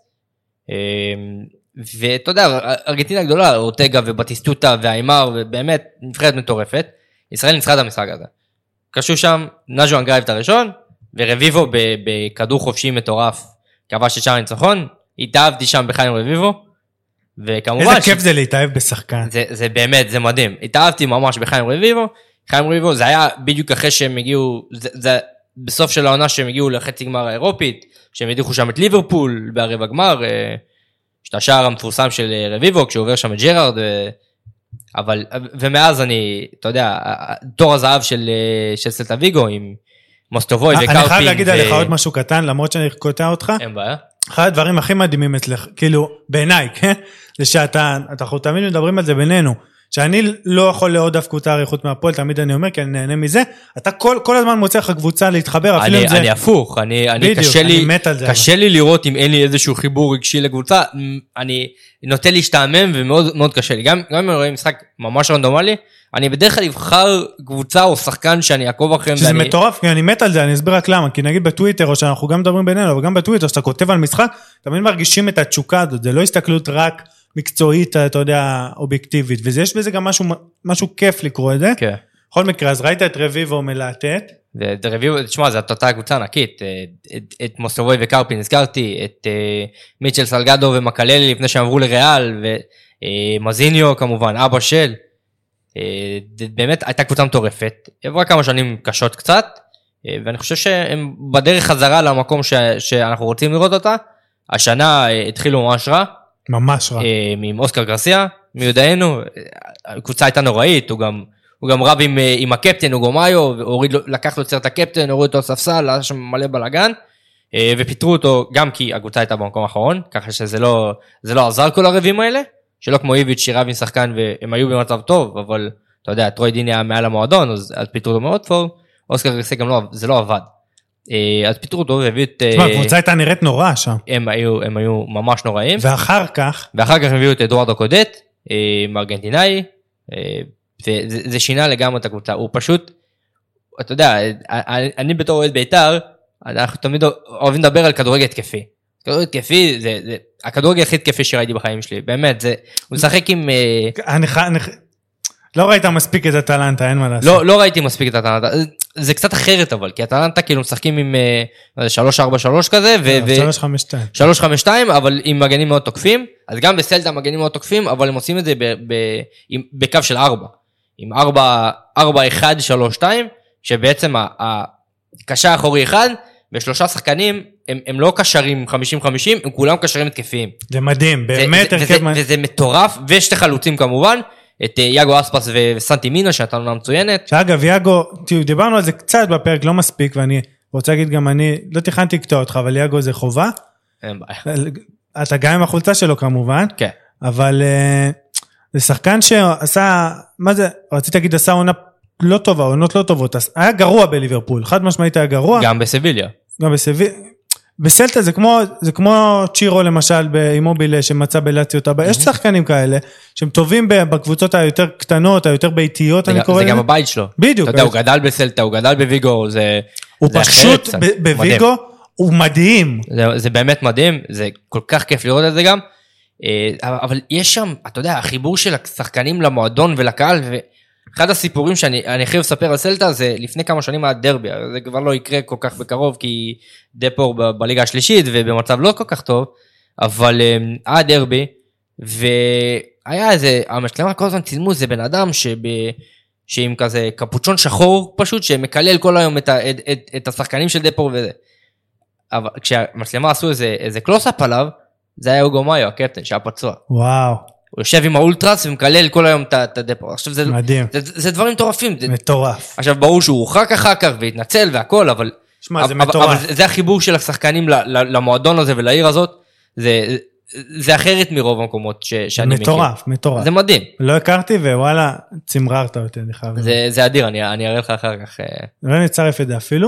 ואתה יודע, ארגנטינה גדולה, אורטגה ובטיסטוטה והאימר, ובאמת נבחרת מטורפת. ישראל ניצחה את המשחק הזה. קשו שם, נג'ו אנגרייב את הראשון, ורביבו בכדור חופשי מטורף, כבש את שער הניצחון, התאהבתי שם בחיים רביבו, וכמובן... איזה כיף זה להתאהב בשחקן. זה, זה באמת, זה מדהים. התאהבתי ממש בחיים רביבו, חיים רביבו, זה היה בדיוק אחרי שהם הגיעו, זה, זה בסוף של העונה שהם הגיעו לחצי גמר האירופית, שהם הדיחו שם את ליברפול, בערב הגמר, שאת השער המפורסם של רביבו, כשהוא עובר שם את ג'רארד, אבל, ומאז אני, אתה יודע, תור הזהב של, של סלטה ויגו, עם מוסטובוי וקרפין. אני חייב להגיד עליך עוד משהו קטן, למרות שאני קוטע אותך. אין בעיה. אחד הדברים הכי מדהימים אצלך, כאילו, בעיניי, כן? זה שאתה, אנחנו תמיד מדברים על זה בינינו, שאני לא יכול לעוד אף קבוצה עריכות מהפועל, תמיד אני אומר, כי אני נהנה מזה, אתה כל, כל הזמן מוצא לך קבוצה להתחבר, אפילו אם זה... אני הפוך, אני, אני בדיוק, קשה לי, אני מת על זה. קשה לי לראות אם אין לי איזשהו חיבור רגשי לקבוצה, אני נוטה להשתעמם ומאוד מאוד קשה לי, גם, גם אם אני רואה משחק ממש רנדומלי, אני בדרך כלל אבחר קבוצה או שחקן שאני אעקוב אחריהם. שזה ואני... מטורף, כי אני מת על זה, אני אסביר רק למה, כי נגיד בטוויטר, או שאנחנו גם מדברים בינינו, וגם בטוויטר, שאתה כותב על משחק, תמיד מרגישים את התשוקה הזאת, זה לא הסתכלות רק מקצועית, אתה יודע, אובייקטיבית, ויש בזה גם משהו, משהו כיף לקרוא את זה. כן. בכל מקרה, אז ראית את רביבו מלהטט? את רביבו, תשמע, זו אותה קבוצה ענקית, את, את מוסטובוי וקרפין הזכרתי, את מיטשל סלגדו ומקללי לפני שעברו לריאל, ומזיניו כמובן, אבא של, באמת הייתה קבוצה מטורפת, עברה כמה שנים קשות קצת, ואני חושב שהם בדרך חזרה למקום ש, שאנחנו רוצים לראות אותה, השנה התחילו ממש רע, ממש רע. עם אוסקר גרסיה, מיודענו, הקבוצה הייתה נוראית, הוא גם, הוא גם רב עם, עם הקפטן, הוא גומאיו, לקח לו צרת הקפטן, הוריד אותו ספסל, היה שם מלא בלגן, ופיתרו אותו גם כי הקבוצה הייתה במקום האחרון, ככה שזה לא, זה לא עזר כל הרבים האלה, שלא כמו איביץ' שרב עם שחקן והם היו במצב טוב, אבל אתה יודע, טרוי דיני היה מעל המועדון, אז, אז פיתרו אותו מאוד טוב, אוסקר גרסיה גם לא, זה לא עבד. אז פיתרו אותו והביא את... תשמע, הקבוצה הייתה נראית נורא שם. הם היו, הם היו ממש נוראים. ואחר כך... ואחר כך הם הביאו את אדוארדו קודט, מארגנטינאי, וזה שינה לגמרי את הקבוצה. הוא פשוט, אתה יודע, אני בתור אוהד בית"ר, אנחנו תמיד אוהבים לדבר על כדורגל התקפי. כדורגל התקפי, זה, זה הכדורגל הכי התקפי שראיתי בחיים שלי, באמת, זה, הוא משחק עם... אני חייב... לא ראית מספיק את הטלנטה, אין מה לעשות. לא, לא ראיתי מספיק את הטלנטה, זה קצת אחרת אבל, כי הטלנטה כאילו משחקים עם שלוש ארבע שלוש כזה, שלוש חמש שתיים. שלוש חמש שתיים, אבל עם מגנים מאוד תוקפים, אז גם בסלטה מגנים מאוד תוקפים, אבל הם עושים את זה בקו של ארבע, עם ארבע אחד שלוש שתיים, שבעצם הקשר האחורי אחד, ושלושה שחקנים, הם לא קשרים חמישים חמישים, הם כולם קשרים התקפיים. זה מדהים, באמת. וזה מטורף, ושתי חלוצים כמובן, את יאגו אספס וסנטי מינה, שהייתה לנו מצוינת. שאגב, יאגו, דיברנו על זה קצת בפרק, לא מספיק, ואני רוצה להגיד גם אני, לא תכנתי לקטוע אותך, אבל יאגו זה חובה. אין בעיה. אתה גם עם החולצה שלו כמובן. כן. אבל זה שחקן שעשה, מה זה, רציתי להגיד, עשה עונה לא טובה, עונות לא טובות, היה גרוע בליברפול, חד משמעית היה גרוע. גם בסביליה. גם בסביליה. וסלטה זה כמו, זה כמו צ'ירו למשל באימובילה שמצא בלאציו, יש שחקנים כאלה שהם טובים בקבוצות היותר קטנות, היותר ביתיות, אני קורא לזה. זה גם הבית שלו. בדיוק. אתה יודע, הוא גדל בסלטה, הוא גדל בוויגו, זה... הוא פשוט בוויגו, הוא מדהים. זה באמת מדהים, זה כל כך כיף לראות את זה גם, אבל יש שם, אתה יודע, החיבור של השחקנים למועדון ולקהל, ואחד הסיפורים שאני הכי אספר על סלטה, זה לפני כמה שנים היה דרבי, זה כבר לא יקרה כל כך בקרוב, כי דפור בליגה השלישית, ובמצב לא כל כך טוב, אבל היה דרבי, והיה איזה, המשלמה כל הזמן צילמו, זה בן אדם שב... שעם כזה קפוצ'ון שחור פשוט, שמקלל כל היום את, ה, את, את, את השחקנים של דפור וזה. אבל כשהמצלמה עשו איזה, איזה קלוסאפ עליו, זה היה אוגו מאיו, הקפטן, שהיה פצוע. וואו. הוא יושב עם האולטרס ומקלל כל היום את הדפור. עכשיו זה, מדהים. זה, זה, זה דברים מטורפים. מטורף. עכשיו ברור שהוא הורחק אחר כך והתנצל והכל, אבל... שמה, זה אבל, מטורף. אבל זה החיבור של השחקנים למועדון הזה ולעיר הזאת, זה... זה אחרת מרוב המקומות ש, שאני מכיר. מטורף, מטורף. זה מדהים. לא הכרתי ווואלה, צמררת אותי, אני חייב. זה, זה אדיר, אני, אני אראה לך אחר כך. לא נצרף את זה אפילו.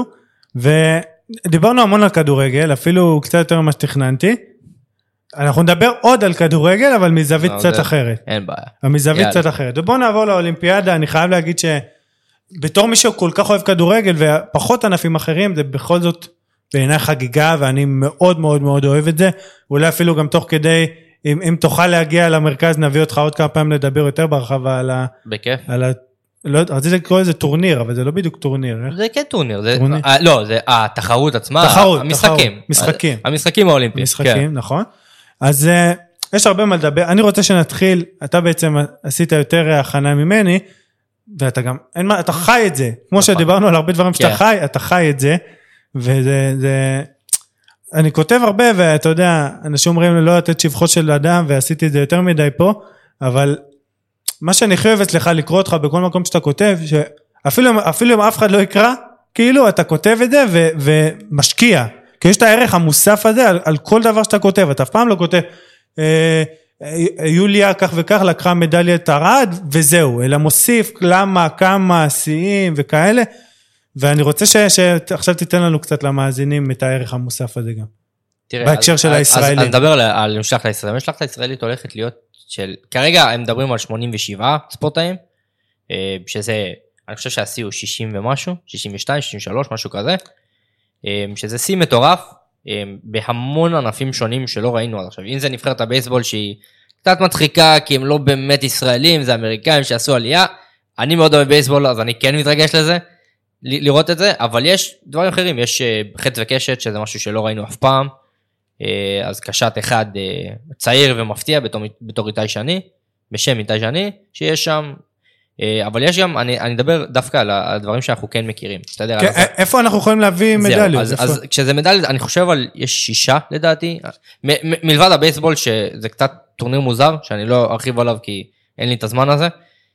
ודיברנו המון על כדורגל, אפילו קצת יותר ממה שתכננתי. אנחנו נדבר עוד על כדורגל, אבל מזווית לא, קצת זה... אחרת. אין בעיה. מזווית קצת אחרת. ובואו נעבור לאולימפיאדה, אני חייב להגיד שבתור מישהו כל כך אוהב כדורגל, ופחות ענפים אחרים, זה בכל זאת... בעיניי חגיגה, ואני מאוד מאוד מאוד אוהב את זה, אולי אפילו גם תוך כדי, אם, אם תוכל להגיע למרכז, נביא אותך עוד כמה פעמים לדבר יותר ברחבה על ה... בכיף. על ה... לא, רציתי לקרוא איזה טורניר, אבל זה לא בדיוק טורניר. זה כן טורניר. זה, טורניר. 아, לא, זה התחרות עצמה, תחרות, המשחקים. תחרות, משחקים. המשחקים האולימפיים. המשחקים, כן. נכון. אז uh, יש הרבה מה לדבר, אני רוצה שנתחיל, אתה בעצם עשית יותר הכנה ממני, ואתה גם, אין מה, אתה חי את זה, כמו נכון. שדיברנו על הרבה דברים שאתה כן. חי, אתה חי את זה, וזה, זה, אני כותב הרבה, ואתה יודע, אנשים אומרים לי לא לתת שבחו של אדם, ועשיתי את זה יותר מדי פה, אבל מה שאני חייב אצלך לקרוא אותך בכל מקום שאתה כותב, שאפילו אפילו אם אף אחד לא יקרא, כאילו אתה כותב את זה, ו, ומשקיע, כי יש את הערך המוסף הזה, על, על כל דבר שאתה כותב, אתה אף פעם לא כותב, אה, יוליה כך וכך לקחה מדליית ארד, וזהו, אלא מוסיף למה, כמה, שיאים וכאלה, ואני רוצה שעכשיו תיתן לנו קצת למאזינים את הערך המוסף הזה גם. תראה, בהקשר אז, של אז, הישראלים. אז נדבר על, על משלחת הישראלית. המשלחת הישראלית הולכת להיות של, כרגע הם מדברים על שמונים ושבעה ספורטאים, שזה, אני חושב שהשיא הוא שישים ומשהו, שישים ושתיים, שישים ושלוש, משהו כזה, שזה שיא מטורף, בהמון ענפים שונים שלא ראינו עד עכשיו. אם זה נבחרת הבייסבול שהיא קצת מצחיקה, כי הם לא באמת ישראלים, זה אמריקאים שעשו עלייה, אני מאוד אוהב בייסבול, אז אני כן מתרגש לזה, לראות את זה, אבל יש דברים אחרים, יש חץ וקשת, שזה משהו שלא ראינו אף פעם, אז קשת אחד צעיר ומפתיע בתור, בתור איתי שני, בשם איתי שני, שיש שם, אבל יש גם, אני, אני מדבר דווקא על הדברים שאנחנו כן מכירים. כן, איפה אנחנו יכולים להביא מדליות? אז, אז כשזה מדליות, אני חושב על, יש שישה לדעתי, מ, מ, מלבד הבייסבול, שזה קצת טורניר מוזר, שאני לא ארחיב עליו כי אין לי את הזמן הזה,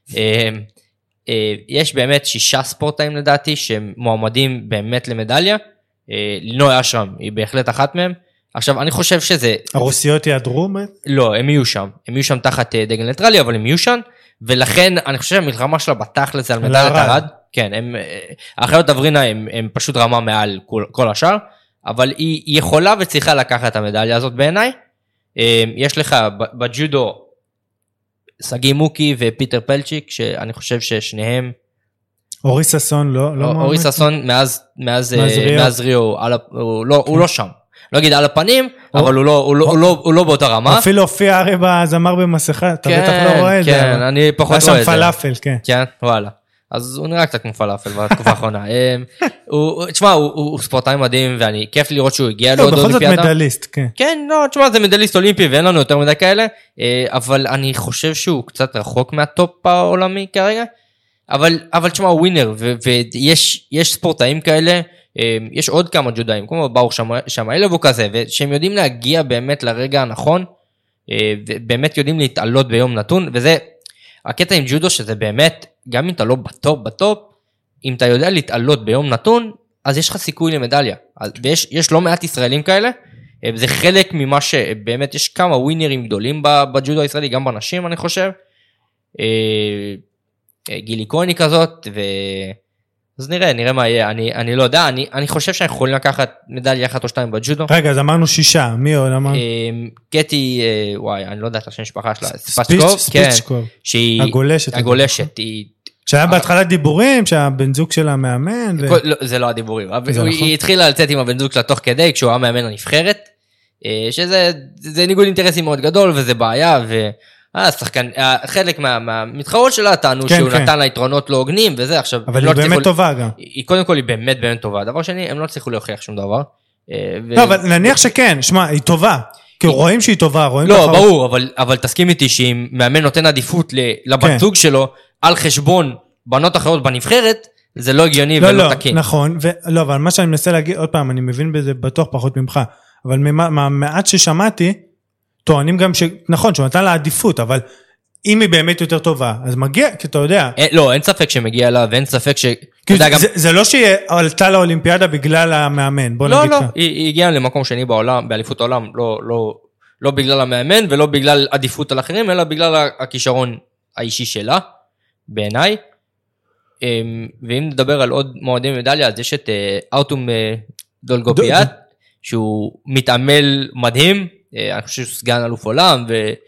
יש באמת שישה ספורטאים לדעתי, שמועמדים באמת למדליה, לינוי אשרם היא בהחלט אחת מהם, עכשיו אני חושב שזה... הרוסיות יעדרו? לא, הם יהיו שם, הם יהיו שם תחת דגל ניטרלי, אבל הם יהיו שם, ולכן אני חושב שהמלחמה שלה בתכל'ס על מדליית ארד, כן, הם, האחיות אברינה הם, הם פשוט רמה מעל כל, כל השאר, אבל היא, היא יכולה וצריכה לקחת את המדליה הזאת בעיניי, יש לך בג'ודו, סגי מוקי ופיטר פלצ'יק, שאני חושב ששניהם... אורי ססון לא? לא אורי ססון מאז, מאז, מאז ריו, הוא לא, הוא לא שם. לא אגיד על הפנים, אבל הוא לא, הוא לא, הוא לא, הוא לא באותה רמה. אפילו הופיע הרי בזמר במסכה, אתה בטח לא רואה את זה. כן, אני פחות רואה את זה. היה שם פלאפל, כן. כן, וואלה. אז הוא נראה קצת כמו פלאפל בתקופה האחרונה. תשמע, הוא ספורטאי מדהים, ואני כיף לראות שהוא הגיע לעוד אולימפיאדה. בכל זאת מדליסט, כן. כן, לא, תשמע, זה מדליסט אולימפי, ואין לנו יותר מדי כאלה, אבל אני חושב שהוא קצת רחוק מהטופ העולמי כרגע. אבל, אבל תשמע, הוא ווינר, ויש, יש ספורטאים כאלה, יש עוד כמה ג'ודאים, כמו ברוך שמאילוב וכזה, ושהם יודעים להגיע באמת לרגע הנכון, ובאמת יודעים להתעלות ביום נתון, וזה, הקטע עם ג'ודו שזה באמת, גם אם אתה לא בטופ בטופ, אם אתה יודע להתעלות ביום נתון, אז יש לך סיכוי למדליה, ויש יש לא מעט ישראלים כאלה, וזה חלק ממה שבאמת יש כמה ווינרים גדולים בג'ודו הישראלי, גם בנשים אני חושב, גילי קוני כזאת, ו... אז נראה, נראה מה יהיה, אני, אני לא יודע, אני, אני חושב שאנחנו יכולים לקחת מדליה אחת או שתיים בג'ודו. רגע, אז אמרנו שישה, מי עוד אמר? קטי, וואי, אני לא יודע את השם משפחה שלה, ספצ'קוב, ספיצ'קוב, שהיא, הגולשת, הגולשת, היא, שהיה בהתחלת דיבורים, שהבן זוג שלה מאמן. זה לא הדיבורים, היא התחילה לצאת עם הבן זוג שלה תוך כדי, כשהוא היה מאמן הנבחרת, שזה ניגוד אינטרסים מאוד גדול, וזה בעיה, ו... חלק מהמתחרות שלה טענו שהוא נתן לה יתרונות לא הוגנים וזה עכשיו. אבל היא באמת טובה גם. היא קודם כל היא באמת באמת טובה. דבר שני, הם לא צריכו להוכיח שום דבר. לא, אבל נניח שכן, שמע, היא טובה. כי רואים שהיא טובה, רואים לא, ברור, אבל תסכים איתי שאם מאמן נותן עדיפות לבת זוג שלו על חשבון בנות אחרות בנבחרת, זה לא הגיוני ולא תקין. נכון, לא, אבל מה שאני מנסה להגיד, עוד פעם, אני מבין בזה בטוח פחות ממך, אבל מהמעט ששמעתי, טוענים גם ש... נכון, שהוא נתן לה עדיפות, אבל אם היא באמת יותר טובה, אז מגיע, כי אתה יודע. לא, אין ספק שמגיע לה, ואין ספק ש... זה לא שהיא עלתה לאולימפיאדה בגלל המאמן, בוא נגיד ככה. לא, לא, היא הגיעה למקום שני בעולם, באליפות העולם, לא בגלל המאמן, ולא בגלל עדיפות על אחרים, אלא בגלל הכישרון האישי שלה, בעיניי. ואם נדבר על עוד מועדים מדליה, אז יש את ארטום דולגופיאט, שהוא מתעמל מדהים, אני חושב שהוא סגן אלוף עולם,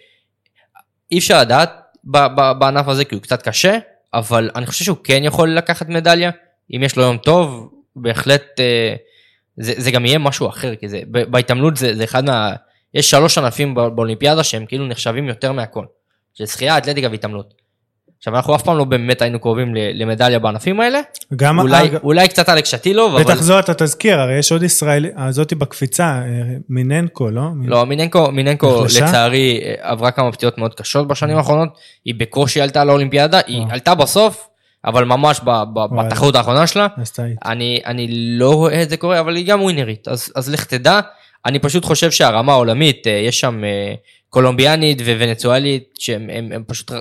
ואי אפשר לדעת בענף הזה, כי הוא קצת קשה, אבל אני חושב שהוא כן יכול לקחת מדליה, אם יש לו יום טוב, בהחלט, זה, זה גם יהיה משהו אחר, כי זה, בהתעמלות זה, זה אחד מה, יש שלוש ענפים באולימפיאדה, שהם כאילו נחשבים יותר מהכל, שזה שחייה, אתלטיקה והתעמלות. עכשיו, אנחנו אף פעם לא באמת היינו קרובים למדליה בענפים האלה. גם... אולי, אג... אולי קצת אלכס שטילוב, אבל... בטח זו אתה תזכיר, הרי יש עוד ישראלי, זאתי בקפיצה, מיננקו, לא? לא, מיננקו, מיננקו לצערי עברה כמה פתיעות מאוד קשות בשנים האחרונות, היא בקושי עלתה לאולימפיאדה, היא עלתה בסוף, אבל ממש בתחרות האחרונה שלה. אני, אני לא רואה את זה קורה, אבל היא גם ווינרית, אז, אז לך תדע, אני פשוט חושב שהרמה העולמית, יש שם קולומביאנית וונצואלית, שהם הם, הם פשוט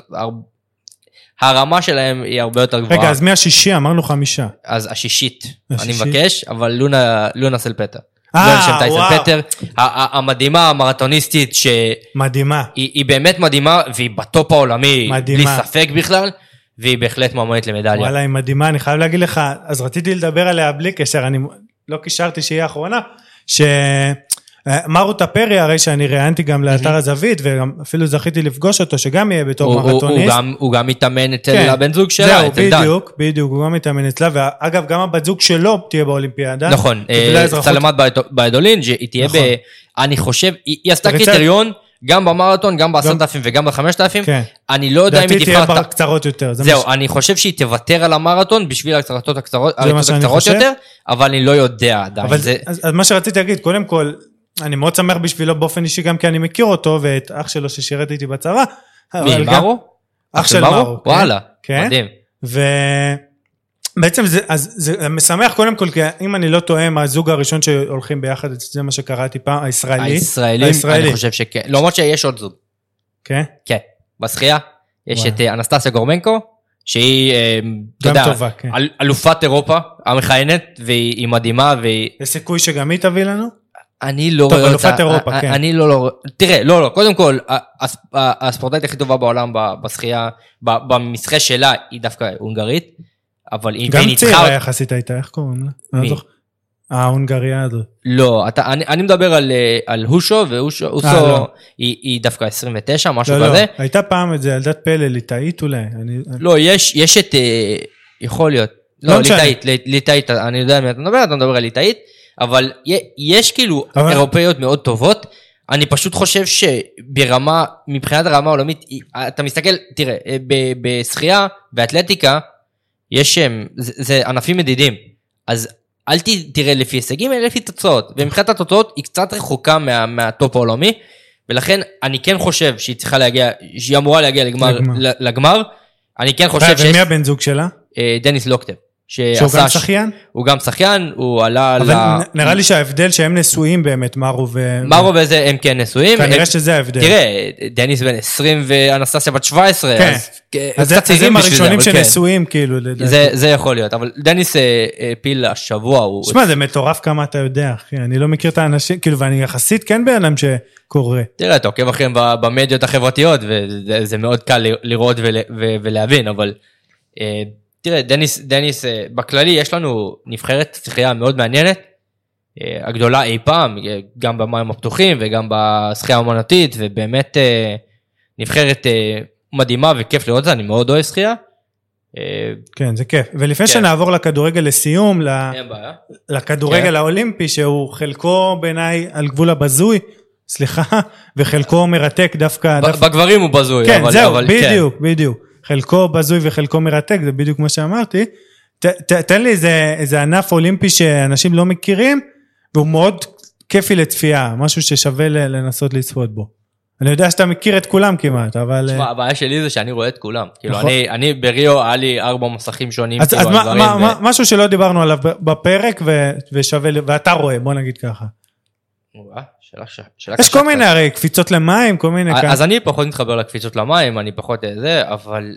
הרמה שלהם היא הרבה יותר גבוהה. רגע, אז מהשישי אמרנו חמישה. אז השישית, אני מבקש, אבל לונה, לונה סלפטר. לונה שם טייסן פטר, המדהימה, המרתוניסטית, ש... מדהימה. היא, היא באמת מדהימה, והיא בטופ העולמי, מדהימה. בלי ספק בכלל, והיא בהחלט מועמדת למדליה. וואלה, היא מדהימה, אני חייב להגיד לך, אז רציתי לדבר עליה בלי קשר, אני לא קישרתי שהיא האחרונה, ש... מרו טפרי, הרי שאני ראיינתי גם לאתר הזווית, ואפילו זכיתי לפגוש אותו, שגם יהיה בתור מרתוניסט. הוא גם מתאמן אצל הבן זוג שלה, זהו, בדיוק, בדיוק, הוא גם מתאמן אצלה, ואגב, גם הבת זוג שלו תהיה באולימפיאדה. נכון, סלמת באיידולין, שהיא תהיה ב... אני חושב, היא עשתה קריטריון, גם במרתון, גם בעשרת אלפים וגם בחמשת אלפים, אני לא יודע אם היא תבחר... דעתי תהיה קצרות יותר. זהו, אני חושב שהיא תוותר על המרתון, בשביל הקצרות הקצרות יותר, אבל אני לא יודע עדיין. אז מה שרציתי להגיד, קודם כל, אני מאוד שמח בשבילו באופן אישי, גם כי אני מכיר אותו, ואת אח שלו ששירת איתי בצבא. מי, מרו? אח של מרו. וואלה, מדהים. ובעצם זה משמח קודם כל, כי אם אני לא טועה, הזוג הראשון שהולכים ביחד, זה מה שקראתי פעם, הישראלי. הישראלים, אני חושב שכן. למרות שיש עוד זוג. כן? כן. בשחייה, יש את אנסטסיה גורמנקו, שהיא, גם טובה, כן. אלופת אירופה, המכהנת, והיא מדהימה, והיא... יש סיכוי שגם היא תביא לנו? אני לא רואה אותה, אירופה, כן. אני לא, לא, תראה, לא, לא, קודם כל, הספורטאית הכי טובה בעולם בשחייה, במשחה שלה, היא דווקא הונגרית, אבל היא ניצחה... גם צעירה יחסית הייתה, איך קוראים לה? מי? ההונגריה הזו. לא, אני מדבר על הושו, והושו, היא דווקא עשרים ותשע, משהו כזה. לא, לא, הייתה פעם את זה, ילדת פלא, ליטאית אולי. לא, יש את, יכול להיות, לא, ליטאית, ליטאית, אני יודע על מי אתה מדבר, אתה מדבר על ליטאית, אבל יש כאילו אבל... אירופאיות מאוד טובות, אני פשוט חושב שברמה, מבחינת הרמה העולמית, אתה מסתכל, תראה, בשחייה, באתלטיקה, יש, זה, זה ענפים מדידים, אז אל תראה לפי הישגים, אלא לפי תוצאות, ומבחינת התוצאות היא קצת רחוקה מה, מהטופ העולמי, ולכן אני כן חושב שהיא צריכה להגיע, שהיא אמורה להגיע לגמר, לגמר, אני כן חושב שיש... ומי הבן זוג שלה? דניס לוקטב. שהוא גם שחיין? הוא גם שחיין, הוא עלה... אבל נראה לי שההבדל שהם נשואים באמת, מרו ו... מרו וזה הם כן נשואים. כנראה שזה ההבדל. תראה, דניס בן עשרים ואנסטסיה בת שבע עשרה, אז זה הם הראשונים שנשואים כאילו. זה יכול להיות, אבל דניס פיל השבוע. שמע, זה מטורף כמה אתה יודע, אחי, אני לא מכיר את האנשים, כאילו, ואני יחסית כן בעולם שקורה. תראה, אתה עוקב אחריהם במדיות החברתיות, וזה מאוד קל לראות ולהבין, אבל... תראה, דניס, דניס, בכללי יש לנו נבחרת שחייה מאוד מעניינת, הגדולה אי פעם, גם במים הפתוחים וגם בשחייה האמנותית, ובאמת נבחרת מדהימה וכיף לראות את זה, אני מאוד אוהב שחייה. כן, זה כיף. ולפני שנעבור לכדורגל לסיום, לכדורגל האולימפי, שהוא חלקו בעיניי על גבול הבזוי, סליחה, וחלקו מרתק דווקא... בגברים הוא בזוי. כן, זהו, בדיוק, בדיוק. חלקו בזוי וחלקו מרתק, זה בדיוק מה שאמרתי. תן לי איזה ענף אולימפי שאנשים לא מכירים, והוא מאוד כיפי לצפייה, משהו ששווה לנסות לצפות בו. אני יודע שאתה מכיר את כולם כמעט, אבל... תשמע, הבעיה שלי זה שאני רואה את כולם. כאילו, אני בריו, היה לי ארבע מסכים שונים. אז משהו שלא דיברנו עליו בפרק, ושווה, ואתה רואה, בוא נגיד ככה. יש כל מיני הרי קפיצות למים, כל מיני... אז אני פחות מתחבר לקפיצות למים, אני פחות זה, אבל...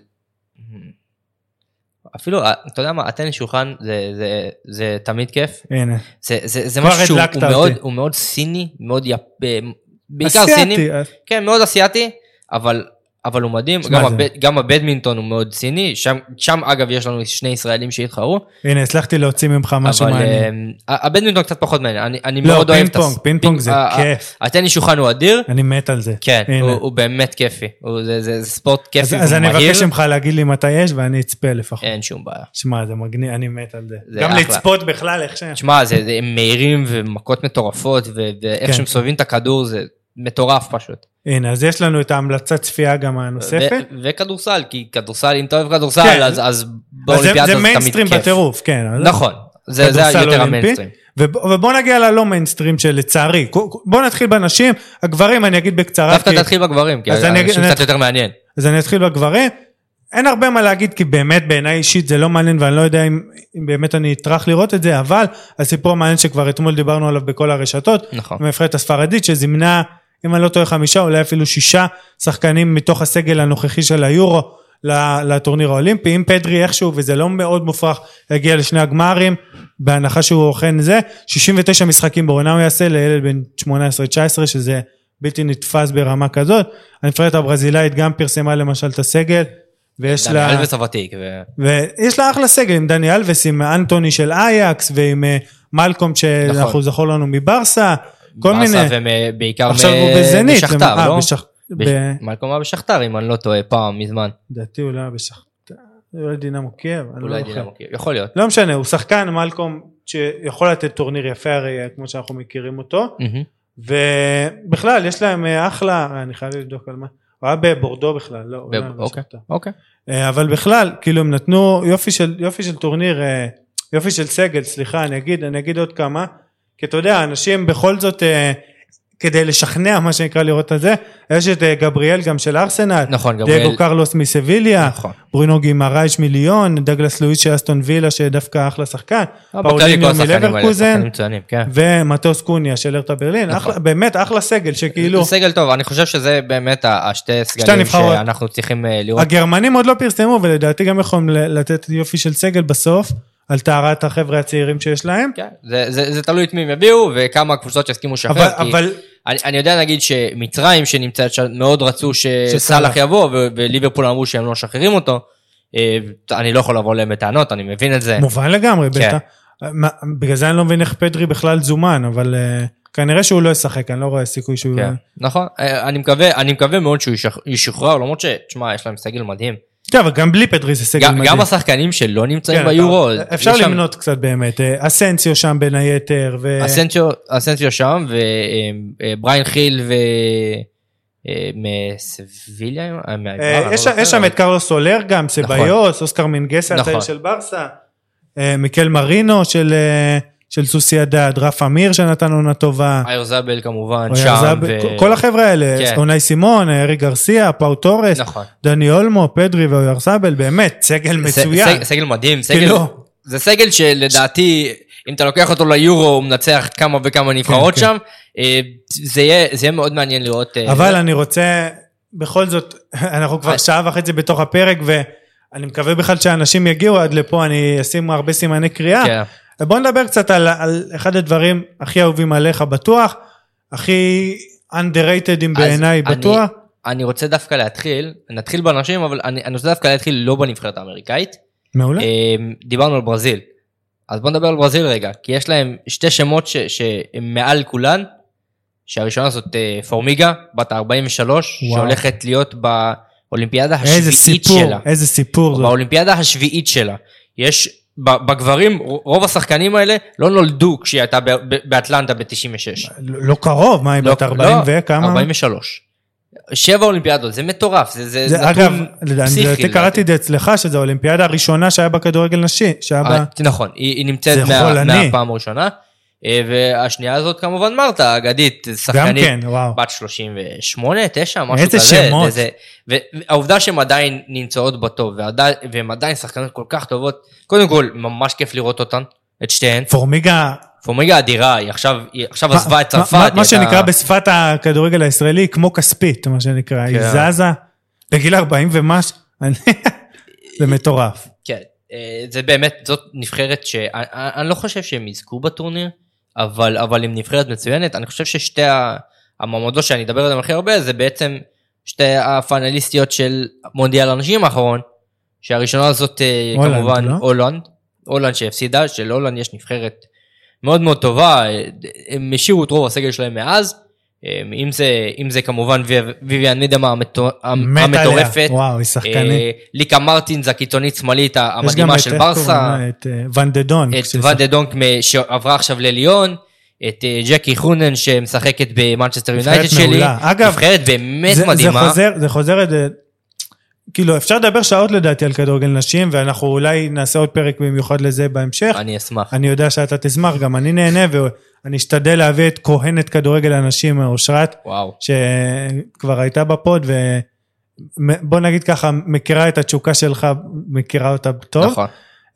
אפילו, אתה יודע מה, הטניס שולחן זה תמיד כיף. הנה. זה משהו שהוא מאוד סיני, מאוד בעיקר סיני. כן, מאוד אסיאתי, אבל... אבל הוא מדהים, גם, הב... גם הבדמינטון הוא מאוד סיני, שם, שם אגב יש לנו שני ישראלים שהתחרו. הנה, הצלחתי להוציא ממך משהו מעניין. אבל הבדמינטון קצת פחות מעניין, אני, אני לא, מאוד אוהב את... לא, פינג פונג, פינג פונג זה כיף. הטניס שולחן הוא אדיר. אני מת על זה. כן, הוא, הוא באמת כיפי, הוא, זה, זה, זה ספורט כיפי אז, אז אני מבקש ממך להגיד לי מתי יש, ואני אצפה לפחות. אין שום בעיה. שמע, זה מגניב, אני מת על זה. זה גם אחלה. לצפות בכלל, איך ש... שמע, זה, זה מהירים ומכות מטורפות, ואיך כן. שמסובבים את הכדור, זה מטורף פשוט. הנה, אז יש לנו את ההמלצת צפייה גם הנוספת. וכדורסל, כי כדורסל, אם אתה אוהב כדורסל, אז באולימפיאדה זה מיינסטרים בטירוף, כן. נכון, זה יותר המיינסטרים. ובוא נגיע ללא מיינסטרים שלצערי, בוא נתחיל בנשים, הגברים אני אגיד בקצרה. דווקא תתחיל בגברים, כי אנשים קצת יותר מעניין. אז אני אתחיל בגברים, אין הרבה מה להגיד, כי באמת בעיניי אישית זה לא מעניין, ואני לא יודע אם באמת אני אטרח לראות את זה, אבל הסיפור מעניין שכבר אתמול דיברנו עליו בכל הרשתות, מהנבחרת הספרדית שזימנה, אם אני לא טועה חמישה, אולי אפילו שישה שחקנים מתוך הסגל הנוכחי של היורו לטורניר האולימפי. אם פדרי איכשהו, וזה לא מאוד מופרך, יגיע לשני הגמרים, בהנחה שהוא אוכן זה, שישים ותשע משחקים בעונה הוא יעשה לילד בין שמונה עשרה תשע עשרה, שזה בלתי נתפס ברמה כזאת. הנבחרת הברזילאית גם פרסמה למשל את הסגל, ויש לה... דני אלווס הוותיק. ויש לה אחלה סגל, עם דני אלווס, עם אנטוני של אייקס, ועם מלקום שאנחנו זכור לנו מברסה, כל מיני... ובעיקר בשכתר, לא? מלקום היה בשכתר, אם אני לא טועה, פעם, מזמן. דעתי אולי היה בשכתר, אולי דינמו קייב. אולי דינמו קייב, יכול להיות. לא משנה, הוא שחקן, מלקום, שיכול לתת טורניר יפה, הרי כמו שאנחנו מכירים אותו, ובכלל, יש להם אחלה, אני חייב לבדוק על מה, הוא היה בבורדו בכלל, לא, אוקיי, אוקיי. אבל בכלל, כאילו הם נתנו יופי של טורניר, יופי של סגל, סליחה, אני אגיד, אני אגיד עוד כמה, כי אתה יודע, אנשים בכל זאת, כדי לשכנע מה שנקרא לראות את זה, יש את גבריאל גם של ארסנל, נכון, גבריאל. דייגו קרלוס מסביליה, נכון. ברונו גימרייש מיליון, דגלס לואיס של אסטון וילה, שדווקא אחלה שחקן, פאוליניו מלברקוזן, כן. ומטוס קוניה של ארטה ברלין, נכון. אחלה, באמת אחלה סגל, שכאילו... סגל טוב, אני חושב שזה באמת השתי סגלים שאנחנו צריכים לראות. הגרמנים עוד לא פרסמו, ולדעתי גם יכולים לתת יופי של סגל בסוף, על טהרת החבר'ה הצעירים שיש להם. כן, זה, זה, זה תלוי את מי הם יביאו, וכמה קבוצות שיסכימו שחרר, אבל, כי אבל... אני, אני יודע נגיד שמצרים שנמצאת מאוד רצו שסלח יבוא, וליברפול אמרו שהם לא שחררים אותו, אני לא יכול לבוא להם בטענות, אני מבין את זה. מובן לגמרי, כן. בטח. בגלל זה אני לא מבין איך פדרי בכלל זומן, אבל כנראה שהוא לא ישחק, אני לא רואה סיכוי שהוא... כן, נכון, אני מקווה, אני מקווה מאוד שהוא ישוחרר, למרות שתשמע, יש להם סגל מדהים. כן, אבל גם בלי פדרי זה סגל מדהים. גם השחקנים שלא נמצאים ביורו. אפשר למנות קצת באמת. אסנסיו שם בין היתר. אסנסיו שם, ובריין חיל ומסביליה. יש שם את קרלוס סולר גם, סביוס, אוסקר מינגסה, הצעיר של ברסה, מיקל מרינו של... של סוסיידד, רף אמיר שנתן עונה טובה. אייר זבל כמובן, שם. כל החבר'ה האלה, אונאי סימון, ארי גרסיה, פאו טורס, דני אולמו, פדרי ואייר זבל, באמת, סגל מצוין. סגל מדהים, זה סגל שלדעתי, אם אתה לוקח אותו ליורו, הוא מנצח כמה וכמה נבחרות שם, זה יהיה מאוד מעניין לראות. אבל אני רוצה, בכל זאת, אנחנו כבר שעה וחצי בתוך הפרק, ואני מקווה בכלל שאנשים יגיעו עד לפה, אני אשים הרבה סימני קריאה. בוא נדבר קצת על, על אחד הדברים הכי אהובים עליך בטוח, הכי underrated בעיניי בטוח. אני, אני רוצה דווקא להתחיל, נתחיל באנשים, אבל אני, אני רוצה דווקא להתחיל לא בנבחרת האמריקאית, מעולה. דיברנו על ברזיל, אז בוא נדבר על ברזיל רגע, כי יש להם שתי שמות שהם מעל כולן, שהראשונה זאת פורמיגה, בת ארבעים ושלוש, שהולכת להיות באולימפיאדה השביעית שלה. איזה סיפור. באולימפיאדה השביעית שלה. יש, בגברים, רוב השחקנים האלה לא נולדו כשהיא הייתה באטלנטה ב-תשעים ושש. לא קרוב, מה היא בת ארבעים וכמה? ארבעים ושלוש. שבע אולימפיאדות, זה מטורף, זה, זה, זה אגב, נתון פסיכי. אני קראתי את זה אצלך, שזו האולימפיאדה הראשונה שהיה בכדורגל נשי. בה... נכון, היא, היא נמצאת מה, מהפעם הראשונה, והשנייה הזאת כמובן מרתה, אגדית, שחקנית, כן, בת שלושים ושמונה, תשע, משהו איזה כזה. שמות. וזה, והעובדה שהן עדיין נמצאות בטוב, והן עדיין שחקנות כל כך טובות, קודם כל, ממש כיף לראות אותן, את שתיהן. פורמיגה... פורמיגה אדירה, היא עכשיו, היא עכשיו עזבה את צרפת. מה, מה שנקרא בשפת הכדורגל הישראלי, כמו כספית, מה שנקרא, היא זזה, בגיל ארבעים ומש, זה מטורף. כן, זה באמת, זאת נבחרת שאני לא חושב שהם יזכו בטורניר, אבל, אבל עם נבחרת מצוינת, אני חושב ששתי המעמדות שאני אדבר עליהן הכי הרבה, זה בעצם שתי הפאנליסטיות של מונדיאל הנשים האחרון, שהראשונה הזאת כמובן הולנד, הולנד שהפסידה, של הולנד יש נבחרת מאוד מאוד טובה, הם השאירו את רוב הסגל שלהם מאז, אם זה, אם זה כמובן ויויאן מידמה המטורפת, וואו, היא שחקנית. ליקה מרטינס, הקיצונית שמאלית המדהימה של ברסה, את ון דה דונק, את ון דה דונק שעברה עכשיו לליון, את ג'קי חונן שמשחקת במנצ'סטר יונייטד שלי, נבחרת באמת מדהימה. זה חוזר את זה, כאילו אפשר לדבר שעות לדעתי על כדורגל נשים, ואנחנו אולי נעשה עוד פרק במיוחד לזה בהמשך. אני אשמח. אני יודע שאתה תשמח, גם אני נהנה, ואני אשתדל להביא את כהנת כדורגל הנשים, אושרת, וואו. שכבר הייתה בפוד, ובוא נגיד ככה, מכירה את התשוקה שלך, מכירה אותה טוב. נכון.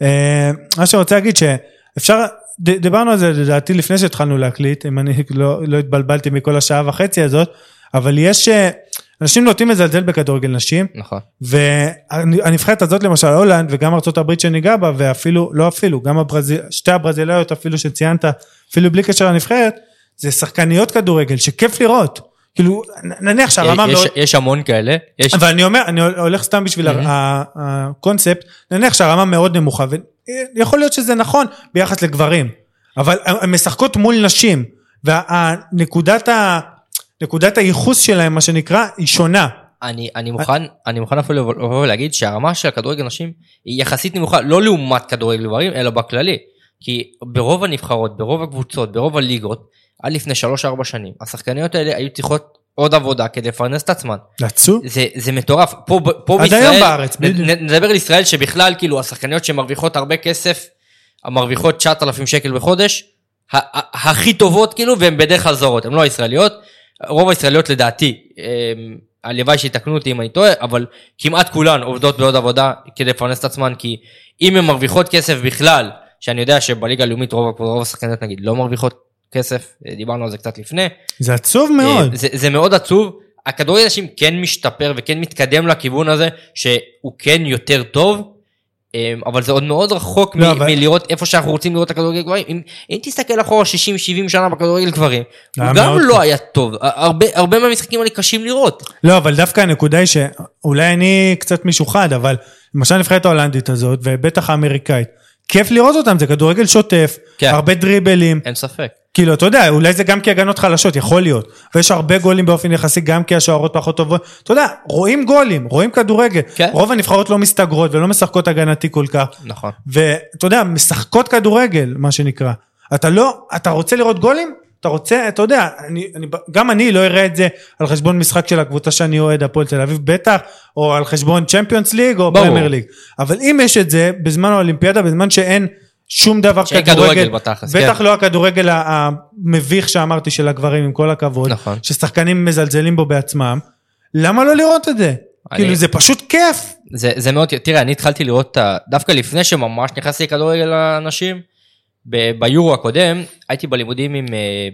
מה שרוצה להגיד שאפשר, דיברנו על זה לדעתי לפני שהתחלנו להקליט, אם אני לא, לא התבלבלתי מכל השעה וחצי הזאת, אבל יש... אנשים נוטים לזלזל בכדורגל נשים, נכון. והנבחרת הזאת למשל הולנד, וגם ארצות הברית שניגע בה, ואפילו, לא אפילו, גם הברזיל, שתי הברזילאיות אפילו שציינת, אפילו בלי קשר לנבחרת, זה שחקניות כדורגל, שכיף לראות, כאילו, נניח שהרמה יש, מאוד... יש המון כאלה. יש... אבל אני אומר, אני הולך סתם בשביל mm-hmm. הקונספט, נניח שהרמה מאוד נמוכה, ויכול להיות שזה נכון ביחס לגברים, אבל הן משחקות מול נשים, והנקודת ה... נקודת הייחוס שלהם, מה שנקרא, היא שונה. אני, אני מוכן, אני מוכן אפילו לבוא ולהגיד שהרמה של הכדורגל נשים היא יחסית נמוכה, לא לעומת כדורגל גברים, אלא בכללי. כי ברוב הנבחרות, ברוב הקבוצות, ברוב הליגות, עד לפני שלוש ארבע שנים, השחקניות האלה היו צריכות עוד עבודה כדי לפרנס את עצמן. לצו? זה, זה מטורף. פה, פה עד היום בארץ. נ, נדבר על ישראל שבכלל, כאילו, השחקניות שמרוויחות הרבה כסף, המרוויחות תשעת אלפים שקל בחודש, הכי טובות, כאילו, והן בדרך כלל זרות, הן לא הישראליות. רוב הישראליות לדעתי, הלוואי שיתקנו אותי אם אני טועה, אבל כמעט כולן עובדות בעוד עבודה כדי לפרנס את עצמן, כי אם הן מרוויחות כסף בכלל, שאני יודע שבליגה הלאומית רוב, רוב השחקניות נגיד לא מרוויחות כסף, דיברנו על זה קצת לפני. זה עצוב מאוד. זה, זה מאוד עצוב, הכדורגל נשים כן משתפר וכן מתקדם לכיוון הזה, שהוא כן יותר טוב, אבל זה עוד מאוד רחוק לא, מ- אבל... מלראות איפה שאנחנו רוצים לראות את הכדורגל גברים. אם, אם תסתכל אחורה שישים שבעים שנה בכדורגל גברים, הוא גם לא טוב. היה טוב. הרבה, הרבה מהמשחקים האלה קשים לראות. לא, אבל דווקא הנקודה היא שאולי אני קצת משוחד, אבל למשל נבחרת ההולנדית הזאת, ובטח האמריקאית, כיף לראות אותם, זה כדורגל שוטף, כן. הרבה דריבלים. אין ספק. כאילו, אתה יודע, אולי זה גם כי הגנות חלשות, יכול להיות. ויש הרבה גולים באופן יחסי, גם כי השוערות פחות טובות. אתה יודע, רואים גולים, רואים כדורגל. כן. רוב הנבחרות לא מסתגרות ולא משחקות הגנתי כל כך. נכון. ואתה יודע, משחקות כדורגל, מה שנקרא. אתה לא, אתה רוצה לראות גולים? אתה רוצה, אתה יודע, אני, אני, גם אני לא אראה את זה על חשבון משחק של הקבוצה שאני אוהד, הפועל תל אביב, בטח, או על חשבון צ'מפיונס ליג או פרמייר ליג. אבל אם יש את זה, בזמן האולימפיאדה, בזמן שאין שום דבר כדורגל, בטח כן. לא הכדורגל המביך שאמרתי של הגברים, עם כל הכבוד, נכון. ששחקנים מזלזלים בו בעצמם, למה לא לראות את זה? אני... כאילו זה פשוט כיף. זה, זה מאוד, תראה, אני התחלתי לראות, דווקא לפני שממש נכנסתי לכדורגל האנשים, ב- ביורו הקודם, הייתי בלימודים עם,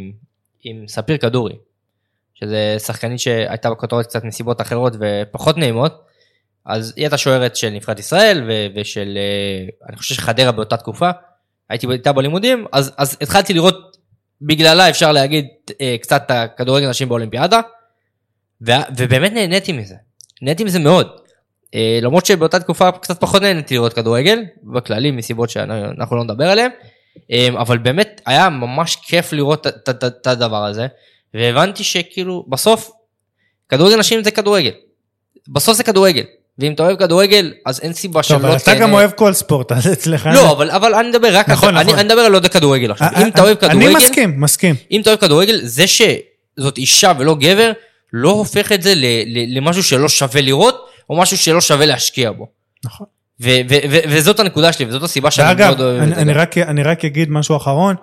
עם ספיר כדורי, שזה שחקנית שהייתה בכותרות קצת מסיבות אחרות ופחות נעימות, אז היא הייתה שוערת של נבחרת ישראל, ו- ושל, אני חושב שחדרה באותה תקופה, הייתי איתה בלימודים, אז, אז התחלתי לראות, בגללה אפשר להגיד, קצת הכדורגל נשים באולימפיאדה, ו- ובאמת נהניתי מזה, נהניתי מזה מאוד, למרות שבאותה תקופה קצת פחות נהניתי לראות כדורגל, בכללי מסיבות שאנחנו לא נדבר עליהם, אבל באמת היה ממש כיף לראות את הדבר הזה, והבנתי שכאילו בסוף, כדורגל נשים זה כדורגל, בסוף זה כדורגל, ואם אתה אוהב כדורגל, אז אין סיבה שלא תהנה. אתה גם אוהב כל ספורט, אז אצלך... לא, אבל אני מדבר רק, אני מדבר על עוד הכדורגל עכשיו, אם אתה אוהב כדורגל... אני מסכים, מסכים. אם אתה אוהב כדורגל, זה שזאת אישה ולא גבר, לא הופך את זה למשהו שלא שווה לראות, או משהו שלא שווה להשקיע בו. נכון. וזאת הנקודה שלי, וזאת הסיבה שאני מאוד אוהב את זה. אני רק אגיד משהו אחרון,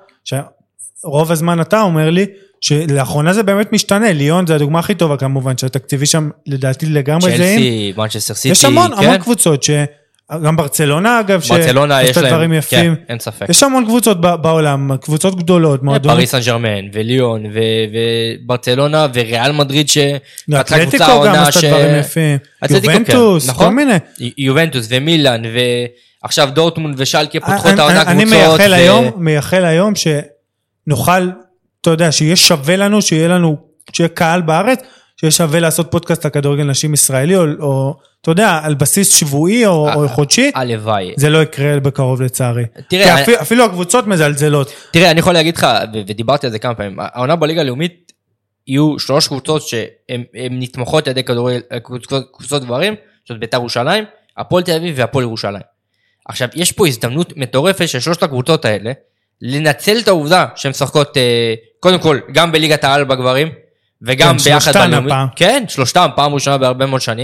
שרוב הזמן אתה אומר לי, שלאחרונה זה באמת משתנה, ליון זה הדוגמה הכי טובה כמובן, שהתקציבי שם לדעתי לגמרי זהים. צ'לסי, מנצ'סטר סיטי, יש המון, המון קבוצות, גם ברצלונה אגב, ברצלונה יש להם, כן, אין ספק. יש המון קבוצות בעולם, קבוצות גדולות, פריס סן ז'רמן, וליון, וברצלונה, וריאל מדריד, אתלטיקו גם עשתה דברים יפים, יובנטוס, כל מיני. יובנטוס ומילאן, ועכשיו דורטמונד ושלקה פותחות העונה קבוצות. אני מייחל היום שנוכל, אתה יודע, שיהיה שווה לנו, שיהיה לנו, שיהיה קהל בארץ, שיהיה שווה לעשות פודקאסט לכדורגל נשים ישראלי, או, או אתה יודע, על בסיס שבועי או, או חודשי. הלוואי. זה לא יקרה בקרוב לצערי. תראה, כי אני... אפילו, אפילו הקבוצות מזלזלות. תראה, אני יכול להגיד לך, ודיברתי על זה כמה פעמים, העונה בליגה הלאומית, יהיו שלוש קבוצות שהן נתמכות על ידי כדורגל, קבוצות דברים, זאת בית"ר ירושלים, הפועל תל אביב והפועל ירושלים. עכשיו, יש פה הזדמנות מטורפת של שלושת הקבוצות האלה, לנצל את העובדה שהן משחקות, קודם כל, גם בליגת העל בגברים, וגם כן, ביחד בלאומית. הפעם. כן, שלושתם, פעם ראשונה בהרבה מאוד שנים,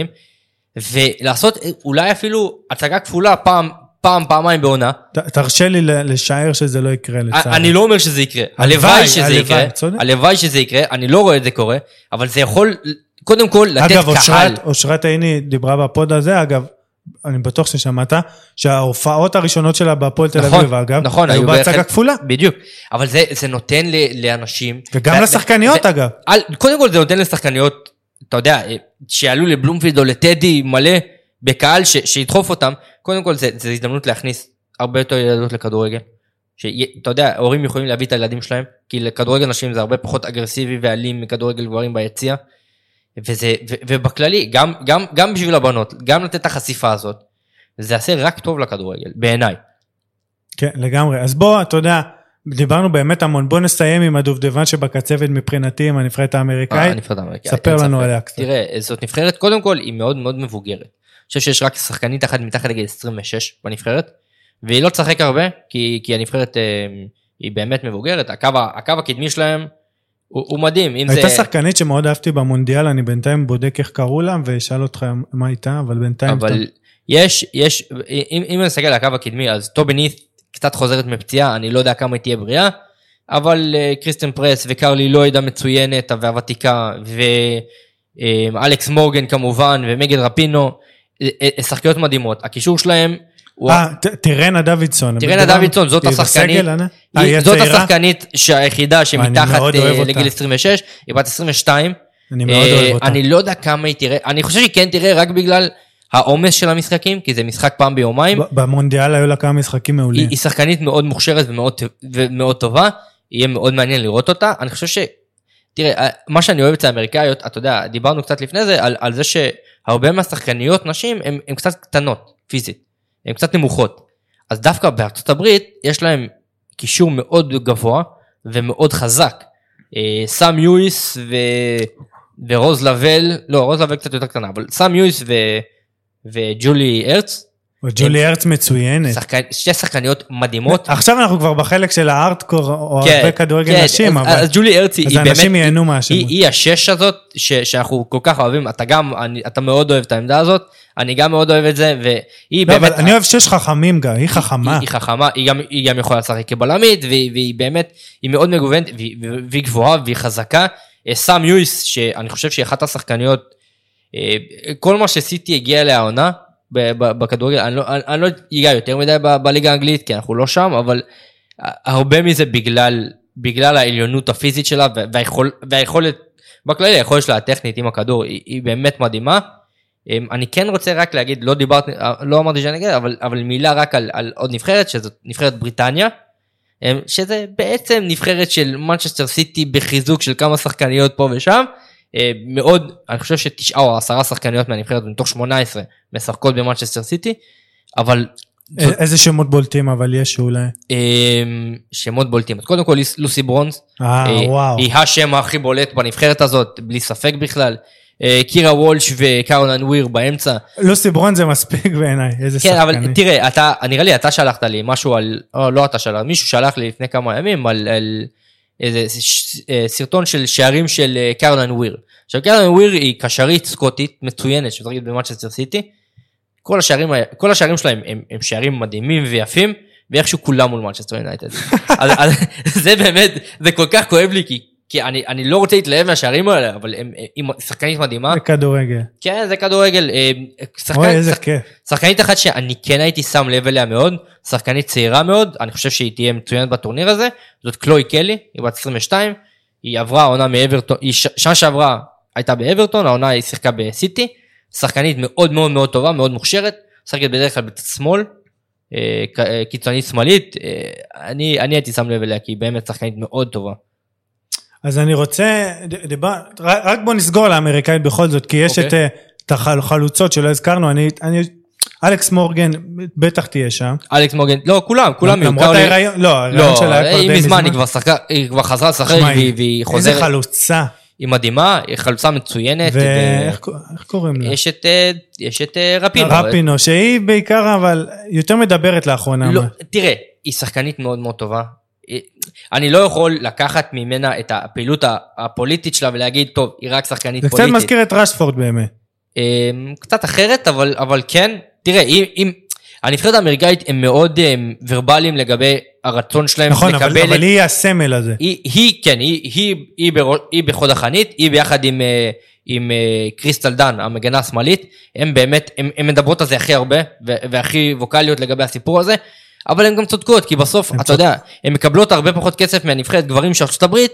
ולעשות אולי אפילו הצגה כפולה פעם, פעם, פעמיים בעונה. ת, תרשה לי לשער שזה לא יקרה לצער. אני לא אומר שזה יקרה. הלוואי שזה יקרה. הלוואי שזה יקרה, אני לא רואה את זה קורה, אבל זה יכול, קודם כל, לתת אגב, קהל. אגב, אושרת עיני דיברה בפוד הזה, אגב, אני בטוח ששמעת, שההופעות הראשונות שלה בהפועל תל אביב, אגב, נכון, היו בהצגה כפולה. בדיוק, אבל זה, זה נותן לאנשים... וגם לשחקניות, אגב. קודם כל זה נותן לשחקניות, אתה יודע, שיעלו לבלומפילד או לטדי מלא, בקהל שידחוף אותם, קודם כל זה, זה הזדמנות להכניס הרבה יותר ילדות לכדורגל. שאתה יודע, הורים יכולים להביא את הילדים שלהם, כי לכדורגל נשים זה הרבה פחות אגרסיבי ואלים מכדורגל גברים ביציע. וזה, ו, ובכללי, גם, גם, גם בשביל הבנות, גם לתת את החשיפה הזאת, זה יעשה רק טוב לכדורגל, בעיניי. כן, לגמרי. אז בוא, אתה יודע, דיברנו באמת המון, בוא נסיים עם הדובדבן שבקצבת מבחינתי, עם הנבחרת האמריקאית. הנבחרת האמריקאית. ספר לנו עליה קצת. תראה, זאת נבחרת, קודם כל, היא מאוד מאוד מבוגרת. אני חושב שיש רק שחקנית אחת מתחת לגיל עשרים ושש בנבחרת, והיא לא תשחק הרבה, כי, כי הנבחרת היא באמת מבוגרת. הקו, הקו הקדמי שלהם, הוא, הוא מדהים. הייתה זה... שחקנית שמאוד אהבתי במונדיאל, אני בינתיים בודק איך קראו לה, ושאל אותך מה הייתה, אבל בינתיים... אבל אתה... יש, יש, אם, אם נסתכל על הקו הקדמי, אז טובי נית' קצת חוזרת מפציעה, אני לא יודע כמה היא תהיה בריאה, אבל uh, קריסטן פרס וקרלי לויד המצוינת, והוותיקה, ואלכס מורגן כמובן, ומגד רפינו, שחקיות מדהימות. הקישור שלהם... אה, טירנה דוידסון. טירנה דוידסון, זאת השחקנית, זאת השחקנית היחידה שמתחת לגיל עשרים ושש, היא בת עשרים ושתיים. אני מאוד אוהב אותה. אני לא יודע כמה היא תראה, אני חושב שהיא כן תראה רק בגלל העומס של המשחקים, כי זה משחק פעם ביומיים. במונדיאל היו לה כמה משחקים מעולים. היא שחקנית מאוד מוכשרת ומאוד טובה, יהיה מאוד מעניין לראות אותה. אני חושב ש... תראה, מה שאני אוהב אצל האמריקאיות, אתה יודע, דיברנו קצת לפני זה, על, על זה שהרבה מהשחקניות נשים, הן קצת קטנות, פיזית. הן קצת נמוכות. אז דווקא בארצות הברית, יש להם קישור מאוד גבוה, ומאוד חזק. סם יויס ו... ורוז לבל, לא, רוז לבל קצת יותר קטנה, אבל סם יויס ו... וג'ולי ארץ. וג'ולי ארץ מצוינת. שחקן... שתי שחקניות מדהימות. עכשיו אנחנו כבר בחלק של הארטקור, או כן, הרבה כדורגל כן, נשים, אז, אבל... אז ג'ולי ארץ היא באמת... אז אנשים ייהנו מהשמות. היא, היא השש הזאת, ש... שאנחנו כל כך אוהבים, אתה גם, אני, אתה מאוד אוהב את העמדה הזאת, אני גם מאוד אוהב את זה, והיא לא, באמת... אני אוהב שש חכמים גם, היא חכמה. היא, היא חכמה, היא גם, היא גם יכולה לשחק כבלמית, והיא, והיא באמת, היא מאוד מגוונת, והיא, והיא גבוהה, והיא חזקה. סם יויס, שאני חושב שהיא אחת השחקניות, כל מה שסיטי הגיע לעונה, בכדורגל, אני לא, אני לא אגיע יותר מדי בליגה האנגלית, כי אנחנו לא שם, אבל הרבה מזה בגלל, בגלל העליונות הפיזית שלה, והיכול, והיכולת, בכללי, היכולת שלה הטכנית עם הכדור, היא, היא באמת מדהימה. אני כן רוצה רק להגיד, לא דיברתי, לא אמרתי שאני אגיד, אבל, אבל מילה רק על, על עוד נבחרת, שזאת נבחרת בריטניה, שזה בעצם נבחרת של מנצ'סטר סיטי בחיזוק של כמה שחקניות פה ושם, מאוד, אני חושב שתשעה או עשרה שחקניות מהנבחרת, מתוך שמונה עשרה, משחקות במנצ'סטר סיטי, אבל... איזה שמות בולטים אבל יש אולי? שמות בולטים. קודם כל לוסי ברונס, היא השם הכי בולט בנבחרת הזאת, בלי ספק בכלל. קירה וולש וקרולין וויר באמצע. לוסי ברונס זה מספיק בעיניי, איזה שחקנית. כן, אבל תראה, אתה, נראה לי, אתה שלחת לי משהו על, או לא אתה שלחת, מישהו שלח לי לפני כמה ימים על, על איזה סרטון של שערים של קרולין וויר. עכשיו, קרולין וויר היא קשרית סקוטית מצוינת, שמשחקת במנצ'סטר סיטי. כל השערים, כל השערים שלהם הם, הם שערים מדהימים ויפים, ואיכשהו כולם מול מנצ'סטר יונייטד. אז, אז זה באמת, זה כל כך כואב לי, כי, כי אני, אני לא רוצה להתלהב מהשערים האלה, אבל הם, הם שחקנית מדהימה. זה כדורגל. כן, זה כדורגל. שחקנית, אוי, איזה כיף. שחקנית אחת שאני כן הייתי שם לב אליה מאוד, שחקנית צעירה מאוד, אני חושב שהיא תהיה מצוינת בטורניר הזה, זאת קלוי קלי, היא בת עשרים ושתיים, היא עברה העונה מאברטון, היא שנה שעברה הייתה באברטון, העונה היא שיחקה בסיטי, שחקנית מאוד מאוד מאוד טובה, מאוד מוכשרת, שחקת בדרך כלל בצד שמאל, קיצונית שמאלית, אני, אני הייתי שם לב אליה, כי היא באמת שחקנית מאוד טובה. אז אני רוצה, דבר, רק בוא נסגור לאמריקאית בכל זאת, כי יש okay. את, את החלוצות שלא הזכרנו, אני, אני, אלכס מורגן בטח תהיה שם. אלכס מורגן, לא, כולם, כולם. למרות ההיריון, לא, ההיריון שלה היה כבר די מזמן. היא כבר שחקה, היא כבר חזרה לשחק, והיא חוזרת. איזה חלוצה. היא מדהימה, היא חלוצה מצוינת. ואיך קוראים לה? יש את, יש את רפינו. רפינו, שהיא בעיקר, אבל יותר מדברת לאחרונה. לא, תראה, היא שחקנית מאוד מאוד טובה. אני לא יכול לקחת ממנה את הפעילות הפוליטית שלה ולהגיד, טוב, היא רק שחקנית פוליטית. זה קצת מזכיר את רשפורד באמת. קצת אחרת, אבל, אבל כן, תראה, אם, הנבחרת האמריקאית הם מאוד ורבליים לגבי הרצון שלהם נכון, לקבל... נכון, אבל, אבל היא הסמל הזה. היא, היא כן, היא, היא, היא, בראש, היא בחוד החנית, היא ביחד עם, עם קריסטל דן, המגנה השמאלית, הם באמת, הם, הם מדברות על זה הכי הרבה, והכי ווקליות לגבי הסיפור הזה, אבל הן גם צודקות, כי בסוף, אתה יודע, הן מקבלות הרבה פחות כסף מהנבחרת גברים של ארצות הברית,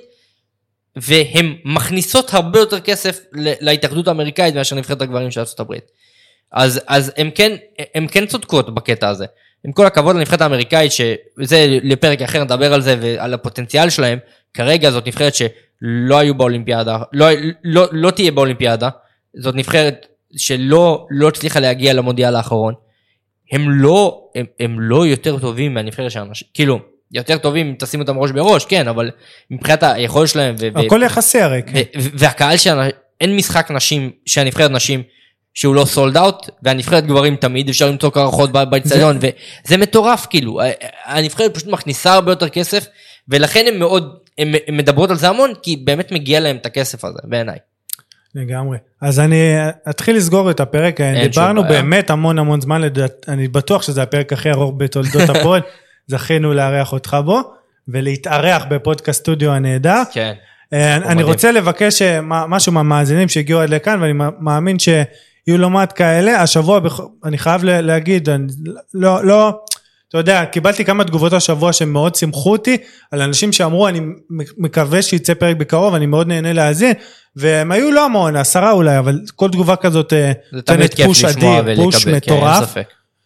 והן מכניסות הרבה יותר כסף להתאחדות האמריקאית מאשר נבחרת הגברים של ארצות הברית. אז, אז הן כן, הן כן צודקות בקטע הזה. עם כל הכבוד לנבחרת האמריקאית, שזה לפרק אחר נדבר על זה ועל הפוטנציאל שלהם, כרגע זאת נבחרת שלא היו באולימפיאדה, לא, לא, לא תהיה באולימפיאדה, זאת נבחרת שלא לא הצליחה להגיע למונדיאל האחרון, הם לא, הם, הם לא יותר טובים מהנבחרת של אנשים, כאילו, יותר טובים אם תשים אותם ראש בראש, כן, אבל מבחינת היכולת שלהם, ו- הכל יחסי הרי, כן. ו- ו- והקהל שלנו, אין משחק נשים, שהנבחרת נשים, שהוא לא סולד אאוט, והנבחרת גברים תמיד אפשר למצוא קרחות באצטדיון, וזה מטורף, כאילו, הנבחרת פשוט מכניסה הרבה יותר כסף, ולכן הם מאוד, הם, הם מדברות על זה המון, כי באמת מגיע להם את הכסף הזה, בעיניי. לגמרי. אז אני אתחיל לסגור את הפרק, דיברנו באמת המון המון זמן, אני בטוח שזה הפרק הכי ארוך בתולדות הפוד, זכינו לארח אותך בו, ולהתארח בפודקאסט סטודיו הנהדר. כן. אני רוצה לבקש משהו מהמאזינים שהגיעו עד לכאן, ואני מאמין שיהיו לא מעט כאלה. השבוע, אני חייב להגיד, לא, לא, אתה יודע, קיבלתי כמה תגובות השבוע שמאוד שמחו אותי, על אנשים שאמרו, אני מקווה שיצא פרק בקרוב, אני מאוד נהנה להאזין, והם היו לא המון, עשרה אולי, אבל כל תגובה כזאת, תנת פוש אדיר, פוש מטורף.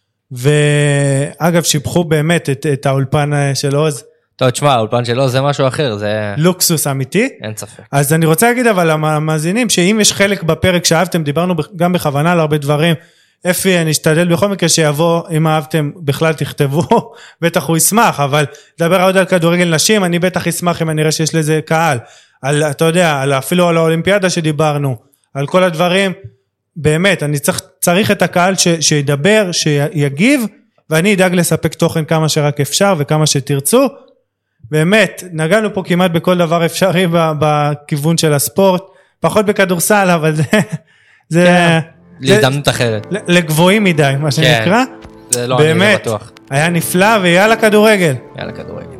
ואגב, שיבחו באמת את, את האולפן של עוז. טוב, תשמע, האולפן שלו זה משהו אחר, זה... לוקסוס אמיתי. אין ספק. אז אני רוצה להגיד אבל למאזינים, שאם יש חלק בפרק שאהבתם, דיברנו גם בכוונה על הרבה דברים, אפי, אני אשתדל בכל מקרה שיבוא, אם אהבתם, בכלל תכתבו, בטח הוא ישמח, אבל דבר עוד על כדורגל נשים, אני בטח אשמח אם אני אראה שיש לזה קהל, על, אתה יודע, על, אפילו על האולימפיאדה שדיברנו, על כל הדברים, באמת, אני צריך, צריך את הקהל ש, שידבר, שיגיב, ואני אדאג לספק תוכן כמה שרק אפשר, וכמה שתרצו, באמת, נגענו פה כמעט בכל דבר אפשרי, בכיוון של הספורט, פחות בכדורסל, אבל זה... זה להזדמנות אחרת. לגבוהים מדי, מה שנקרא. זה לא, אני לא בטוח. היה נפלא, ויאללה כדורגל. יאללה כדורגל.